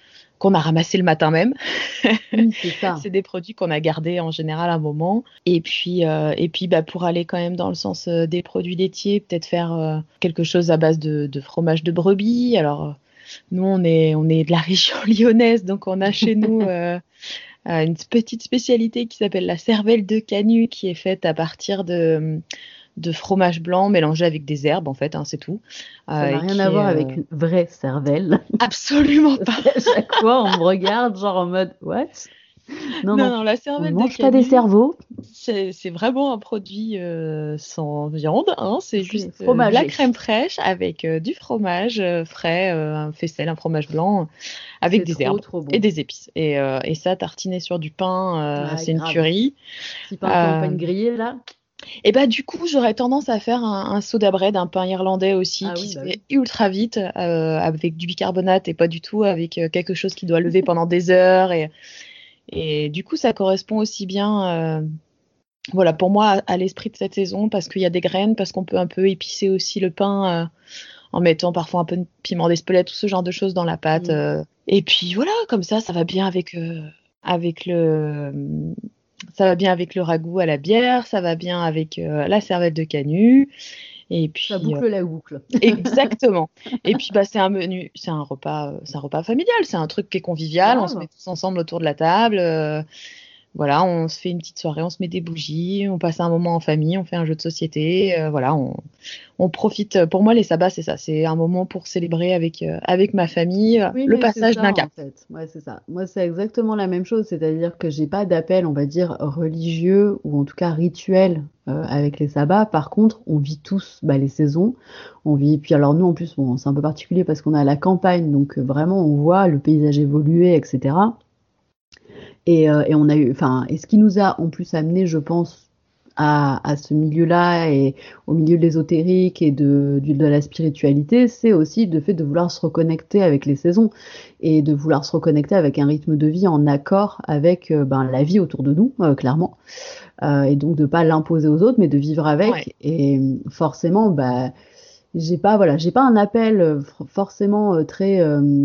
qu'on a ramassés le matin même. Oui, c'est ça. C'est des produits qu'on a gardés en général un moment. Et puis bah, pour aller quand même dans le sens des produits laitiers, peut-être faire quelque chose à base de fromage de brebis. Alors, nous, on est de la région lyonnaise, donc on a chez nous une petite spécialité qui s'appelle la cervelle de Canut, qui est faite à partir de fromage blanc mélangé avec des herbes, en fait, hein, c'est tout. Ça n'a Et rien qui à voir est, avec une vraie cervelle. absolument Parce pas. qu'à chaque fois, on me regarde, genre en mode, what? Non, Non, non, non, la on ne cervelle de mange pas des Canut, cerveaux, c'est vraiment un produit sans viande, hein. C'est c'est juste de la fromager. crème fraîche avec du fromage frais, un faisselle, un fromage blanc, avec C'est des trop, herbes trop et bon. des épices. Et ça, tartiné sur du pain, Ah, c'est une grave. tuerie. Petit pain Euh, campagne grillé, là. et bah du coup, j'aurais tendance à faire un soda bread, un pain irlandais aussi, Ah qui oui, se bah fait oui. ultra vite, avec du bicarbonate et pas du tout avec quelque chose qui doit lever pendant des heures. Et du coup, ça correspond aussi bien, voilà, pour moi, à l'esprit de cette saison, parce qu'il y a des graines, parce qu'on peut un peu épicer aussi le pain en mettant parfois un peu de piment d'Espelette, tout ce genre de choses dans la pâte. Mm. Et puis voilà, comme ça va bien avec le, ça va bien avec le ragoût à la bière, ça va bien avec la cervelle de Canut. Et Ça puis boucle la boucle. exactement. Et puis bah c'est un menu, c'est un repas familial, c'est un truc qui est convivial. On se met Grave. tous ensemble autour de la table. Voilà, on se fait une petite soirée, on se met des bougies, on passe un moment en famille, on fait un jeu de société. Voilà, on profite. Pour moi, les sabbats, c'est ça. C'est un moment pour célébrer avec ma famille Oui, le mais c'est passage ça d'un en cap. fait. Ouais, c'est ça. Moi, c'est exactement la même chose, c'est-à-dire que j'ai pas d'appel, on va dire, religieux ou en tout cas rituel avec les sabbats. Par contre, on vit tous bah, les saisons. On vit. Puis alors nous, en plus, bon, c'est un peu particulier parce qu'on est à la campagne, donc vraiment, on voit le paysage évoluer, etc. Et on a eu, enfin, et ce qui nous a en plus amené, je pense, à ce milieu-là et au milieu de l'ésotérique et de la spiritualité, c'est aussi le fait de vouloir se reconnecter avec les saisons et de vouloir se reconnecter avec un rythme de vie en accord avec ben, la vie autour de nous, clairement. Et donc de pas l'imposer aux autres, mais de vivre Ouais. avec. Et forcément, bah, j'ai pas un appel forcément très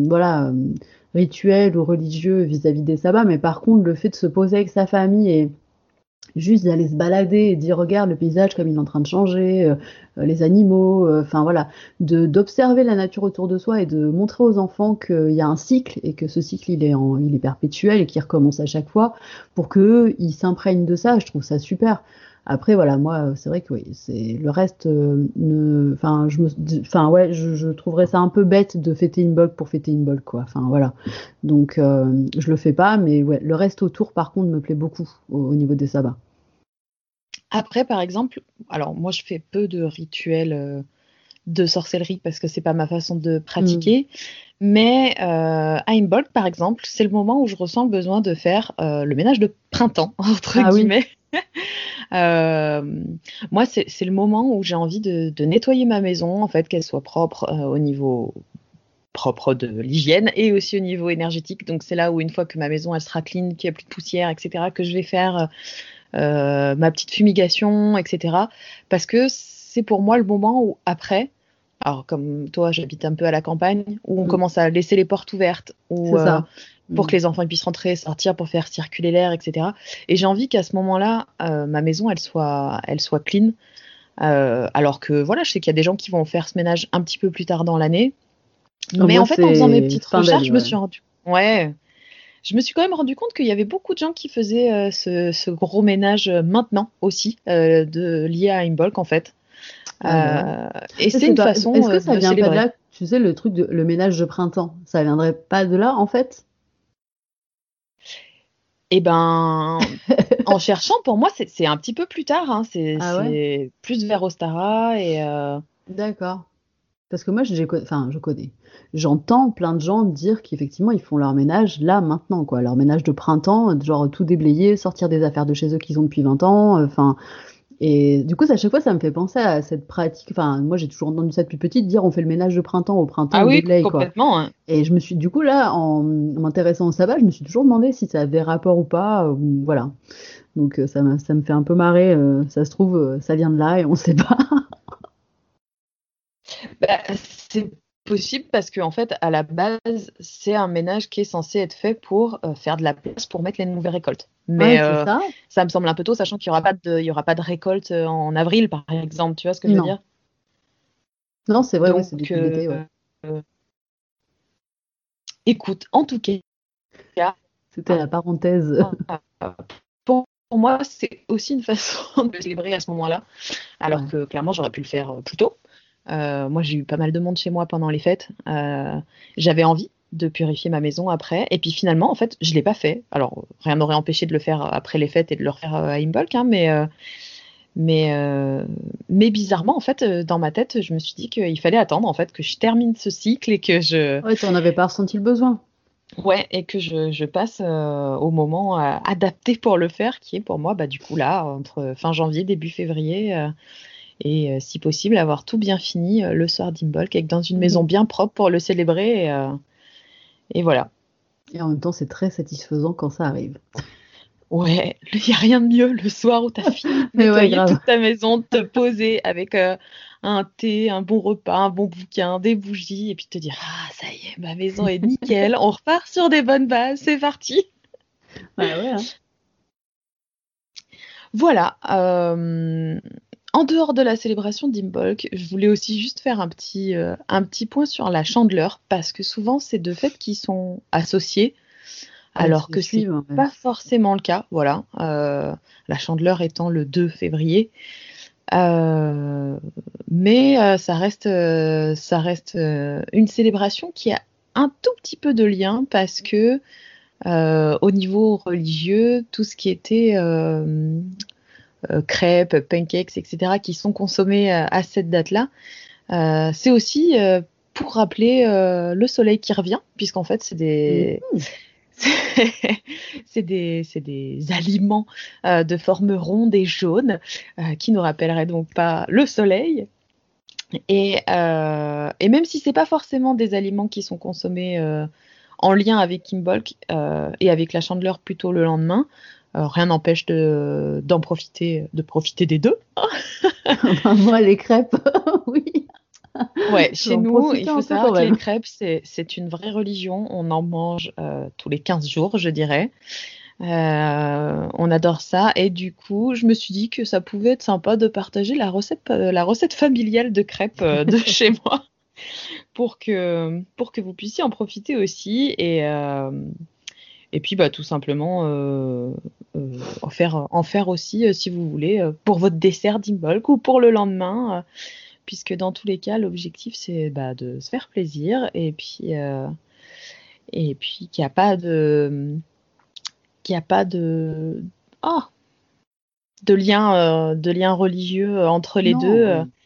rituel ou religieux vis-à-vis des sabbats, mais par contre le fait de se poser avec sa famille et juste d'aller se balader et dire regarde le paysage comme il est en train de changer, les animaux, enfin voilà, d'observer la nature autour de soi et de montrer aux enfants qu'il y a un cycle et que ce cycle il est perpétuel et qu'il recommence à chaque fois pour qu'eux ils s'imprègnent de ça. Je trouve ça super. Après voilà, moi c'est vrai que oui, c'est le reste enfin ouais, je trouverais ça un peu bête de fêter une bolque pour fêter une bolque quoi. Enfin voilà. Donc je le fais pas, mais ouais, le reste autour par contre me plaît beaucoup au niveau des sabbats. Après, par exemple, alors moi je fais peu de rituels de sorcellerie parce que c'est pas ma façon de Mm. pratiquer. Mais à Imbolc, par exemple, c'est le moment où je ressens le besoin de faire le ménage de printemps, entre Ah oui, guillemets. Moi, c'est le moment où j'ai envie de nettoyer ma maison, en fait, qu'elle soit propre au niveau propre de l'hygiène et aussi au niveau énergétique. Donc, c'est là où, une fois que ma maison elle sera clean, qu'il n'y a plus de poussière, etc., que je vais faire ma petite fumigation, etc. Parce que c'est pour moi le moment où, après, alors comme toi, j'habite un peu à la campagne, où on mm. commence à laisser les portes ouvertes, où, C'est ça. pour Mm. que les enfants puissent rentrer, sortir, pour faire circuler l'air, etc. Et j'ai envie qu'à ce moment-là, ma maison, elle soit clean. Alors que voilà, je sais qu'il y a des gens qui vont faire ce ménage un petit peu plus tard dans l'année. Mais Moi en fait, en faisant mes c'est petites fin recherches, d'année, ouais. je me suis quand même rendu compte qu'il y avait beaucoup de gens qui faisaient ce gros ménage maintenant aussi, lié à Imbolc en fait. Ah bah ouais. Et Mais c'est c'est une pas. façon Est-ce que ça de vient pas de célébrer. là, tu sais, le truc de le ménage de printemps, ça viendrait pas de là en fait? Et ben, en cherchant, pour moi, c'est un petit peu plus tard, hein. Ah ouais? C'est plus vers Ostara et D'accord. Parce que moi, enfin, je connais. J'entends plein de gens dire qu'effectivement, ils font leur ménage là, maintenant, quoi. Leur ménage de printemps, genre tout déblayer, sortir des affaires de chez eux qu'ils ont depuis 20 ans. Enfin, et du coup, à chaque fois, ça me fait penser à cette pratique. Enfin, moi, j'ai toujours entendu ça depuis petite, dire on fait le ménage de printemps, au printemps, ah on oui, déblaye, quoi. complètement, hein. Et je me suis, du coup, là, en m'intéressant au sabbat, je me suis toujours demandé si ça avait rapport ou pas. Voilà. Donc, ça me fait un peu marrer. Ça se trouve, ça vient de là et on sait pas. Bah, c'est possible parce qu'en fait, à la base, c'est un ménage qui est censé être fait pour faire de la place pour mettre les nouvelles récoltes. Mais Ouais, c'est ça. ça me semble un peu tôt, sachant qu'il il y aura pas de récolte en avril, par exemple. Tu vois ce que je veux Non. dire? Non, c'est vrai, ouais, c'est Donc, début d'été, ouais. écoute, en tout cas, C'était la parenthèse. pour moi, c'est aussi une façon de célébrer à ce moment-là, alors Ouais. que clairement, j'aurais pu le faire plus tôt. Moi, j'ai eu pas mal de monde chez moi pendant les fêtes. J'avais envie de purifier ma maison après. Et puis finalement, en fait, je ne l'ai pas fait. Alors, rien n'aurait empêché de le faire après les fêtes et de le refaire à Imbolc, hein, mais bizarrement, en fait, dans ma tête, je me suis dit qu'il fallait attendre, en fait, que je termine ce cycle et que Ouais, t'en avais pas ressenti le besoin. ouais, et que je passe au moment adapté pour le faire, qui est pour moi, bah, du coup, là, entre fin janvier, début février. Et si possible, avoir tout bien fini le soir d'Imbolc, avec dans une maison bien propre pour le célébrer. Et voilà. Et en même temps, c'est très satisfaisant quand ça arrive. Ouais, il n'y a rien de mieux le soir où tu as fini de Mais ouais, nettoyer grave. toute ta maison, de te poser avec un thé, un bon repas, un bon bouquin, des bougies, et puis te dire, ah, ça y est, ma maison est nickel, on repart sur des bonnes bases, c'est parti. Ouais, ouais, hein. Voilà. En dehors de la célébration d'Imbolc, je voulais aussi juste faire un petit point sur la Chandeleur, parce que souvent, c'est deux fêtes qui sont associées, Elles alors se que c'est suivent, ouais. pas forcément le cas. Voilà. La Chandeleur étant le 2 février. Mais ça reste une célébration qui a un tout petit peu de lien, parce que au niveau religieux, tout ce qui était crêpes, pancakes, etc., qui sont consommés à cette date-là, c'est aussi pour rappeler le soleil qui revient, puisqu'en fait, c'est des, Mhm. c'est des aliments de forme ronde et jaune qui nous rappelleraient donc pas le soleil. Et même si c'est pas forcément des aliments qui sont consommés en lien avec Imbolc et avec la Chandeleur plutôt le lendemain, rien n'empêche de profiter des deux. Bah, moi, les crêpes, oui. Ouais, Je vais chez en nous, il profiter faut un peu savoir quand que les même. crêpes, c'est une vraie religion. On en mange tous les 15 jours, je dirais. On adore ça. Et du coup, je me suis dit que ça pouvait être sympa de partager la recette familiale de crêpes de chez moi pour que vous puissiez en profiter aussi. Et puis, bah, tout simplement, en faire aussi, si vous voulez, pour votre dessert d'Imbolc ou pour le lendemain, puisque dans tous les cas, l'objectif, c'est bah, de se faire plaisir et puis qu'il y a pas de, oh, de lien religieux entre les deux. Non, ouais.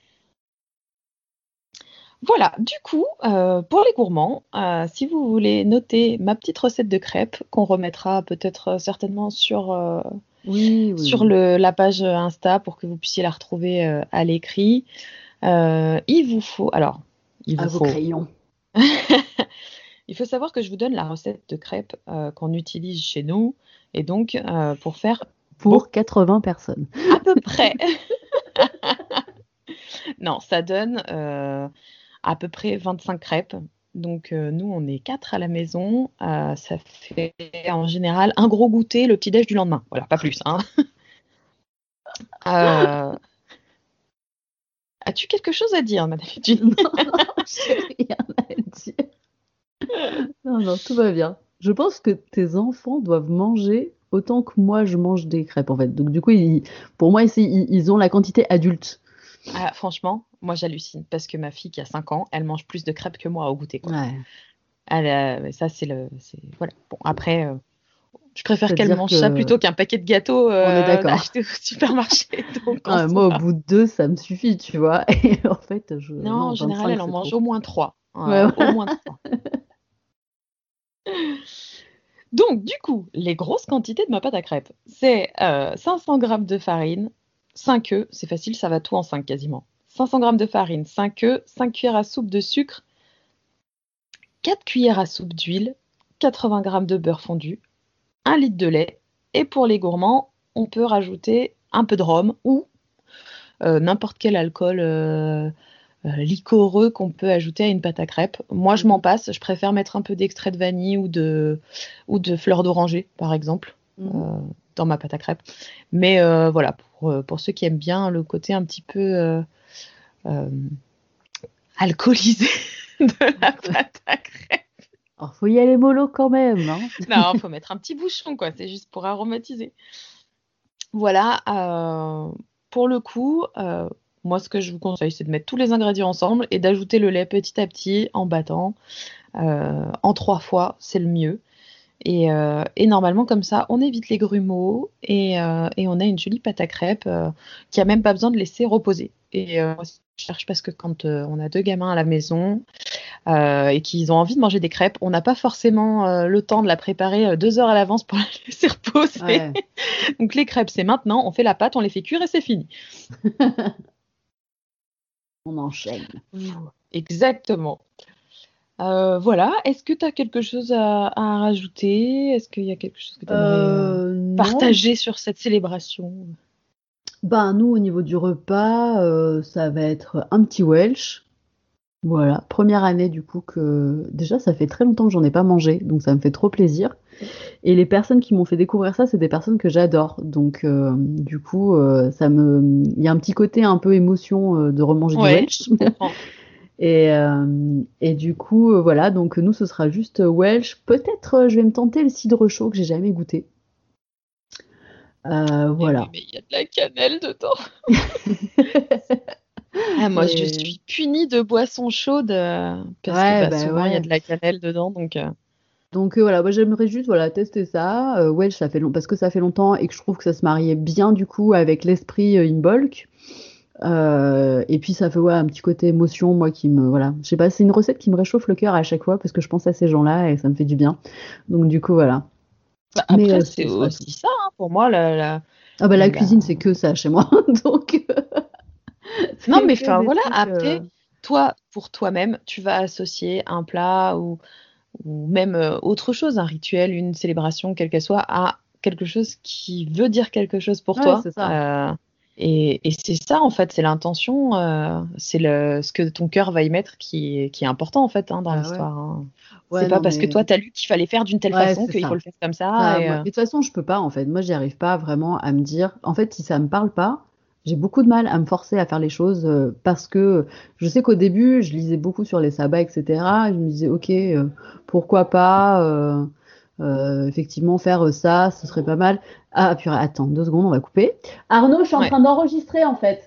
Voilà, du coup, pour les gourmands, si vous voulez noter ma petite recette de crêpes, qu'on remettra peut-être certainement Oui, oui, sur oui. la page Insta pour que vous puissiez la retrouver à l'écrit, il vous faut, alors, il À vous vos faut, crayons. il faut savoir que je vous donne la recette de crêpes qu'on utilise chez nous, et donc pour faire Pour 80 personnes. à peu près, non, ça donne à peu près 25 crêpes. Donc, nous, on est 4 à la maison. Ça fait en général un gros goûter le petit-déj du lendemain. Voilà, pas plus, hein. Euh, As-tu quelque chose à dire, Madame Eugénie? Non, j'ai rien à dire. Non, non, tout va bien. Je pense que tes enfants doivent manger autant que moi je mange des crêpes en fait. Donc du coup, pour moi, ils ont la quantité adulte. Ah, franchement, moi, j'hallucine parce que ma fille qui a 5 ans, elle mange plus de crêpes que moi au goûter, quoi. Ouais. Ça, voilà. Bon, après, je préfère qu'elle C'est-à-dire mange ça que plutôt qu'un paquet de gâteaux on est d'accord. achetés au supermarché. Donc, en Non, moi, au soi. bout de deux, ça me suffit, tu vois. Et en fait, Non, non, en général, 25, elle en c'est mange trop. au moins 3. Ouais, Au ouais. moins 3. Donc, du coup, les grosses quantités de ma pâte à crêpes, c'est 500 grammes de farine, 5 œufs, c'est facile, ça va tout en 5 quasiment. 500 grammes de farine, 5 œufs, 5 cuillères à soupe de sucre, 4 cuillères à soupe d'huile, 80 grammes de beurre fondu, 1 litre de lait. Et pour les gourmands, on peut rajouter un peu de rhum ou n'importe quel alcool liquoreux qu'on peut ajouter à une pâte à crêpes. Moi, je m'en passe. Je préfère mettre un peu d'extrait de vanille ou de fleur d'oranger, par exemple, dans ma pâte à crêpes. Mais voilà, pour ceux qui aiment bien le côté un petit peu alcoolisé de la pâte à crêpes. Alors, faut y aller mollo quand même, hein. Non, faut mettre un petit bouchon, quoi. C'est juste pour aromatiser. Voilà. Pour le coup, moi, ce que je vous conseille, c'est de mettre tous les ingrédients ensemble et d'ajouter le lait petit à petit en battant. En 3 fois, c'est le mieux. Et normalement, comme ça, on évite les grumeaux et on a une jolie pâte à crêpes qui a même pas besoin de laisser reposer. Et moi, je cherche parce que quand on a 2 gamins à la maison et qu'ils ont envie de manger des crêpes, on n'a pas forcément le temps de la préparer 2 heures à l'avance pour la laisser reposer. Ouais. Donc les crêpes, c'est maintenant, on fait la pâte, on les fait cuire et c'est fini. On enchaîne. Exactement. Voilà, est-ce que tu as quelque chose à rajouter? Est-ce qu'il y a quelque chose que tu aimerais Non. partager sur cette célébration? Ben, nous, au niveau du repas, ça va être un petit Welsh. Voilà, première année du coup que déjà ça fait très longtemps que j'en ai pas mangé, donc ça me fait trop plaisir. Et les personnes qui m'ont fait découvrir ça, c'est des personnes que j'adore. Donc du coup, il y a un petit côté un peu émotion de remanger du Ouais, Welsh. je comprends. Et du coup, voilà, donc nous ce sera juste Welsh. Peut-être je vais me tenter le cidre chaud que j'ai jamais goûté. Voilà. Oui, mais il y a de la cannelle dedans. Ah, moi, je suis punie de boissons chaudes parce Ouais, que bah souvent, il y a ouais. de la cannelle dedans. Donc, Donc voilà, moi j'aimerais juste voilà, tester ça. Welsh, parce que ça fait longtemps et que je trouve que ça se mariait bien du coup avec l'esprit Imbolc. Et puis ça fait ouais, un petit côté émotion, moi qui me. Voilà. Je sais pas, c'est une recette qui me réchauffe le cœur à chaque fois parce que je pense à ces gens-là et ça me fait du bien. Donc du coup, voilà. Mais après, c'est ce sera tout. aussi ça, hein, pour moi. Ah bah la cuisine, c'est que ça chez moi. Donc Non, c'est mais que enfin, des voilà. trucs. Après, toi, pour toi-même, tu vas associer un plat ou même autre chose, un rituel, une célébration, quelle qu'elle soit, à quelque chose qui veut dire quelque chose pour Ouais, toi. c'est ça. Et c'est ça, en fait, c'est l'intention, c'est ce que ton cœur va y mettre qui est important, en fait, hein, dans Bah ouais. l'histoire. Hein. C'est Ouais, pas non, parce que mais. toi, tu as lu qu'il fallait faire d'une telle Ouais, façon c'est qu'il faut ça. le faire comme ça. Mais de toute façon, je peux pas en fait. Moi, j'y arrive pas vraiment à me dire. En fait, si ça me parle pas, j'ai beaucoup de mal à me forcer à faire les choses parce que je sais qu'au début, je lisais beaucoup sur les sabbats, etc. Et je me disais, ok, pourquoi pas, effectivement, faire ça, ce serait pas mal. Ah, purée, attends, 2 secondes, on va couper. Arnaud, je suis en Ouais. train d'enregistrer en fait.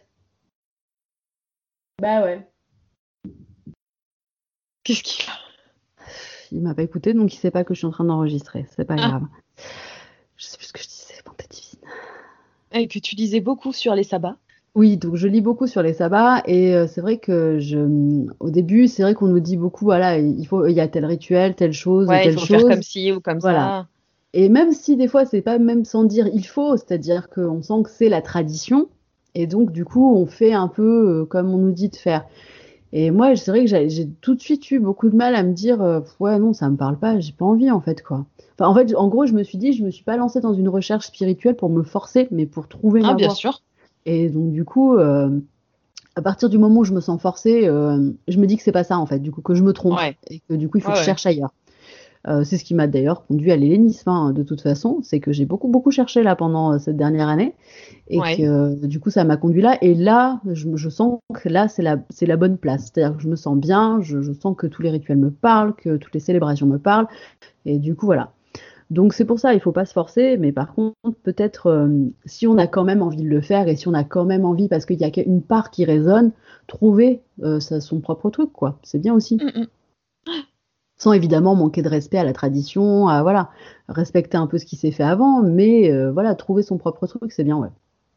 Bah ouais. Qu'est-ce qu'il a? Il m'a pas écouté, donc il sait pas que je suis en train d'enregistrer. C'est pas Ah, grave. Je sais plus ce que je disais, bonté divine. et que tu lisais beaucoup sur les sabbats. Oui, donc je lis beaucoup sur les sabbats et c'est vrai que au début, c'est vrai qu'on nous dit beaucoup, voilà, il y a tel rituel, Ouais, il telle faut faire comme chose, ci ou comme voilà. ça. Et même si des fois, c'est pas même sans dire il faut, c'est-à-dire qu'on sent que c'est la tradition et donc du coup, on fait un peu comme on nous dit de faire. Et moi, c'est vrai que j'ai tout de suite eu beaucoup de mal à me dire, ouais, non, ça me parle pas, j'ai pas envie en fait, quoi. Enfin, en fait, en gros, je me suis dit, je me suis pas lancée dans une recherche spirituelle pour me forcer, mais pour trouver Ah, ma bien voie. sûr. Et donc du coup, à partir du moment où je me sens forcée, je me dis que c'est pas ça en fait, du coup que je me trompe Ouais. et que du coup il faut Ouais, que je ouais. cherche ailleurs. C'est ce qui m'a d'ailleurs conduit à l'hellénisme, hein, de toute façon, c'est que j'ai beaucoup cherché là pendant cette dernière année et que Ouais. du coup ça m'a conduit là et là je sens que là c'est la bonne place, c'est-à-dire que je me sens bien, je sens que tous les rituels me parlent, que toutes les célébrations me parlent et du coup voilà. Donc c'est pour ça, il faut pas se forcer, mais par contre, peut-être si on a quand même envie de le faire et si on a quand même envie, parce qu'il y a une part qui résonne, trouver son propre truc, quoi. C'est bien aussi. Mm. Sans évidemment manquer de respect à la tradition, à voilà, respecter un peu ce qui s'est fait avant, mais voilà, trouver son propre truc, c'est bien, ouais.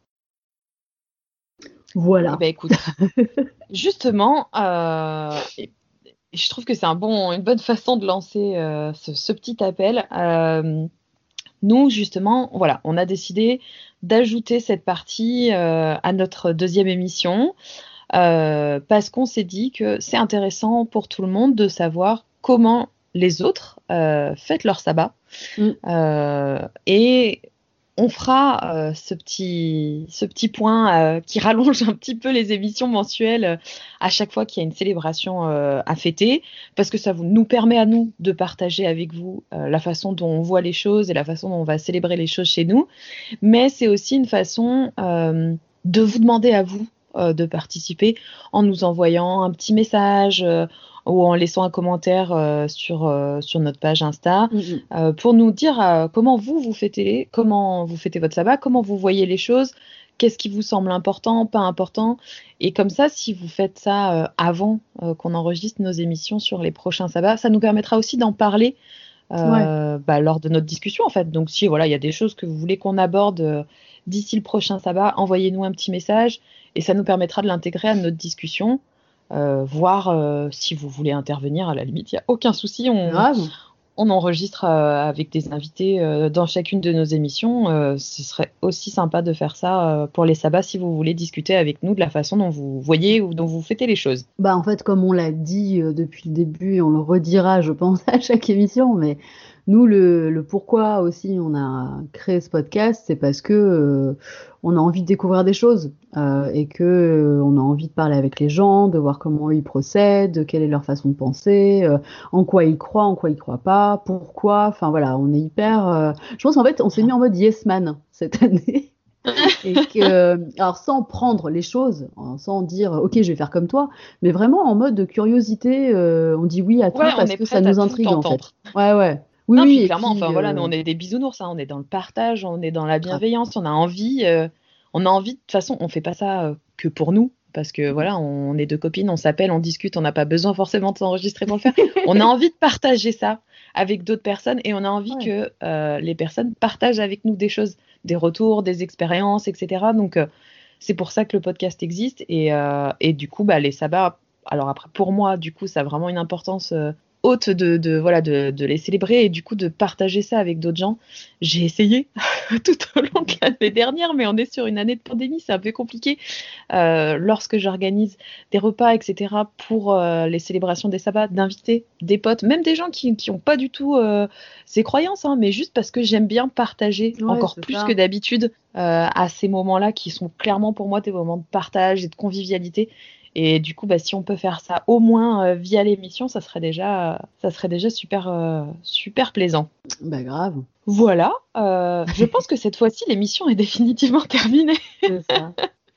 Eh Voilà. ben écoute, justement, et je trouve que c'est une bonne façon de lancer ce petit appel. Nous, justement, voilà, on a décidé d'ajouter cette partie à notre deuxième émission parce qu'on s'est dit que c'est intéressant pour tout le monde de savoir comment les autres fêtent leur sabbat. Mm. Et on fera ce petit point qui rallonge un petit peu les émissions mensuelles à chaque fois qu'il y a une célébration à fêter, parce que ça nous permet à nous de partager avec vous la façon dont on voit les choses et la façon dont on va célébrer les choses chez nous. Mais c'est aussi une façon de vous demander à vous de participer en nous envoyant un petit message ou en laissant un commentaire sur notre page Insta pour nous dire comment vous fêtez votre sabbat, comment vous voyez les choses, qu'est-ce qui vous semble important, pas important. Et comme ça, si vous faites ça avant qu'on enregistre nos émissions sur les prochains sabbats, ça nous permettra aussi d'en parler lors de notre discussion en fait. Donc si voilà, il y a des choses que vous voulez qu'on aborde d'ici le prochain sabbat, envoyez-nous un petit message et ça nous permettra de l'intégrer à notre discussion. Voir si vous voulez intervenir, à la limite, il n'y a aucun souci. On enregistre avec des invités dans chacune de nos émissions. Ce serait aussi sympa de faire ça pour les sabbats si vous voulez discuter avec nous de la façon dont vous voyez ou dont vous fêtez les choses. Bah en fait, comme on l'a dit depuis le début, et on le redira, je pense, à chaque émission, mais nous, le pourquoi aussi on a créé ce podcast, c'est parce que on a envie de découvrir des choses et que on a envie de parler avec les gens, de voir comment ils procèdent, quelle est leur façon de penser, en quoi ils croient pas, pourquoi. Enfin voilà, on est hyper. Je pense qu'en fait, on s'est mis en mode yes man cette année. Et alors sans prendre les choses, sans dire ok je vais faire comme toi, mais vraiment en mode de curiosité, on dit oui à tout parce que ça nous intrigue en fait. Ouais. Oui, non, oui, puis clairement, enfin voilà, nous on est des bisounours, on est dans le partage, on est dans la bienveillance, on a envie, de toute façon, on fait pas ça que pour nous, parce que voilà, on est deux copines, on s'appelle, on discute, on n'a pas besoin forcément de s'enregistrer pour le faire. On a envie de partager ça avec d'autres personnes et on a envie que les personnes partagent avec nous des choses, des retours, des expériences, etc. Donc c'est pour ça que le podcast existe et du coup, les sabbats. Alors après, pour moi, du coup, ça a vraiment une importance haute de les célébrer et du coup de partager ça avec d'autres gens. J'ai essayé tout au long de l'année dernière, mais on est sur une année de pandémie, c'est un peu compliqué. Lorsque j'organise des repas, etc., pour les célébrations des sabbats, d'inviter des potes, même des gens qui n'ont pas du tout ces croyances, mais juste parce que j'aime bien partager encore plus que d'habitude à ces moments-là qui sont clairement pour moi des moments de partage et de convivialité. Et du coup, si on peut faire ça au moins via l'émission, ça serait déjà super plaisant. Bah grave. Voilà. Je pense que cette fois-ci, l'émission est définitivement terminée. C'est ça.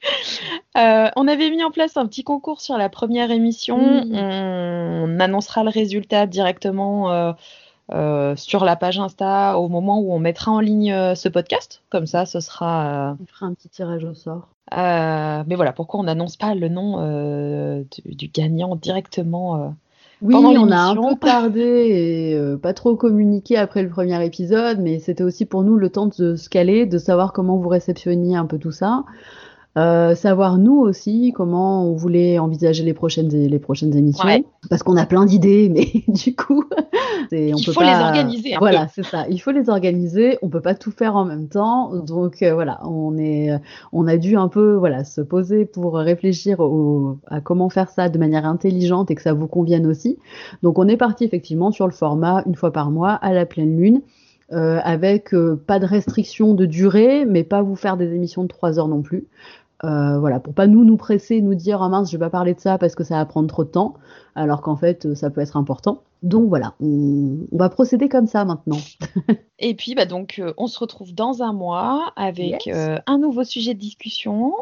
On avait mis en place un petit concours sur la première émission. On annoncera le résultat directement sur la page Insta au moment où on mettra en ligne ce podcast. Comme ça, ce sera... On fera un petit tirage au sort. Mais voilà, pourquoi on n'annonce pas le nom du gagnant directement oui, pendant l'émission. On a un peu tardé et pas trop communiqué après le premier épisode, mais c'était aussi pour nous le temps de se caler, de savoir comment vous réceptionniez un peu tout ça. Savoir nous aussi comment on voulait envisager les prochaines émissions, parce qu'on a plein d'idées, mais du coup il faut les organiser voilà, c'est ça, il faut les organiser, on peut pas tout faire en même temps, donc voilà, on a dû un peu se poser pour réfléchir à comment faire ça de manière intelligente et que ça vous convienne aussi. Donc on est parti effectivement sur le format une fois par mois à la pleine lune. Avec pas de restriction de durée, mais pas vous faire des émissions de 3 heures non plus. Pour pas nous presser, nous dire oh mince, je vais pas parler de ça parce que ça va prendre trop de temps, alors qu'en fait ça peut être important. Donc voilà, on va procéder comme ça maintenant. Et puis on se retrouve dans un mois avec un nouveau sujet de discussion,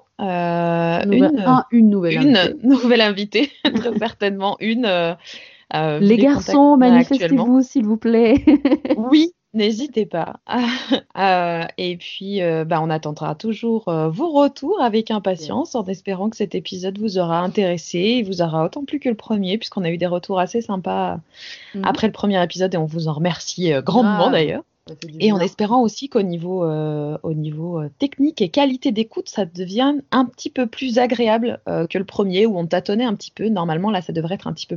une nouvelle invitée, très certainement les garçons, manifestez-vous s'il vous plaît. Oui. N'hésitez pas. Et puis, on attendra toujours vos retours avec impatience, en espérant que cet épisode vous aura intéressé et vous aura autant plu que le premier, puisqu'on a eu des retours assez sympas après le premier épisode et on vous en remercie grandement d'ailleurs. Et en espérant aussi qu'au niveau technique et qualité d'écoute, ça devienne un petit peu plus agréable que le premier où on tâtonnait un petit peu. Normalement, là, ça devrait être un petit peu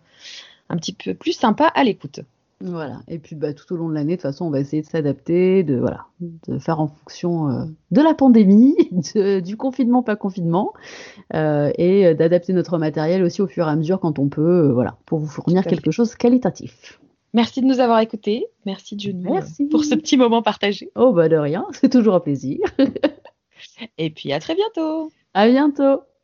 plus sympa à l'écoute. Voilà, et puis tout au long de l'année, de toute façon, on va essayer de s'adapter, de faire en fonction de la pandémie, du confinement, pas confinement, et d'adapter notre matériel aussi au fur et à mesure quand on peut, pour vous fournir quelque chose qualitatif. Merci de nous avoir écoutés. Merci Johnny pour ce petit moment partagé. Oh bah de rien, c'est toujours un plaisir. Et puis à très bientôt. À bientôt.